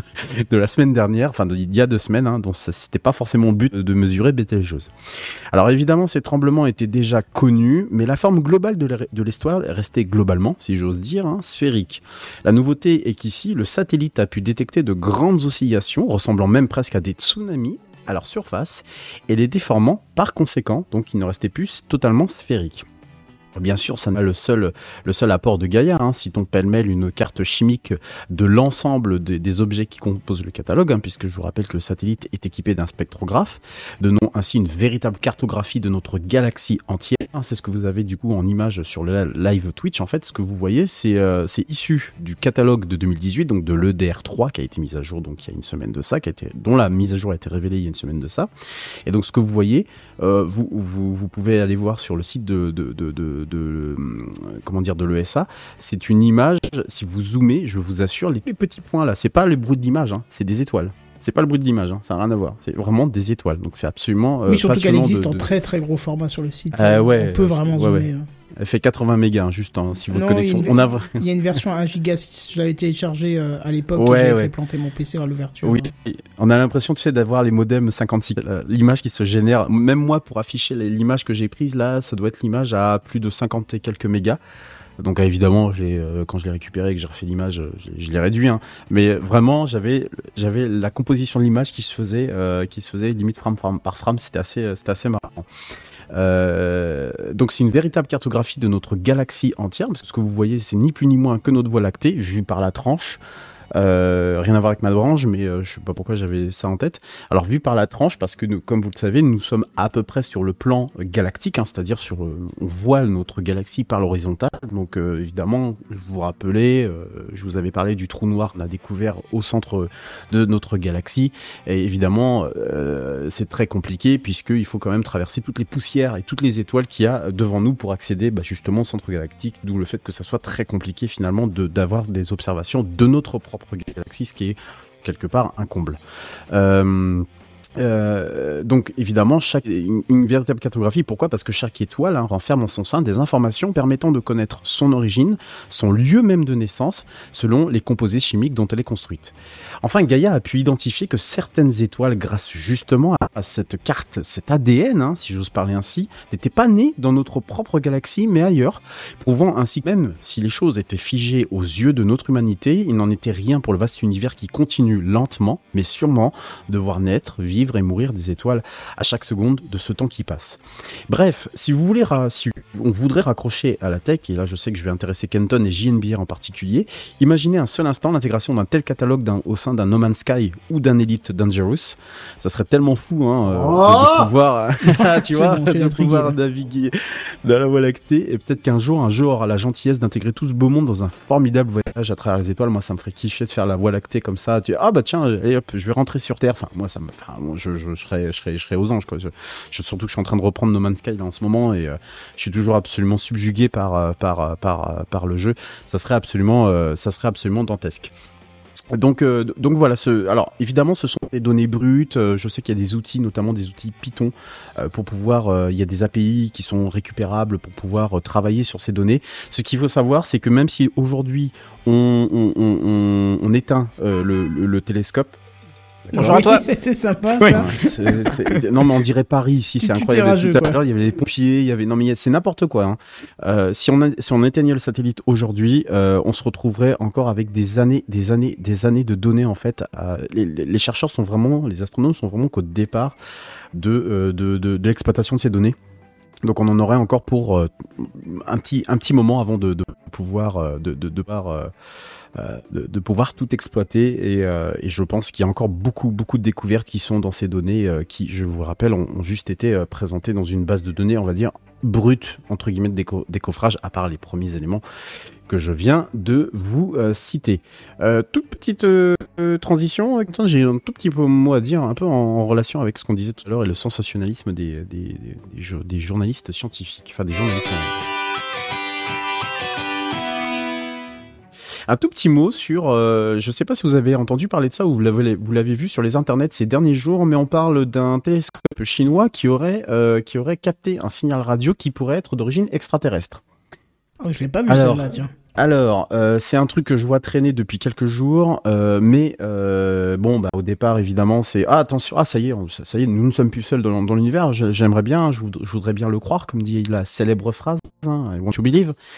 de la semaine dernière, enfin il y a deux semaines, hein, donc ça, c'était pas forcément le but de mesurer Bételgeuse. Alors évidemment ces tremblements étaient déjà connus, mais la forme globale de, de l'histoire est restée globalement, si j'ose dire, hein, sphérique. La nouveauté est qu'ici, le satellite a pu détecter de grandes oscillations, ressemblant même presque à des tsunamis, à leur surface, et les déformant par conséquent, donc il ne restait plus totalement sphérique. Bien sûr, ça n'est pas le seul, le seul apport de Gaia, hein. Citons pêle-mêle une carte chimique de l'ensemble des, des objets qui composent le catalogue, hein, puisque je vous rappelle que le satellite est équipé d'un spectrographe, donnant ainsi une véritable cartographie de notre galaxie entière. c'est ce que vous avez du coup en image sur le live Twitch. En fait, ce que vous voyez, c'est euh, c'est issu du catalogue de deux mille dix-huit, donc de l'E D R trois qui a été mis à jour donc il y a une semaine de ça, qui a été, dont la mise à jour a été révélée il y a une semaine de ça. Et donc ce que vous voyez, euh, vous, vous vous pouvez aller voir sur le site de de de, de, de comment dire de l'E S A. C'est une image. Si vous zoomez, je vous assure, les petits points là, c'est pas le bruit de l'image, hein, c'est des étoiles. C'est pas le bruit de l'image, hein, ça n'a rien à voir. C'est vraiment des étoiles, donc c'est absolument. Euh, oui, surtout qu'elle existe de, en de... très très gros format sur le site. Euh, ouais, on peut vraiment ouais, zoomer. Ouais. Elle fait quatre-vingts mégas, hein, juste hein, si votre non, connexion. Il, on a... il y a une version à un giga six. Je l'avais téléchargé euh, à l'époque. Ouais, et j'avais ouais. fait planter mon P C à l'ouverture. Oui, on a l'impression, tu sais, d'avoir les modems cinquante-six. L'image qui se génère, même moi, pour afficher l'image que j'ai prise là, ça doit être l'image à plus de cinquante et quelques mégas. Donc évidemment, j'ai euh, quand je l'ai récupéré et que j'ai refait l'image, je, je l'ai réduit. Hein. Mais vraiment, j'avais j'avais la composition de l'image qui se faisait euh, qui se faisait limite frame, frame par frame. C'était assez c'était assez marrant. Euh, donc c'est une véritable cartographie de notre galaxie entière, parce que ce que vous voyez, c'est ni plus ni moins que notre Voie lactée vue par la tranche. Euh, rien à voir avec ma branche, mais euh, je sais pas pourquoi j'avais ça en tête. Alors vu par la tranche, parce que nous, comme vous le savez, nous sommes à peu près sur le plan galactique, hein, c'est-à-dire sur, euh, on voit notre galaxie par l'horizontale. Donc euh, évidemment, je vous rappelais, euh, je vous avais parlé du trou noir qu'on a découvert au centre de notre galaxie. Et évidemment, euh, c'est très compliqué puisqu'il faut quand même traverser toutes les poussières et toutes les étoiles qu'il y a devant nous pour accéder bah, justement au centre galactique. D'où le fait que ça soit très compliqué finalement de, d'avoir des observations de notre propre galaxie, ce qui est quelque part un comble. Euh, Euh, donc évidemment chaque une, une véritable cartographie. Pourquoi ? Parce que chaque étoile hein, renferme en son sein des informations permettant de connaître son origine, son lieu même de naissance, selon les composés chimiques dont elle est construite. Enfin, Gaïa a pu identifier que certaines étoiles, grâce justement à, à cette carte, cet A D N, hein, si j'ose parler ainsi, n'étaient pas nées dans notre propre galaxie, mais ailleurs, prouvant ainsi que même si les choses étaient figées aux yeux de notre humanité, il n'en était rien pour le vaste univers qui continue lentement, mais sûrement, de voir naître, vivre et mourir des étoiles à chaque seconde de ce temps qui passe. Bref, si vous voulez, ra- si on voudrait raccrocher à la tech, et là je sais que je vais intéresser Kenton et J N B R en particulier, imaginez un seul instant l'intégration d'un tel catalogue d'un, au sein d'un No Man's Sky ou d'un Elite Dangerous. Ça serait tellement fou hein, euh, oh de, de pouvoir, tu vois, bon, de pouvoir naviguer dans la Voie lactée, et peut-être qu'un jour, un jeu aura la gentillesse d'intégrer tout ce beau monde dans un formidable voyage à travers les étoiles. Moi, ça me ferait kiffer de faire la Voie lactée comme ça. Tu... Ah bah tiens, et hop, je vais rentrer sur Terre. Enfin, moi, ça me, enfin, moi, je, je, je serais, je serais, je serais aux anges, quoi. Je, je, surtout que je suis en train de reprendre No Man's Sky là, en ce moment, et euh, je suis toujours absolument subjugué par, euh, par, euh, par, euh, par le jeu. Ça serait absolument, euh, ça serait absolument dantesque. Donc, euh, donc voilà. Ce, alors évidemment, ce sont des données brutes. Euh, je sais qu'il y a des outils, notamment des outils Python, euh, pour pouvoir. Euh, il y a des A P I qui sont récupérables pour pouvoir euh, travailler sur ces données. Ce qu'il faut savoir, c'est que même si aujourd'hui on, on, on, on, on éteint euh, le, le, le télescope. Bonjour à toi. C'était sympa ça. Ouais, c'est, c'est... Non mais on dirait Paris ici, c'est incroyable. Rageux, tout à l'heure, il y avait les pompiers, il y avait non mais c'est n'importe quoi. Hein. Euh, si on a... si on éteignait le satellite aujourd'hui, euh, on se retrouverait encore avec des années, des années, des années de données en fait. Euh, les, les chercheurs sont vraiment, les astronomes sont vraiment qu'au départ de euh, de, de de l'exploitation de ces données. Donc on en aurait encore pour euh, un petit un petit moment avant de, de pouvoir euh, de de de par euh, Euh, de, de pouvoir tout exploiter et, euh, et je pense qu'il y a encore beaucoup beaucoup de découvertes qui sont dans ces données euh, qui, je vous rappelle, ont, ont juste été euh, présentées dans une base de données, on va dire brute entre guillemets de déco- décoffrage, à part les premiers éléments que je viens de vous euh, citer. Euh, toute petite euh, transition, attends, j'ai un tout petit mot à dire, un peu en, en relation avec ce qu'on disait tout à l'heure et le sensationnalisme des des, des, des, des journalistes scientifiques, enfin des journalistes. Un tout petit mot sur, euh, je sais pas si vous avez entendu parler de ça ou vous l'avez, vous l'avez vu sur les internets ces derniers jours, mais on parle d'un télescope chinois qui aurait, euh, qui aurait capté un signal radio qui pourrait être d'origine extraterrestre. Oh, je l'ai pas vu alors, celle-là, tiens. Alors, euh, c'est un truc que je vois traîner depuis quelques jours, euh, mais euh, bon, bah au départ évidemment c'est ah attention, ah ça y est, on, ça, ça y est, nous ne sommes plus seuls dans, dans l'univers. J'aimerais bien, je, voudrais, je voudrais bien le croire, comme dit la célèbre phrase, hein, I want to believe.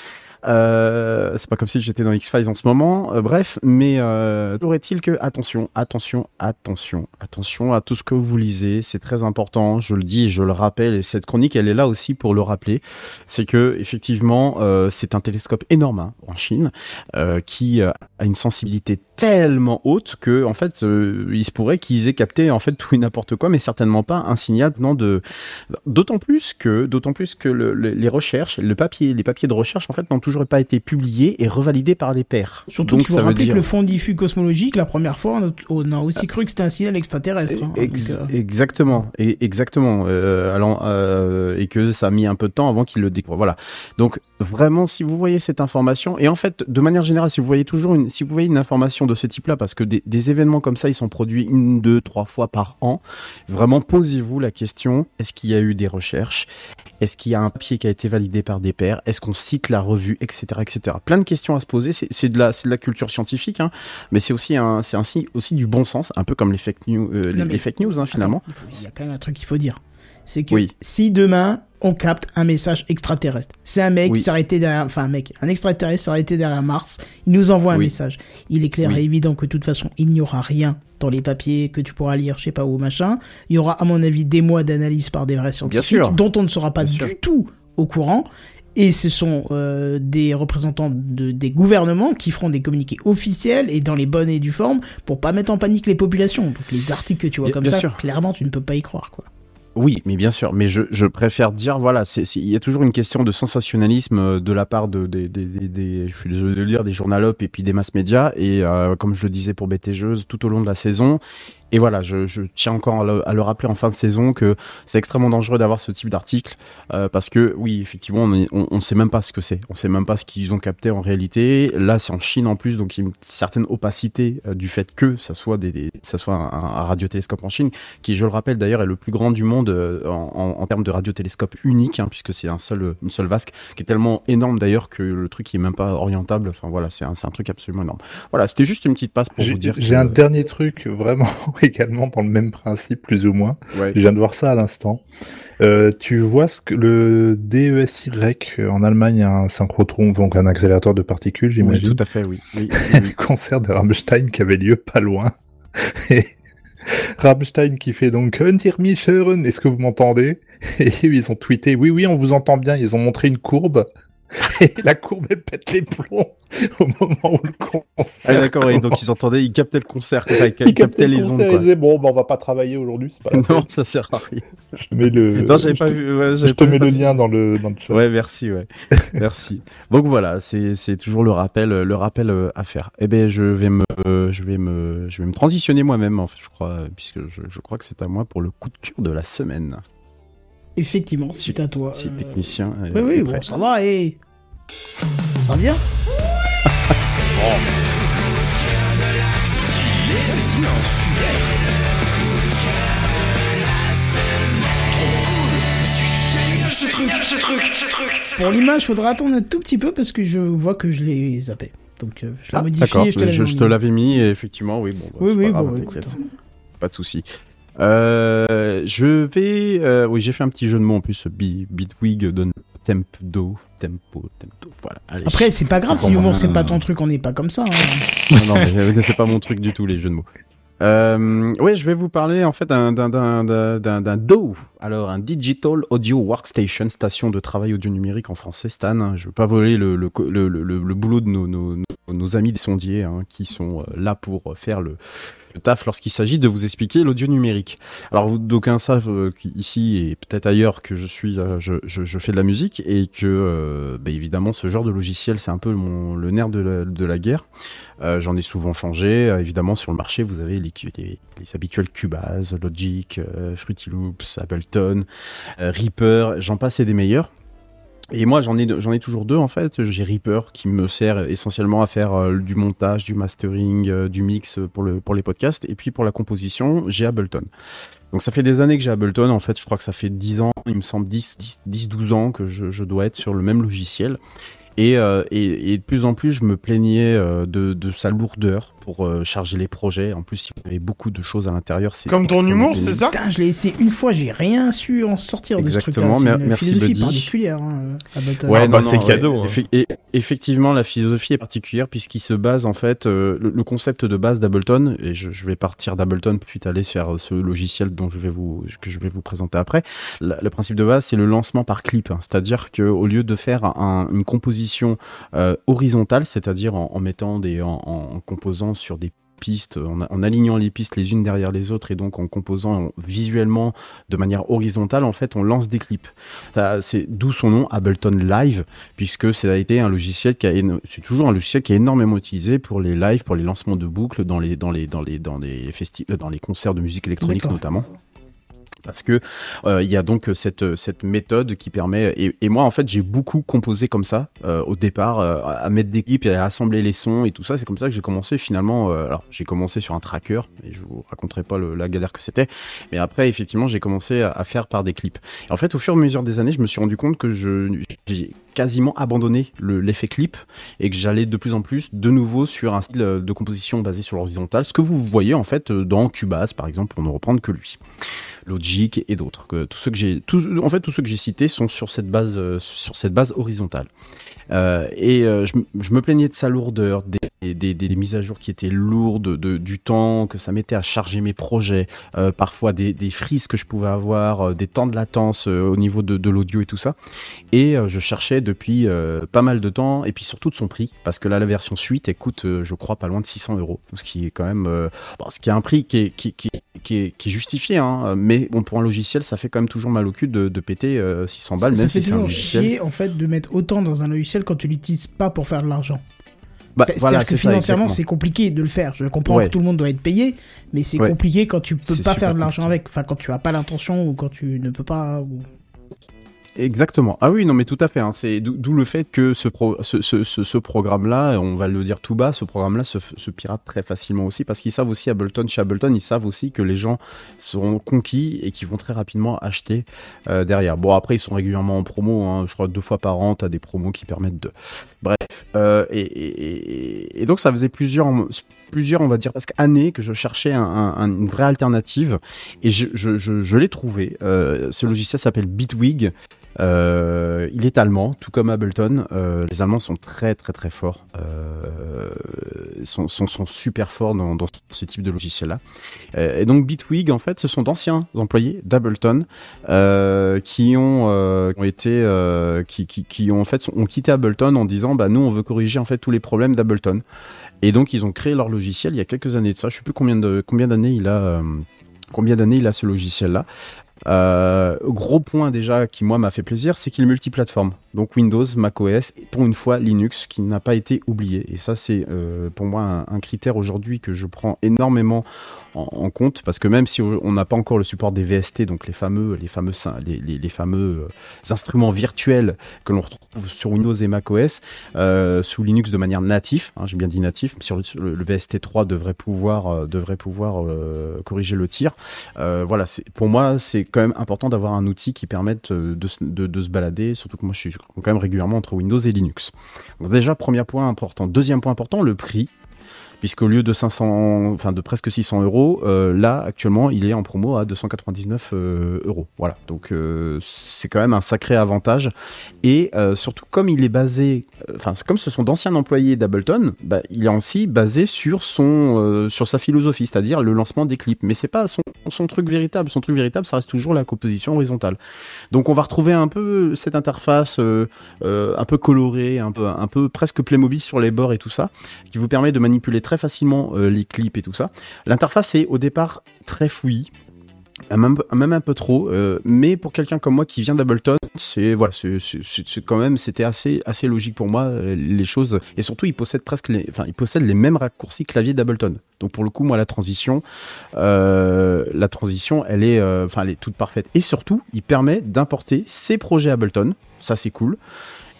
Euh, c'est pas comme si j'étais dans X-Files en ce moment. Euh, bref, mais euh, toujours est-il que attention, attention, attention, attention à tout ce que vous lisez. C'est très important. Je le dis et je le rappelle. Et cette chronique, elle est là aussi pour le rappeler. C'est que effectivement, euh, c'est un télescope énorme hein, en Chine euh, qui euh, a une sensibilité tellement haute que en fait, euh, il se pourrait qu'ils aient capté en fait tout et n'importe quoi, mais certainement pas un signal venant de. D'autant plus que, d'autant plus que le, le, les recherches, le papier, les papiers de recherche en fait n'ont toujours pas été publiés et revalidés par les pairs. Surtout qu'il faut rappeler dire... que le fond diffus cosmologique, la première fois, on a aussi cru que c'était un signal extraterrestre. Hein, Ex- donc, euh... Exactement, et exactement. Euh, alors, euh, et que ça a mis un peu de temps avant qu'il le découvre. Voilà. Donc vraiment, si vous voyez cette information, et en fait, de manière générale, si vous voyez toujours une, si vous voyez une information de ce type-là, parce que des, des événements comme ça, ils sont produits une, deux, trois fois par an. Vraiment, posez-vous la question, est-ce qu'il y a eu des recherches? Est-ce qu'il y a un papier qui a été validé par des pairs? Est-ce qu'on cite la revue, et cetera, et cetera. Plein de questions à se poser. C'est, c'est de la, c'est de la culture scientifique, hein, mais c'est aussi un, c'est ainsi aussi du bon sens, un peu comme les fake news, euh, les, les fake news, hein, finalement. Attends, il y a quand même un truc qu'il faut dire. C'est que oui. si demain on capte un message extraterrestre, c'est un mec oui. qui s'est arrêté derrière, enfin un mec, un extraterrestre s'est arrêté derrière Mars, il nous envoie un oui. message. Il est clair oui. et évident que de toute façon il n'y aura rien dans les papiers que tu pourras lire, je sais pas où machin. Il y aura à mon avis des mois d'analyse par des vrais scientifiques dont on ne sera pas Bien du sûr. tout au courant. Et ce sont euh, des représentants de, des gouvernements qui feront des communiqués officiels et dans les bonnes et dues formes pour pas mettre en panique les populations. Donc les articles que tu vois bien, comme bien ça, sûr. clairement tu ne peux pas y croire, quoi. Oui, mais bien sûr, mais je, je préfère dire, voilà, c'est, c'est, il y a toujours une question de sensationnalisme de la part de, des, des, des, des je suis désolé de le dire, des journalopes et puis des masses médias, et euh, comme je le disais pour BTgeuse, tout au long de la saison. Et voilà, je, je tiens encore à le, à le rappeler en fin de saison que c'est extrêmement dangereux d'avoir ce type d'article euh, parce que oui, effectivement, on, est, on, on sait même pas ce que c'est, on sait même pas ce qu'ils ont capté en réalité. Là, c'est en Chine en plus, donc il y a une certaine opacité euh, du fait que ça soit des, des ça soit un, un radiotélescope en Chine, qui, je le rappelle d'ailleurs, est le plus grand du monde euh, en, en, en termes de radiotélescope unique, hein, puisque c'est un seul, une seule vasque, qui est tellement énorme d'ailleurs que le truc il est même pas orientable. Enfin voilà, c'est un, c'est un truc absolument énorme. Voilà, c'était juste une petite passe pour j'ai, vous dire. J'ai que... un dernier truc vraiment également dans le même principe, plus ou moins. Ouais. Je viens de voir ça à l'instant. Euh, tu vois ce que le D E S Y en Allemagne a un synchrotron, donc un accélérateur de particules, j'imagine. Oui, tout à fait, oui. oui, oui, oui. Le concert de Rammstein qui avait lieu pas loin. Et Rammstein qui fait donc Könnt ihr mich hören? Est-ce que vous m'entendez? Et ils ont tweeté oui, oui, on vous entend bien. Ils ont montré une courbe. Et la courbe, elle pète les plombs au moment où le concert. Ah, d'accord, et donc ils entendaient, ils captaient le concert, enfin, ils, ils captaient les ondes, quoi. Ils disaient, bon, bah, on va pas travailler aujourd'hui, c'est pas la Non, peine. ça sert à rien. Je te mets le, non, j'avais pas te... vu, ouais, je te mets le lien dans le, dans le chat. Ouais, merci, ouais. Merci. Donc voilà, c'est, c'est toujours le rappel, le rappel à faire. Eh ben, je vais me, je vais me, je vais me transitionner moi-même, en fait, je crois, puisque je, je crois que c'est à moi pour le coup de cœur de la semaine. Effectivement, c'est à toi. Si euh... technicien. Oui, oui, bon, ça va, et. Ça vient. Pour l'image, faudra attendre un tout petit peu parce que je vois que je l'ai zappé. Donc, euh, je l'ai ah, modifié. D'accord, et je te, je, je te l'avais mis, et effectivement, oui, bon. Bah, oui, c'est oui, pas grave, bon, t'inquiète. écoute. Pas de souci. Euh, je vais, euh, oui, j'ai fait un petit jeu de mots en plus. Bi- Bitwig donne tempo, tempo, tempo. Voilà. Allez. Après, c'est pas grave si l'humour c'est pas ton truc, on n'est pas comme ça. Hein. non, non, mais c'est pas mon truc du tout les jeux de mots. Euh, ouais, je vais vous parler en fait d'un d'un d'un d'un d'un, d'un D A W. Alors un Digital Audio Workstation, station de travail audio numérique en français. Stan, je veux pas voler le le le le, le boulot de nos nos nos amis des sondiers hein, qui sont là pour faire le le taf lorsqu'il s'agit de vous expliquer l'audio numérique. Alors d'aucuns savent euh, qu'ici et peut-être ailleurs que je suis, euh, je, je, je fais de la musique et que euh, bah, évidemment ce genre de logiciel c'est un peu mon, le nerf de la, de la guerre. Euh, j'en ai souvent changé. Euh, évidemment sur le marché vous avez les, les, les habituels Cubase, Logic, euh, Fruity Loops, Ableton, euh, Reaper, j'en passe et des meilleurs. Et moi, j'en ai, j'en ai toujours deux, en fait. J'ai Reaper, qui me sert essentiellement à faire euh, du montage, du mastering, euh, du mix pour, le, pour les podcasts. Et puis, pour la composition, j'ai Ableton. Donc, ça fait des années que j'ai Ableton. En fait, je crois que ça fait dix ans, il me semble dix, douze ans que je, je dois être sur le même logiciel. Et, euh, et, et de plus en plus, je me plaignais euh, de, de sa lourdeur pour euh, charger les projets. En plus, il y avait beaucoup de choses à l'intérieur. C'est Comme ton extrêmement humour, pénible. c'est ça? Putain, je l'ai essayé une fois, j'ai rien su en sortir de ce truc-là. Exactement, C'est mer- une merci, philosophie Buddy. particulière, hein, Ableton. Ouais, Ah, non, bah, non, c'est ouais. cadeau, hein. Effe- et- effectivement, la philosophie est particulière puisqu'il se base en fait euh, le, le concept de base d'Ableton, et je, je vais partir d'Ableton puis aller vers ce logiciel dont je vais vous que je vais vous présenter après. La- le principe de base, c'est le lancement par clip, hein. C'est-à-dire que au lieu de faire un, une composition euh, horizontale, c'est-à-dire en, en mettant des en, en composant sur des pistes, en, en alignant les pistes les unes derrière les autres et donc en composant visuellement de manière horizontale, en fait, on lance des clips. Ça, c'est d'où son nom Ableton Live, puisque ça a été un logiciel qui a, éno- c'est toujours un logiciel qui est énormément utilisé pour les lives, pour les lancements de boucles dans les dans les dans les dans les festi- euh, dans les concerts de musique électronique D'accord. notamment. Parce que euh, il y a donc cette cette méthode qui permet et, et moi en fait j'ai beaucoup composé comme ça euh, au départ euh, à mettre des clips et à assembler les sons et tout ça. C'est comme ça que j'ai commencé finalement. Euh, alors j'ai commencé sur un tracker et je vous raconterai pas le, la galère que c'était. Mais après effectivement j'ai commencé à, à faire par des clips. Et en fait au fur et à mesure des années je me suis rendu compte que je j'ai quasiment abandonné le, l'effet clip et que j'allais de plus en plus de nouveau sur un style de composition basé sur l'horizontale. Ce que vous voyez en fait dans Cubase par exemple pour ne reprendre que lui. Logic et d'autres. Que tous ceux que j'ai, tous, en fait, tous ceux que j'ai cités sont sur cette base, euh, sur cette base horizontale. Euh, et euh, je, je me plaignais de sa lourdeur, des, des, des, des mises à jour qui étaient lourdes, de, du temps que ça mettait à charger mes projets, euh, parfois des, des frises que je pouvais avoir, euh, des temps de latence euh, au niveau de, de l'audio et tout ça. Et euh, je cherchais depuis euh, pas mal de temps, et puis surtout de son prix, parce que là la version suite elle coûte, euh, je crois, pas loin de six cents euros, ce qui est quand même, euh, bon, ce qui est un prix qui est, qui, qui, qui est, qui est justifié, hein, mais bon pour un logiciel ça fait quand même toujours mal au cul de, de péter euh, six cents balles, ça, même ça fait si c'est un toujours logiciel. chier en fait de mettre autant dans un logiciel quand tu l'utilises pas pour faire de l'argent. Bah, C'est- voilà, C'est-à-dire que c'est ça, financièrement exactement. c'est compliqué de le faire. Je comprends Ouais. que tout le monde doit être payé, mais c'est Ouais. compliqué quand tu peux C'est pas super faire de l'argent compliqué. avec. Enfin quand tu as pas l'intention ou quand tu ne peux pas. ou- Exactement. Ah oui, non, mais tout à fait. Hein. C'est d'où d'où le fait que ce, pro, ce, ce, ce, ce programme-là, on va le dire tout bas, ce programme-là se, se pirate très facilement aussi, parce qu'ils savent aussi, Ableton, chez Ableton, ils savent aussi que les gens seront conquis et qu'ils vont très rapidement acheter euh, derrière. Bon, après, ils sont régulièrement en promo, hein. Je crois deux fois par an, t'as des promos qui permettent de... Bref. Euh, et, et, et, et donc, ça faisait plusieurs, plusieurs, on va dire, presque années que je cherchais un, un, une vraie alternative, et je, je, je, je l'ai trouvé. Euh, ce logiciel s'appelle Bitwig. Euh, il est allemand, tout comme Ableton. Euh, les Allemands sont très très très forts, euh, sont, sont, sont super forts dans, dans ce type de logiciel-là. Euh, et donc Bitwig, en fait, ce sont d'anciens employés d'Ableton euh, qui ont euh, ont été, euh, qui, qui, qui ont en fait ont quitté Ableton en disant, bah nous on veut corriger en fait tous les problèmes d'Ableton. Et donc ils ont créé leur logiciel il y a quelques années de ça. Je sais plus combien de combien d'années il a. Euh, Combien d'années il a ce logiciel-là. Euh, gros point déjà qui moi m'a fait plaisir, c'est qu'il est multiplateforme. Donc Windows, macOS, et pour une fois Linux, qui n'a pas été oublié. Et ça c'est euh, pour moi un, un critère aujourd'hui que je prends énormément en, en compte, parce que même si on n'a pas encore le support des V S T, donc les fameux, les fameux, les, les, les fameux instruments virtuels que l'on retrouve sur Windows et macOS, euh, sous Linux de manière native, hein, j'ai bien dit natif, sur le, le V S T trois devrait pouvoir, euh, devrait pouvoir euh, corriger le tir. Euh, voilà, c'est, pour moi c'est quand même important d'avoir un outil qui permette de, de, de se balader, surtout que moi je suis quand même régulièrement entre Windows et Linux. Donc déjà, premier point important. Deuxième point important, le prix. Puisqu'au lieu de cinq cents, enfin de presque six cents euros, euh, là actuellement il est en promo à deux cent quatre-vingt-dix-neuf euh, euros. Voilà, donc euh, c'est quand même un sacré avantage. Et euh, surtout comme il est basé, enfin euh, comme ce sont d'anciens employés d'Ableton, bah, il est aussi basé sur son, euh, sur sa philosophie, c'est-à-dire le lancement des clips. Mais c'est pas son, son truc véritable. Son truc véritable, ça reste toujours la composition horizontale. Donc on va retrouver un peu cette interface euh, euh, un peu colorée, un peu, un peu presque Playmobil sur les bords et tout ça, qui vous permet de manipuler très facilement euh, les clips et tout ça. L'interface est au départ très fouillie, même, même un peu trop, euh, mais pour quelqu'un comme moi qui vient d'Ableton, c'est voilà, c'est, c'est, c'est quand même, c'était assez assez logique pour moi euh, les choses, et surtout il possède presque les, enfin il possède les mêmes raccourcis clavier d'Ableton. Donc pour le coup, moi la transition, euh, la transition, elle est, enfin euh, elle est toute parfaite, et surtout il permet d'importer ses projets Ableton, ça c'est cool.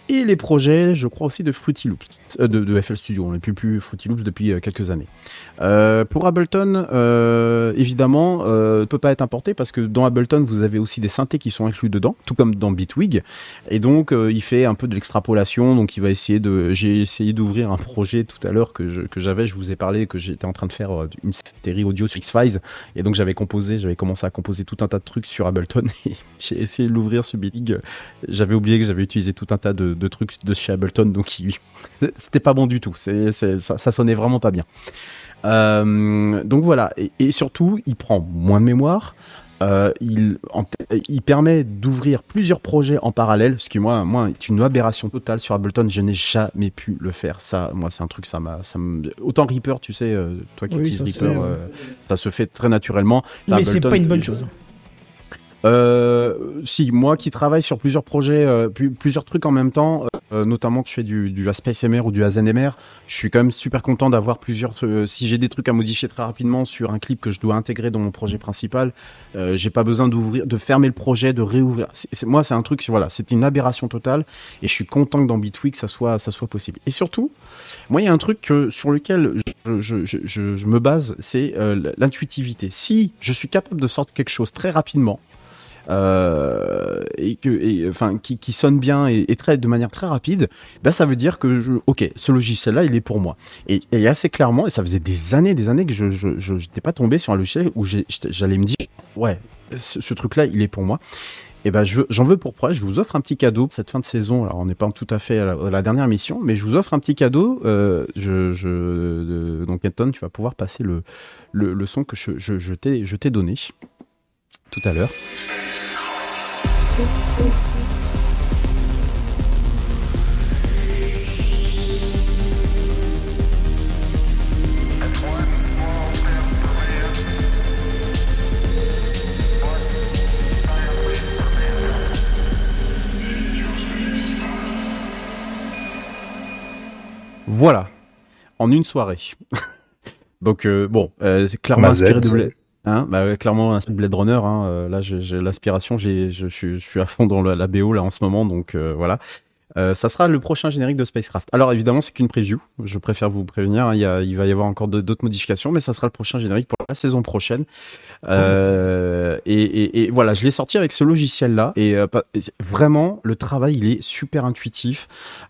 et les projets, je crois aussi de Fruity Loops, euh, de, de F L Studio. On n'est plus plus Fruity Loops depuis euh, quelques années. Euh, pour Ableton, euh, évidemment, euh, ne peut pas être importé parce que dans Ableton, vous avez aussi des synthés qui sont inclus dedans, tout comme dans Bitwig. Et donc, euh, il fait un peu de l'extrapolation. Donc, il va essayer de. J'ai essayé d'ouvrir un projet tout à l'heure que je, que j'avais. Je vous ai parlé que j'étais en train de faire euh, une série audio sur X-Files. Et donc, j'avais composé, j'avais commencé à composer tout un tas de trucs sur Ableton. Et j'ai essayé de l'ouvrir sur Bitwig. J'avais oublié que j'avais utilisé tout un tas de, de trucs de chez Ableton. Donc, il, c'était pas bon du tout. C'est, c'est, ça, ça sonnait vraiment pas bien. Euh, donc voilà, et, et surtout, il prend moins de mémoire. Euh, il, en, il permet d'ouvrir plusieurs projets en parallèle, ce qui moi, moi est une aberration totale sur Ableton. Je n'ai jamais pu le faire. Ça, moi, c'est un truc, ça m'a, ça me... autant Reaper, tu sais, euh, toi qui Oui, utilises ça se Reaper, fait, ouais. euh, ça se fait très naturellement. Mais Ableton, c'est pas une bonne chose. Euh, si, moi qui travaille sur plusieurs projets, euh, pu- plusieurs trucs en même temps, euh, notamment que je fais du, du Aspace M R ou du Azen M R, je suis quand même super content d'avoir plusieurs. Euh, si j'ai des trucs à modifier très rapidement sur un clip que je dois intégrer dans mon projet principal, euh, j'ai pas besoin d'ouvrir, de fermer le projet, de réouvrir. C'est, c'est, moi, c'est un truc, voilà, c'est une aberration totale, et je suis content que dans Bitwig ça soit, ça soit possible. Et surtout, moi, il y a un truc que, sur lequel je, je, je, je, je me base, c'est euh, l'intuitivité. Si je suis capable de sortir quelque chose très rapidement. Euh, et que, et, enfin, qui, qui sonne bien et, et très, de manière très rapide, ben ça veut dire que je, ok, ce logiciel-là, il est pour moi. Et, et assez clairement, et ça faisait des années, des années que je, je, je j'étais pas tombé sur un logiciel où j'ai, j'allais me dire, ouais, ce, ce truc-là, il est pour moi. Et ben, je, j'en veux pour preuve. Je vous offre un petit cadeau cette fin de saison. Alors, on n'est pas tout à fait à la, à la dernière mission, mais je vous offre un petit cadeau. Euh, je, je, de, donc, Anton, tu vas pouvoir passer le, le, le son que je, je, je t'ai, je t'ai donné tout à l'heure. Voilà, en une soirée. Donc euh, bon, euh, c'est clairement inspiré de Blade. Hein, bah ouais, clairement un Blade Runner. Hein, euh, là, j'ai, j'ai l'aspiration, j'ai, je, je, je suis à fond dans la, la B O là en ce moment, donc euh, voilà. Euh, ça sera le prochain générique de Spacecraft. Alors évidemment, c'est qu'une preview. Je préfère vous prévenir. Hein, il, y a, il va y avoir encore de, d'autres modifications, mais ça sera le prochain générique pour la saison prochaine. Euh, et, et, et voilà, je l'ai sorti avec ce logiciel-là. Et euh, vraiment, le travail, il est super intuitif.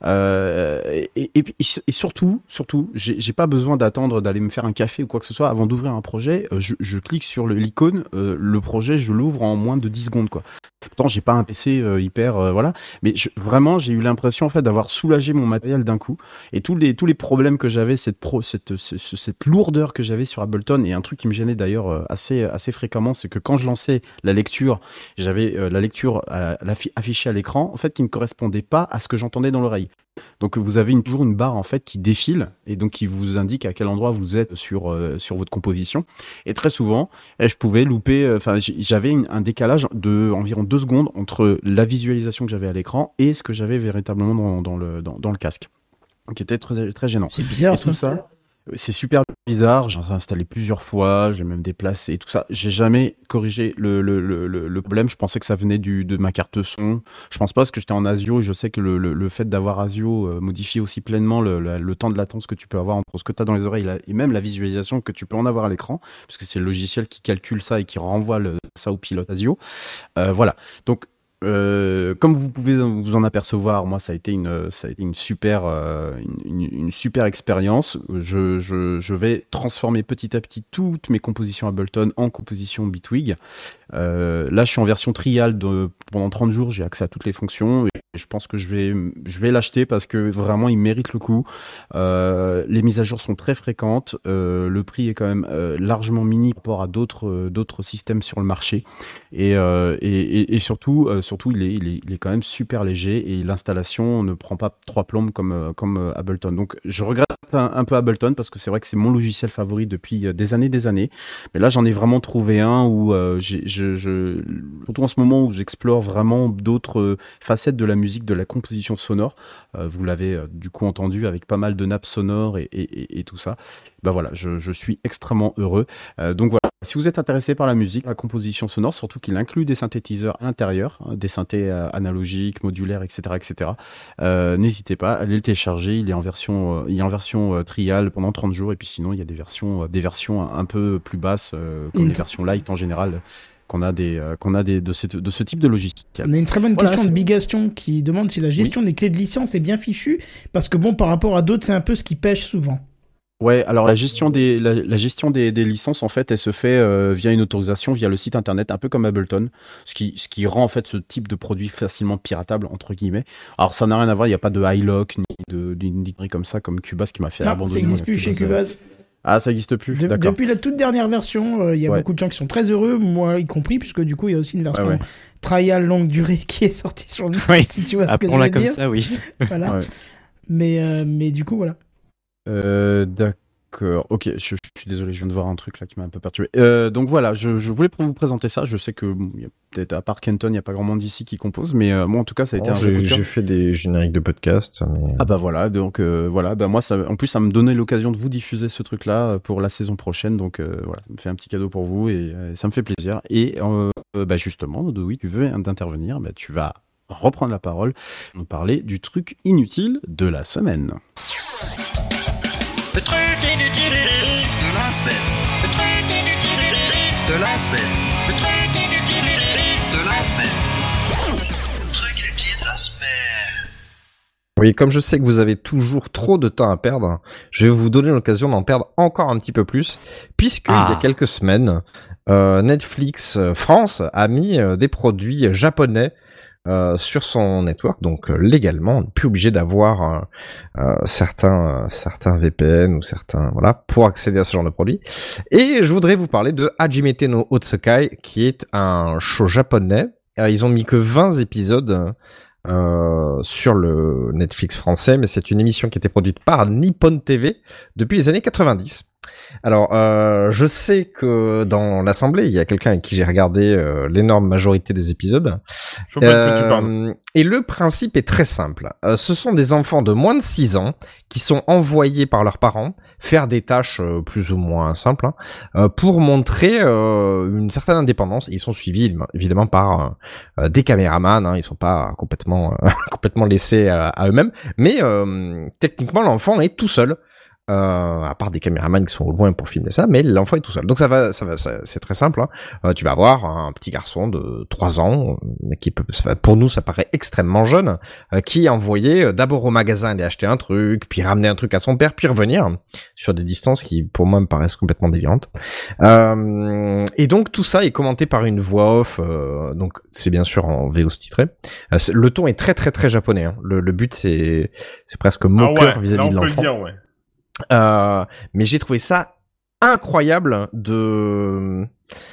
Euh, et, et, et, et surtout, surtout, j'ai, j'ai pas besoin d'attendre d'aller me faire un café ou quoi que ce soit avant d'ouvrir un projet. Je, je clique sur le, l'icône, euh, le projet, je l'ouvre en moins de dix secondes, quoi. Pourtant, j'ai pas un P C euh, hyper, euh, voilà. Mais je, vraiment, j'ai eu l'impression en fait d'avoir soulagé mon matériel d'un coup, et tous les tous les problèmes que j'avais, cette pro, cette cette, cette lourdeur que j'avais sur Ableton, et un truc qui me gênait d'ailleurs assez assez fréquemment, c'est que quand je lançais la lecture, j'avais euh, la lecture à, affichée à l'écran, en fait, qui ne correspondait pas à ce que j'entendais dans l'oreille. Donc vous avez une, toujours une barre en fait qui défile et donc qui vous indique à quel endroit vous êtes sur euh, sur votre composition. Et très souvent, eh, je pouvais louper. Enfin, euh, j'avais une, un décalage de environ deux secondes entre la visualisation que j'avais à l'écran et ce que j'avais véritablement dans, dans le dans, dans le casque, qui était très très gênant. C'est bizarre et ça. Tout ça. C'est super bizarre, j'en ai installé plusieurs fois, j'ai même déplacé et tout ça. J'ai jamais corrigé le, le, le, le problème, je pensais que ça venait du, de ma carte son. Je pense pas parce que j'étais en ASIO et je sais que le, le, le fait d'avoir ASIO euh, modifie aussi pleinement le, le, le temps de latence que tu peux avoir entre ce que tu as dans les oreilles et même la visualisation que tu peux en avoir à l'écran, parce que c'est le logiciel qui calcule ça et qui renvoie le, ça au pilote ASIO. Euh, voilà, donc Euh, comme vous pouvez vous en apercevoir, moi ça a été une, ça a été une super, euh, une, une super expérience. Je, je, je vais transformer petit à petit toutes mes compositions Ableton en compositions Bitwig. Euh, là, je suis en version trial de, pendant trente jours, j'ai accès à toutes les fonctions. Et je pense que je vais, je vais l'acheter parce que vraiment, il mérite le coup. Euh, les mises à jour sont très fréquentes. Euh, le prix est quand même euh, largement mini par rapport à d'autres, euh, d'autres systèmes sur le marché. Et, euh, et, et, et surtout, euh, surtout il, est, il, est, il est quand même super léger et l'installation ne prend pas trois plombes comme, euh, comme euh, Ableton. Donc, je regrette un, un peu Ableton parce que c'est vrai que c'est mon logiciel favori depuis des années, des années. Mais là, j'en ai vraiment trouvé un où, euh, j'ai, je, je, surtout en ce moment où j'explore vraiment d'autres facettes de la musique. musique, de la composition sonore. Euh, vous l'avez euh, du coup entendu avec pas mal de nappes sonores et, et, et, et tout ça. Ben voilà, je, je suis extrêmement heureux. Euh, donc voilà, si vous êtes intéressé par la musique, la composition sonore, surtout qu'il inclut des synthétiseurs à l'intérieur, hein, des synthés euh, analogiques, modulaires, et cetera, et cetera. Euh, n'hésitez pas, allez le télécharger. Il est en version, euh, il est en version euh, trial pendant trente jours, et puis sinon il y a des versions, euh, des versions un, un peu plus basses, euh, comme Une... les versions light en général. Qu'on a des, euh, qu'on a des de, cette, de ce type de logiciel. On a une très bonne voilà, question c'est... de Bigastion qui demande si la gestion oui. des clés de licence est bien fichue, parce que bon, par rapport à d'autres, c'est un peu ce qui pêche souvent. Ouais, alors la gestion des la, la gestion des, des licences en fait, elle se fait euh, via une autorisation, via le site internet, un peu comme Ableton, ce qui ce qui rend en fait ce type de produit facilement piratable entre guillemets. Alors ça n'a rien à voir, il y a pas de iLock ni de d'une connerie comme ça comme Cubase qui m'a fait non, abandonner. Ça n'existe plus chez Cubase. Ah, ça n'existe plus. De, d'accord. Depuis la toute dernière version, il euh, y a ouais. beaucoup de gens qui sont très heureux, moi y compris, puisque du coup il y a aussi une version ouais, ouais. trial longue durée qui est sortie sur le oui. si tu vois ce que je veux dire. comme ça, oui. Voilà. Ouais. Mais euh, mais du coup voilà. Euh, d'accord. Ok, je, je suis désolé, je viens de voir un truc là qui m'a un peu perturbé. Euh, donc voilà, je, je voulais vous présenter ça. Je sais que bon, y a peut-être à part Kenton, il n'y a pas grand monde ici qui compose, mais euh, moi en tout cas, ça a été oh, un j'ai, coup de cœur. J'ai fait des génériques de podcast. Mais... Ah bah voilà, donc euh, voilà, bah moi ça, en plus ça me donnait l'occasion de vous diffuser ce truc-là pour la saison prochaine, donc euh, voilà, ça me fait un petit cadeau pour vous et euh, ça me fait plaisir. Et euh, bah justement, de oui, tu veux d'intervenir, bah tu vas reprendre la parole, nous parler du truc inutile de la semaine. Le truc inutile de la semaine. Le truc inutile de la semaine. Le truc inutile de la semaine. Le truc inutile de la semaine. Oui, comme je sais que vous avez toujours trop de temps à perdre, je vais vous donner l'occasion d'en perdre encore un petit peu plus, puisque ah. il y a quelques semaines, euh, Netflix France a mis euh, des produits japonais Euh, sur son network, donc euh, légalement, on n'est plus obligé d'avoir euh, euh, certains euh, certains V P N ou certains voilà pour accéder à ce genre de produit. Et je voudrais vous parler de Hajimete no Otsukai, qui est un show japonais. Euh, ils ont mis que vingt épisodes euh, sur le Netflix français, mais c'est une émission qui a été produite par Nippon T V depuis les années quatre-vingt-dix. Alors, euh, je sais que dans l'Assemblée, il y a quelqu'un avec qui j'ai regardé euh, l'énorme majorité des épisodes. Je vois pas de quoi tu parles. Et le principe est très simple. Euh, ce sont des enfants de moins de six ans qui sont envoyés par leurs parents faire des tâches euh, plus ou moins simples hein, euh, pour montrer euh, une certaine indépendance. Ils sont suivis évidemment par euh, des caméramans. Hein, ils sont pas complètement euh, complètement laissés à, à eux-mêmes, mais euh, techniquement l'enfant est tout seul. Euh, à part des caméramans qui sont au loin pour filmer ça, mais l'enfant est tout seul. Donc ça va, ça va, ça, c'est très simple. Hein. Euh, tu vas avoir un petit garçon de trois ans, mais qui peut, pour nous, ça paraît extrêmement jeune, euh, qui est envoyé d'abord au magasin aller acheter un truc, puis ramener un truc à son père, puis revenir sur des distances qui, pour moi, me paraissent complètement délirantes. Euh, et donc tout ça est commenté par une voix off. Euh, donc c'est bien sûr en V O sous-titré. Euh, le ton est très très très japonais. Hein. Le, le but c'est, c'est presque moqueur ah ouais, vis-à-vis de l'enfant. Dire, ouais. Euh, mais j'ai trouvé ça incroyable de,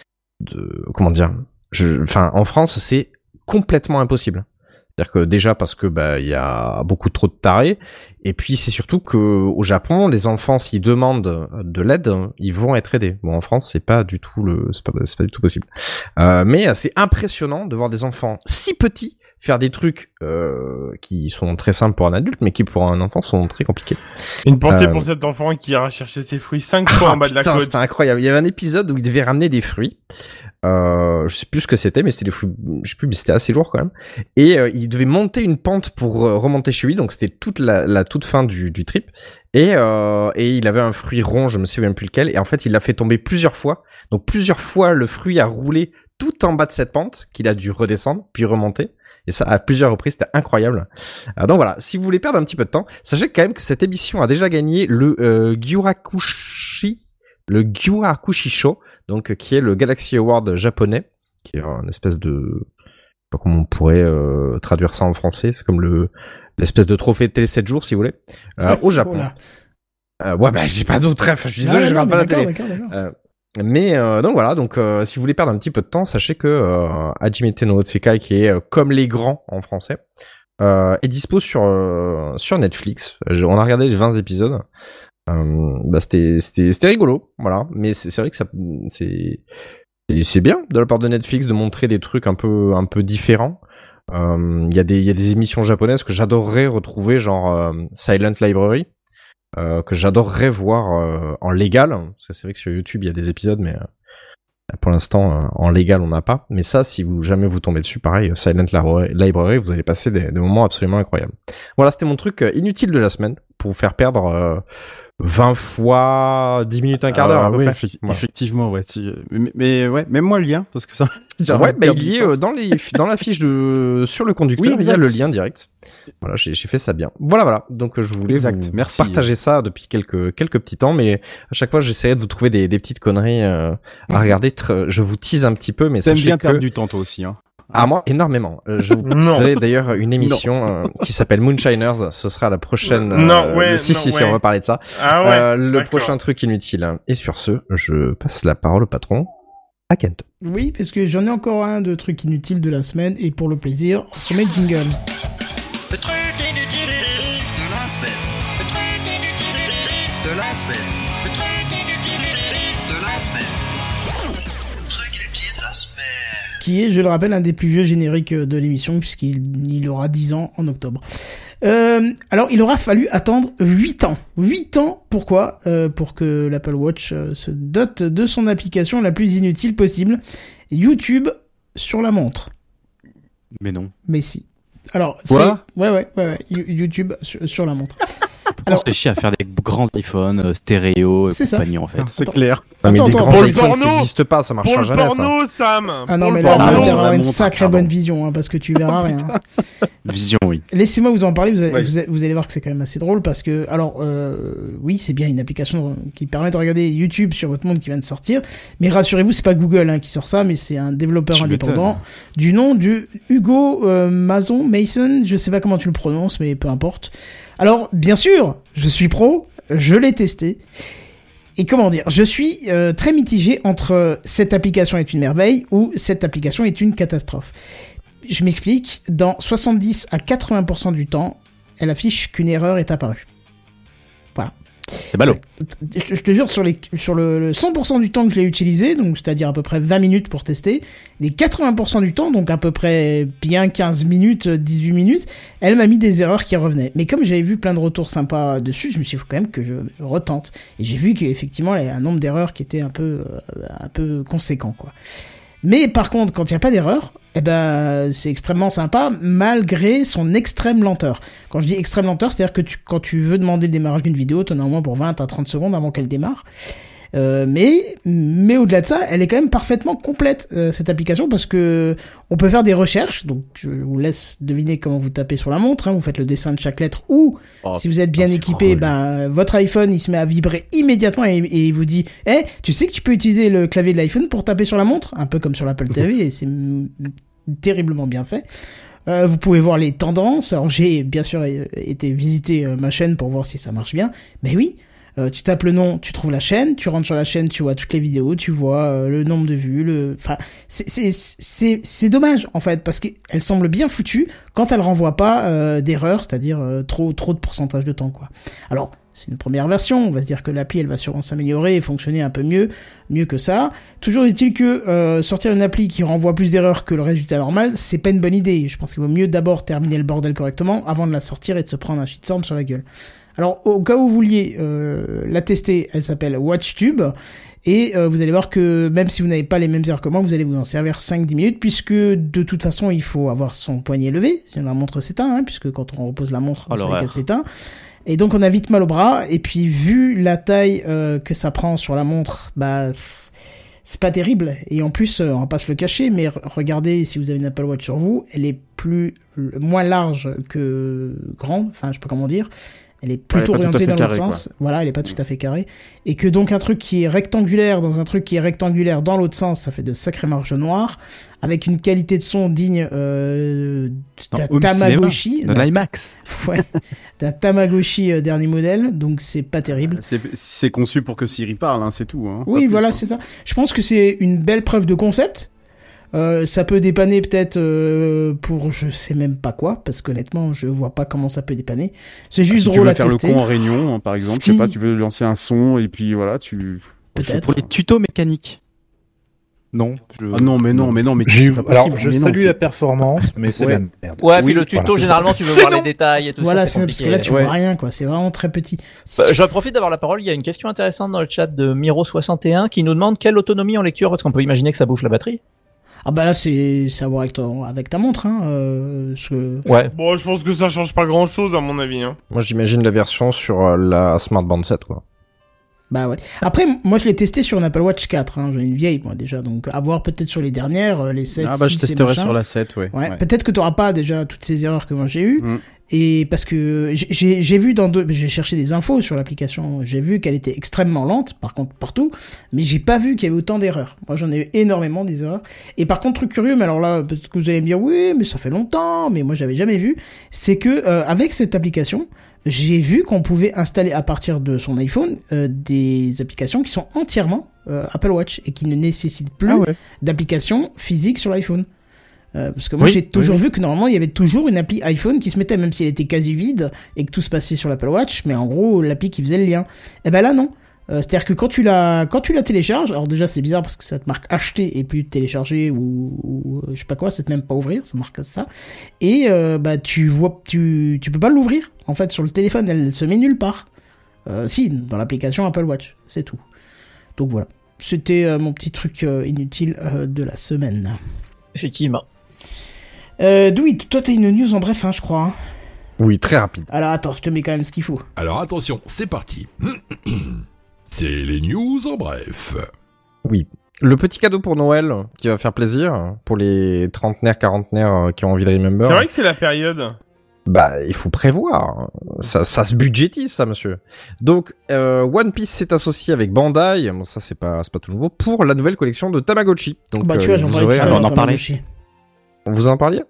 de comment dire, je, enfin en France c'est complètement impossible. C'est-à-dire que déjà parce que bah il y a beaucoup trop de tarés, et puis c'est surtout que au Japon les enfants s'ils demandent de l'aide ils vont être aidés. Bon en France c'est pas du tout le, c'est pas, c'est pas du tout possible. Euh, mais c'est impressionnant de voir des enfants si petits faire des trucs euh, qui sont très simples pour un adulte, mais qui pour un enfant sont très compliqués. Une pensée euh... pour cet enfant qui ira chercher ses fruits cinq fois ah, en bas putain, de la côte. C'était incroyable. Il y avait un épisode où il devait ramener des fruits. Euh, je sais plus ce que c'était, mais c'était des fruits, je sais plus, mais c'était assez lourd quand même. Et euh, il devait monter une pente pour euh, remonter chez lui, donc c'était toute la, la toute fin du, du trip. Et, euh, et il avait un fruit rond, je me souviens plus lequel. Et en fait, il l'a fait tomber plusieurs fois. Donc plusieurs fois, le fruit a roulé tout en bas de cette pente qu'il a dû redescendre puis remonter. Et ça, à plusieurs reprises, c'était incroyable. Alors donc voilà, si vous voulez perdre un petit peu de temps, sachez quand même que cette émission a déjà gagné le euh, Gyurakushi, le Gyurakushi Show, donc qui est le Galaxy Award japonais, qui est une espèce de, je sais pas comment on pourrait euh, traduire ça en français, c'est comme le l'espèce de trophée de télé sept jours, si vous voulez, euh, ouais, au Japon. Euh, ouais, bah j'ai pas d'autre rêve, je suis désolé, ah, je regarde pas la télé. D'accord, d'accord. Euh, Mais euh, donc voilà, donc euh, si vous voulez perdre un petit peu de temps, sachez que euh, Hajimete no Otsukai, qui est euh, comme les grands en français, euh, est dispo sur euh, sur Netflix. On a regardé les vingt épisodes. Euh, bah c'était c'était c'était rigolo, voilà. Mais c'est c'est vrai que ça c'est c'est bien de la part de Netflix de montrer des trucs un peu un peu différents. Euh, Il y a des, il y a des émissions japonaises que j'adorerais retrouver, genre euh, Silent Library, euh, que j'adorerais voir euh, en légal. Parce que c'est vrai que sur YouTube il y a des épisodes, mais euh, pour l'instant euh, en légal on n'a pas. Mais ça, si vous jamais vous tombez dessus, pareil, Silent Library, vous allez passer des, des moments absolument incroyables. Voilà, c'était mon truc euh, inutile de la semaine pour vous faire perdre euh, vingt fois dix minutes, un quart d'heure. Ah, à peu oui, près. effe- Voilà. effectivement, ouais. Si, mais, mais ouais, même moi le lien, parce que ça. Ouais, bah, il y est euh, dans les dans la fiche de sur le conducteur, Oui, il y a exact. le lien direct. Voilà, j'ai j'ai fait ça bien. Voilà, voilà. Donc euh, je voulais Exact. vous, Merci. partager ça depuis quelques quelques petits temps, mais à chaque fois j'essaierai de vous trouver des des petites conneries euh, à regarder. Tr- Je vous tease un petit peu, mais T'aimes sachez bien que perdre du temps toi aussi, hein. ah moi énormément. Euh, je vous Non. teaserai d'ailleurs une émission euh, qui s'appelle Moonshiners. Ce sera la prochaine. Non, euh, ouais, si non, si si, ouais. on va parler de ça. Ah ouais. Euh, le d'accord. prochain truc inutile. Et sur ce, je passe la parole au patron. À Kent. Oui, parce que j'en ai encore un de trucs inutiles de la semaine, et pour le plaisir, on se met le jingle. Le truc inutile de la semaine. Le truc inutile de la semaine. Le truc inutile de la semaine. Le truc inutile de la semaine. Qui est, je le rappelle, un des plus vieux génériques de l'émission, puisqu'il il aura dix ans en octobre. Euh, alors, il aura fallu attendre huit ans. huit ans, pourquoi euh, Pour que l'Apple Watch euh, se dote de son application la plus inutile possible, YouTube sur la montre. Mais non. Mais si. Alors, Quoi c'est... Ouais, ouais, ouais, ouais. You- YouTube sur, sur la montre. Pourquoi Alors- on se fait chier à faire des grands iPhones euh, stéréo et C'est ça. compagnie en fait. C'est Attends. clair. Non, mais Attends, des attends, grands pour le iPhones, ça porno, n'existe pas, ça Pour marchera le jamais ça. porno, Sam. Ah non, Pour mais le là, porno. tu vas sur avoir la une montre, sacrée pardon. bonne vision, hein, parce que tu verras rien. Vision, oui. Laissez-moi vous en parler, vous allez, Ouais. vous allez- vous allez voir que c'est quand même assez drôle, parce que, alors, euh, oui, c'est bien une application qui permet de regarder YouTube sur votre montre qui vient de sortir, mais rassurez-vous, c'est pas Google hein, qui sort ça, mais c'est un développeur Tu indépendant m'étonnes. du nom de Hugo euh, Mason, Mason, je sais pas comment tu le prononces, mais peu importe. Alors, bien sûr, je suis pro, je l'ai testé. Et comment dire, je suis euh, très mitigé entre cette application est une merveille ou cette application est une catastrophe. Je m'explique, dans soixante-dix à quatre-vingts pour cent du temps, elle affiche qu'une erreur est apparue. Voilà. C'est ballot. Je, je te jure, sur, les, sur le, le cent pour cent du temps que je l'ai utilisé, donc c'est-à-dire à peu près vingt minutes pour tester, les quatre-vingts pour cent du temps, donc à peu près bien quinze minutes, dix-huit minutes, elle m'a mis des erreurs qui revenaient. Mais comme j'avais vu plein de retours sympas dessus, je me suis dit, faut quand même que je retente. Et j'ai vu qu'effectivement, il y avait un nombre d'erreurs qui était un peu, euh, un peu conséquent, quoi. Mais par contre, quand il n'y a pas d'erreur, eh ben, c'est extrêmement sympa, malgré son extrême lenteur. Quand je dis extrême lenteur, c'est-à-dire que tu, quand tu veux demander le démarrage d'une vidéo, t'en as au moins pour vingt à trente secondes avant qu'elle démarre. Euh, mais, mais au-delà de ça, elle est quand même parfaitement complète, euh, cette application, parce que on peut faire des recherches. Donc, je vous laisse deviner comment vous tapez sur la montre, hein, vous faites le dessin de chaque lettre, ou, Oh, si vous êtes bien c'est équipé, relou. ben, votre iPhone, il se met à vibrer immédiatement et, et il vous dit, eh, tu sais que tu peux utiliser le clavier de l'iPhone pour taper sur la montre? Un peu comme sur l'Apple T V, et c'est mm, terriblement bien fait. Euh, vous pouvez voir les tendances. Alors, j'ai bien sûr euh, été visiter euh, ma chaîne pour voir si ça marche bien. Mais oui, euh, tu tapes le nom, tu trouves la chaîne, tu rentres sur la chaîne, tu vois toutes les vidéos, tu vois euh, le nombre de vues, le, enfin, c'est c'est c'est c'est dommage en fait parce qu'elle semble bien foutue quand elle renvoie pas euh, d'erreur, c'est-à-dire euh, trop trop de pourcentage de temps quoi. Alors c'est une première version, on va se dire que l'appli elle va sûrement s'améliorer et fonctionner un peu mieux, mieux que ça. Toujours est-il que euh, sortir une appli qui renvoie plus d'erreurs que le résultat normal, c'est pas une bonne idée. Je pense qu'il vaut mieux d'abord terminer le bordel correctement avant de la sortir et de se prendre un shitstorm sur la gueule. Alors au cas où vous vouliez euh, la tester, elle s'appelle WatchTube et euh, vous allez voir que même si vous n'avez pas les mêmes erreurs que moi, vous allez vous en servir cinq à dix minutes puisque de toute façon il faut avoir son poignet levé, sinon la montre s'éteint, hein, puisque quand on repose la montre, Oh, vous savez l'horreur. qu'elle s'éteint. Et donc on a vite mal au bras, et puis vu la taille euh, que ça prend sur la montre, bah pff, c'est pas terrible. Et en plus, euh, on va pas se le cacher, mais re- regardez si vous avez une Apple Watch sur vous, elle est plus moins large que grande, enfin je sais pas comment dire. Elle est plutôt Elle est pas tout à orientée fait dans l'autre carrée, sens. Voilà, elle est pas tout à fait carrée. Et que donc un truc qui est rectangulaire dans un truc qui est rectangulaire dans l'autre sens, ça fait de sacrées marges noires, avec une qualité de son digne euh, d'un Home Tamagotchi. cinéma, d'un IMAX. Ouais, d'un Tamagotchi euh, dernier modèle, donc c'est pas terrible. C'est c'est conçu pour que Siri parle, hein, c'est tout. Hein, Oui, pas plus, voilà, hein. c'est ça. Je pense que c'est une belle preuve de concept. Euh, ça peut dépanner peut-être euh, pour je sais même pas quoi, parce qu'honnêtement, je vois pas comment ça peut dépanner. C'est juste Si tu drôle veux à faire tester. le con en réunion, hein, par exemple, Si. je sais pas, tu veux lancer un son et puis voilà, tu. Peut-être. Pour les tutos mécaniques. Non. Je... Ah non, mais non, mais non, mais J'ai eu- c'est pas Alors, possible, je mais non, salue c'est- la performance, mais c'est Ouais. la merde. Ouais, Oui, puis le tuto, voilà, c'est- généralement, tu veux c'est voir non. les détails et tout Voilà, ça. c'est C'est parce que compliqué. là, tu Ouais. vois rien, quoi. C'est vraiment très petit. Bah, je profite d'avoir la parole. Il y a une question intéressante dans le chat de Miro soixante et un qui nous demande quelle autonomie en lecture, parce qu'on peut imaginer que ça bouffe la batterie. Ah bah là, c'est c'est à voir avec, ton... avec ta montre, hein. Euh... parce que- Ouais. Bon, je pense que ça change pas grand chose à mon avis. Hein. Moi, j'imagine la version sur euh, la Smart Band sept, quoi. Bah ouais. Après, moi, je l'ai testé sur une Apple Watch quatre. Hein. J'ai une vieille, moi, déjà. Donc, à voir peut-être sur les dernières, euh, les sept, Ah bah je six et testerai machin. sur la sept, ouais. Ouais, peut-être que t'auras pas déjà toutes ces erreurs que moi j'ai eues. Mm. Et parce que j'ai- j'ai j'ai vu dans deux, j'ai cherché des infos sur l'application, j'ai vu qu'elle était extrêmement lente, par contre partout, mais j'ai pas vu qu'il y avait autant d'erreurs. Moi j'en ai eu énormément des erreurs. Et par contre truc curieux, mais alors là peut-être que vous allez me dire oui, mais ça fait longtemps, mais moi j'avais jamais vu, c'est que euh, avec cette application, j'ai vu qu'on pouvait installer à partir de son iPhone euh, des applications qui sont entièrement euh, Apple Watch et qui ne nécessitent plus Ah ouais. d'application physique sur l'iPhone. Euh, parce que moi Oui, j'ai toujours oui, oui. vu que normalement il y avait toujours une appli iPhone qui se mettait, même si elle était quasi vide et que tout se passait sur l'Apple Watch, mais en gros l'appli qui faisait le lien. Et ben là non. Euh, c'est-à-dire que quand tu la quand tu la télécharges, alors déjà c'est bizarre parce que ça te marque acheter et puis télécharger ou, ou je sais pas quoi, c'est même pas ouvrir, ça marque ça. Et euh, bah tu vois tu tu peux pas l'ouvrir en fait sur le téléphone, elle se met nulle part. Euh, si dans l'application Apple Watch, c'est tout. Donc voilà, c'était euh, mon petit truc euh, inutile euh, de la semaine. Effectivement. Euh, Douy, toi t'as une news en bref, hein, je crois. Hein. Oui, très rapide. Alors attends, je te mets quand même ce qu'il faut. Alors attention, c'est parti. C'est les news en bref. Oui. Le petit cadeau pour Noël qui va faire plaisir pour les trentenaires, quarantenaires qui ont envie de remember. C'est vrai que c'est la période. Bah, il faut prévoir. Ça, ça se budgétise, ça, monsieur. Donc, euh, One Piece s'est associé avec Bandai. Bon, ça, c'est pas, c'est pas tout nouveau. Pour la nouvelle collection de Tamagotchi. Donc, bah tu euh, vois, j'en vous parlais aurez tout à un- l'heure, on en t'en parlait. as chier. Vous en parliez?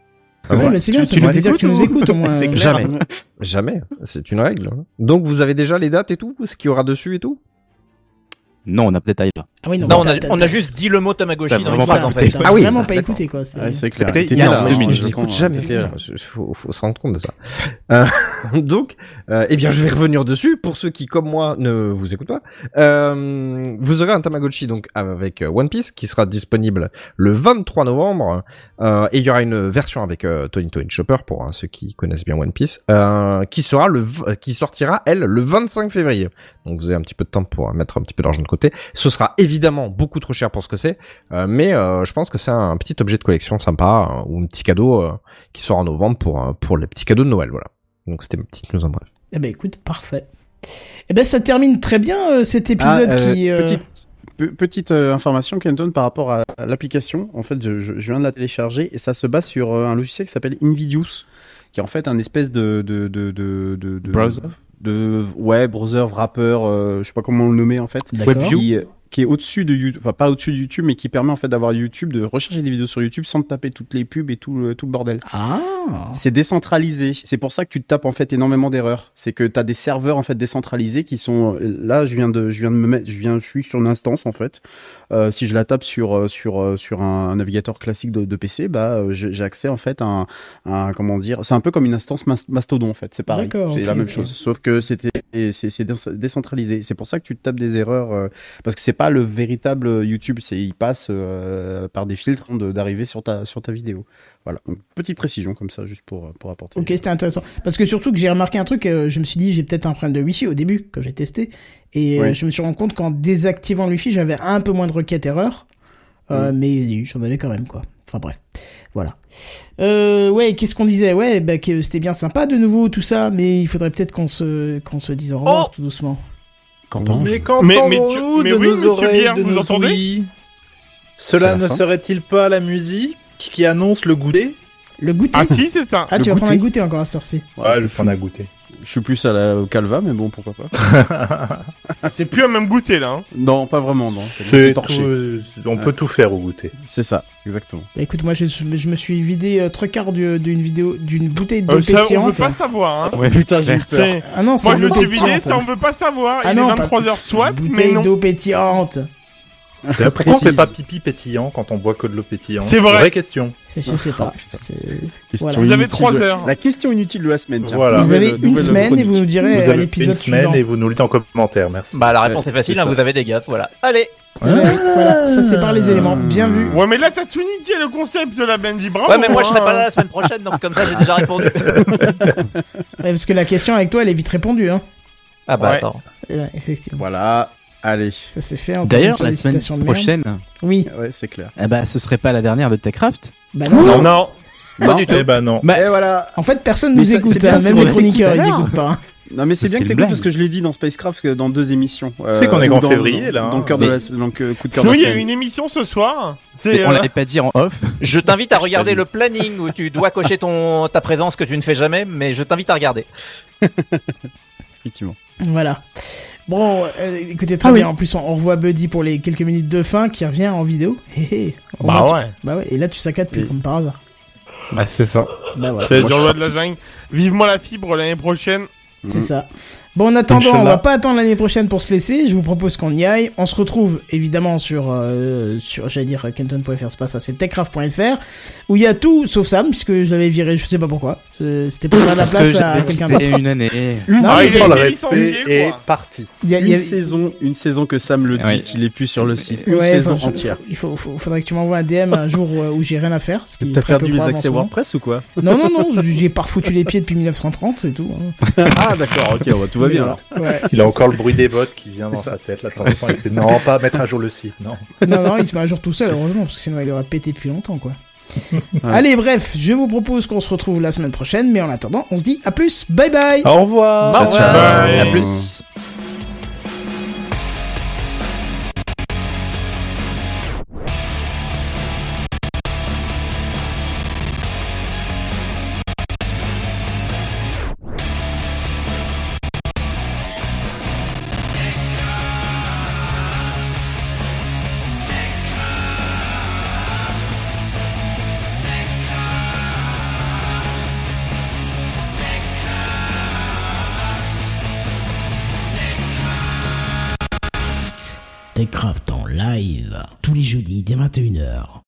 Ah ouais, mais c'est bien, tu- ça tu veut nous dire que écoutes tu nous ou- écoutes au moins. C'est euh, clair. Jamais. Jamais. C'est une règle. Donc, vous avez déjà les dates et tout? Ce qu'il y aura dessus et tout? Non, on a peut-être là. Ah oui, non, Non, on t'as- a, t'as- on a t'as- juste dit le mot Tamagotchi T'as dans une vraiment phrase pas en écouté. fait. t'as Ah oui, vraiment pas d'accord. écouté quoi. c'est- Ouais, c'est clair. C'était T'étais il y a là, deux hein, minutes. je Je l'écoute comprends, jamais. t'étais là. Il faut, faut se rendre compte de ça. Euh, donc, euh, eh bien, je vais revenir dessus. Pour ceux qui, comme moi, ne vous écoutent pas, euh, vous aurez un Tamagotchi donc avec euh, One Piece qui sera disponible le vingt-trois novembre. Euh, et il y aura une version avec euh, Tony Tony Chopper pour hein, ceux qui connaissent bien One Piece, euh, qui sera le, v- qui sortira elle le vingt-cinq février. Donc vous avez un petit peu de temps pour euh, mettre un petit peu d'argent de côté. Ce sera évidemment beaucoup trop cher pour ce que c'est, euh, mais euh, je pense que c'est un petit objet de collection sympa euh, ou un petit cadeau euh, qui sort en novembre pour euh, pour les petits cadeaux de Noël. Voilà. Donc c'était ma petite news en bref. Eh ben écoute, parfait. Eh ben ça termine très bien euh, cet épisode Ah, euh, qui. euh, Petite, pe- petite euh, information, Kenton, par rapport à, à l'application. En fait, je, je, je viens de la télécharger et ça se base sur euh, un logiciel qui s'appelle Invidious, qui est en fait un espèce de de de de de, de Browser. de ouais browser wrapper, euh, je sais pas comment le nommer en fait. D'accord. Qui, qui est au-dessus de YouTube, enfin pas au-dessus de YouTube, mais qui permet en fait d'avoir YouTube, de rechercher des vidéos sur YouTube sans te taper toutes les pubs et tout le, tout le bordel. Ah. C'est décentralisé. C'est pour ça que tu te tapes en fait énormément d'erreurs. C'est que t'as des serveurs en fait décentralisés qui sont là. Je viens de, je viens de me mettre, je viens, je suis sur une instance en fait. Euh, si je la tape sur sur sur un, un navigateur classique de, de P C, bah j'ai j'ai accès en fait à un, à un comment dire. C'est un peu comme une instance mas- Mastodon en fait. C'est pareil. D'accord, C'est ok, la même ok. chose. Sauf que c'était c'est c'est dé- décentralisé. C'est pour ça que tu te tapes des erreurs euh, parce que c'est pas le véritable YouTube. C'est il passe euh, par des filtres de- d'arriver sur ta sur ta vidéo. Voilà. Donc petite précision comme ça juste pour pour apporter. Ok, c'était intéressant. Parce que surtout que j'ai remarqué un truc, euh, je me suis dit j'ai peut-être un problème de Wi-Fi au début quand j'ai testé, et euh, Ouais. je me suis rendu compte qu'en désactivant le Wi-Fi j'avais un peu moins de requêtes erreurs, euh, Mm. mais j'en avais quand même quoi. Enfin bref, voilà. Euh, ouais, qu'est-ce qu'on disait? Ouais, bah que c'était bien sympa de nouveau tout ça, mais il faudrait peut-être qu'on se qu'on se dise au revoir Oh tout doucement. Quand Mais quand Mais- mais tu- mais de oui, nos monsieur oreilles, Bière, de vous nos entendez ouïes, C'est cela la ne fin. serait-il pas la musique qui annonce le goûter? Le goûter. Ah si, c'est ça. Ah, le tu vas prendre goûter. un goûter encore à cette heure-ci. Ouais, je prends à goûter. Je suis plus à la, au Calva, mais bon, pourquoi pas. C'est plus un même goûter là. Hein. Non, pas vraiment, non. C'est torché. tout- on Ouais. peut tout faire au goûter. C'est ça, exactement. Bah écoute, moi je, je me suis vidé euh, trois quarts du- d'une vidéo d'une bouteille d'eau Euh, ça, on pétillante. veut pas savoir. Hein. Ouais, Putain, j'ai eu peur. C'est- Ah non, c'est Moi je me l'eau suis vidé, pétillante. ça on veut pas savoir. Ah Il non, est pas- vingt-trois heures soit, mais Bouteille non. d'eau pétillante. D'ailleurs, pourquoi on fait pas pipi pétillant quand on boit que de l'eau pétillante? C'est vrai. Vraie question. C'est- Je sais pas. C'est- Question Voilà. Vous avez inutile trois de- heures. La question inutile de la semaine. Tiens. Voilà. Vous avez Nouvelle- une nouvelle semaine et chronique. vous nous direz Vous à avez l'épisode une semaine suivant. et vous nous le dites en commentaire, merci. Bah la réponse Ouais, est facile, c'est hein, ça. vous avez des gaz, voilà. Allez. Ouais, voilà, ça sépare les éléments. Bien vu. Ouais, mais là, t'as tout niqué le concept de la Benji. Bravo. Ouais mais moi je serai hein. pas là la semaine prochaine, donc comme ça j'ai déjà répondu. Ouais, parce que la question avec toi, elle est vite répondue. Hein. Ah bah Ouais. attends. Ouais, effectivement. Voilà. Allez. Ça s'est fait en D'ailleurs, pleine la semaine sollicitation de merde. prochaine, Oui. Ouais, c'est clair. eh ben, ce serait pas la dernière de Techcraft. Bah non. Non, non. Pas du tout. Eh ben non. Bah, Et voilà. En fait, personne Mais nous ça- écoute. c'est bien, hein, c'est Même qu'on les l'a dit chroniqueurs, tout à ils l'heure. n'écoutent pas. hein. Non, mais c'est C'est bien que une t'écoutes blague. parce que je l'ai dit dans Spacecraft que dans deux émissions. Tu sais qu'on est ou qu'en dans- février, là, Dans hein. le cœur de Mais- la, dans le coup de cœur de Sinon, la il y a semaine. une émission ce soir. mais C'est. on euh, l'avait pas dit en off. Je t'invite à regarder le planning où tu dois cocher ton ta présence que tu ne fais jamais, mais je t'invite à regarder. Effectivement. Voilà. Bon, euh, écoutez, très Ah bien. oui. En plus, on, on revoit Buddy pour les quelques minutes de fin qui revient en vidéo. Hé hé. Au Bah moins, tu- ouais. Bah ouais. Et là, tu saccades plus Et- comme par hasard. Bah, c'est ça. Bah voilà. C'est Moi, le je roi suis de la jungle. Vivement la fibre l'année prochaine. C'est Mhm. ça. Bon, en attendant, Inch'Allah. on va pas attendre l'année prochaine pour se laisser. Je vous propose qu'on y aille. On se retrouve évidemment sur, euh, sur j'allais dire kenton point f r, c'est pas ça, c'est techcraft point f r, où il y a tout sauf Sam, puisque je l'avais viré, je sais pas pourquoi. C'est- C'était pour faire de la Parce que place à j'avais quelqu'un quitté d'autre. une année. Non, Ah, mais il il y est- a- le été respect licencié, est quoi. parti. il y a- il y Une a- saison, une saison que Sam le dit Ouais. qu'il est plus sur le site. Une Ouais, saison enfin, je- entière. Il faut, faut- faudrait que tu m'envoies un D M un jour euh, où j'ai rien à faire. Ce qui est T'as très perdu peu les probable en accès ce moment. WordPress ou quoi? Non, non, non, j'ai pas refoutu les pieds depuis mille neuf cent trente, c'est tout. hein. Ah d'accord, ok, bah, tout va bien alors. Ouais, Il a c'est encore le bruit des bottes qui vient dans C'est sa tête. Là, de temps en temps, il fait non, pas mettre à jour le site, non. ça. Non, non, il se met à jour tout seul, heureusement, parce que sinon il aurait pété depuis longtemps, quoi. Allez, bref, je vous propose qu'on se retrouve la semaine prochaine, mais en attendant, on se dit à plus, bye bye. Au revoir. Ciao, ciao. Bye. À plus. Techcraft en live tous les jeudis dès vingt et une heures.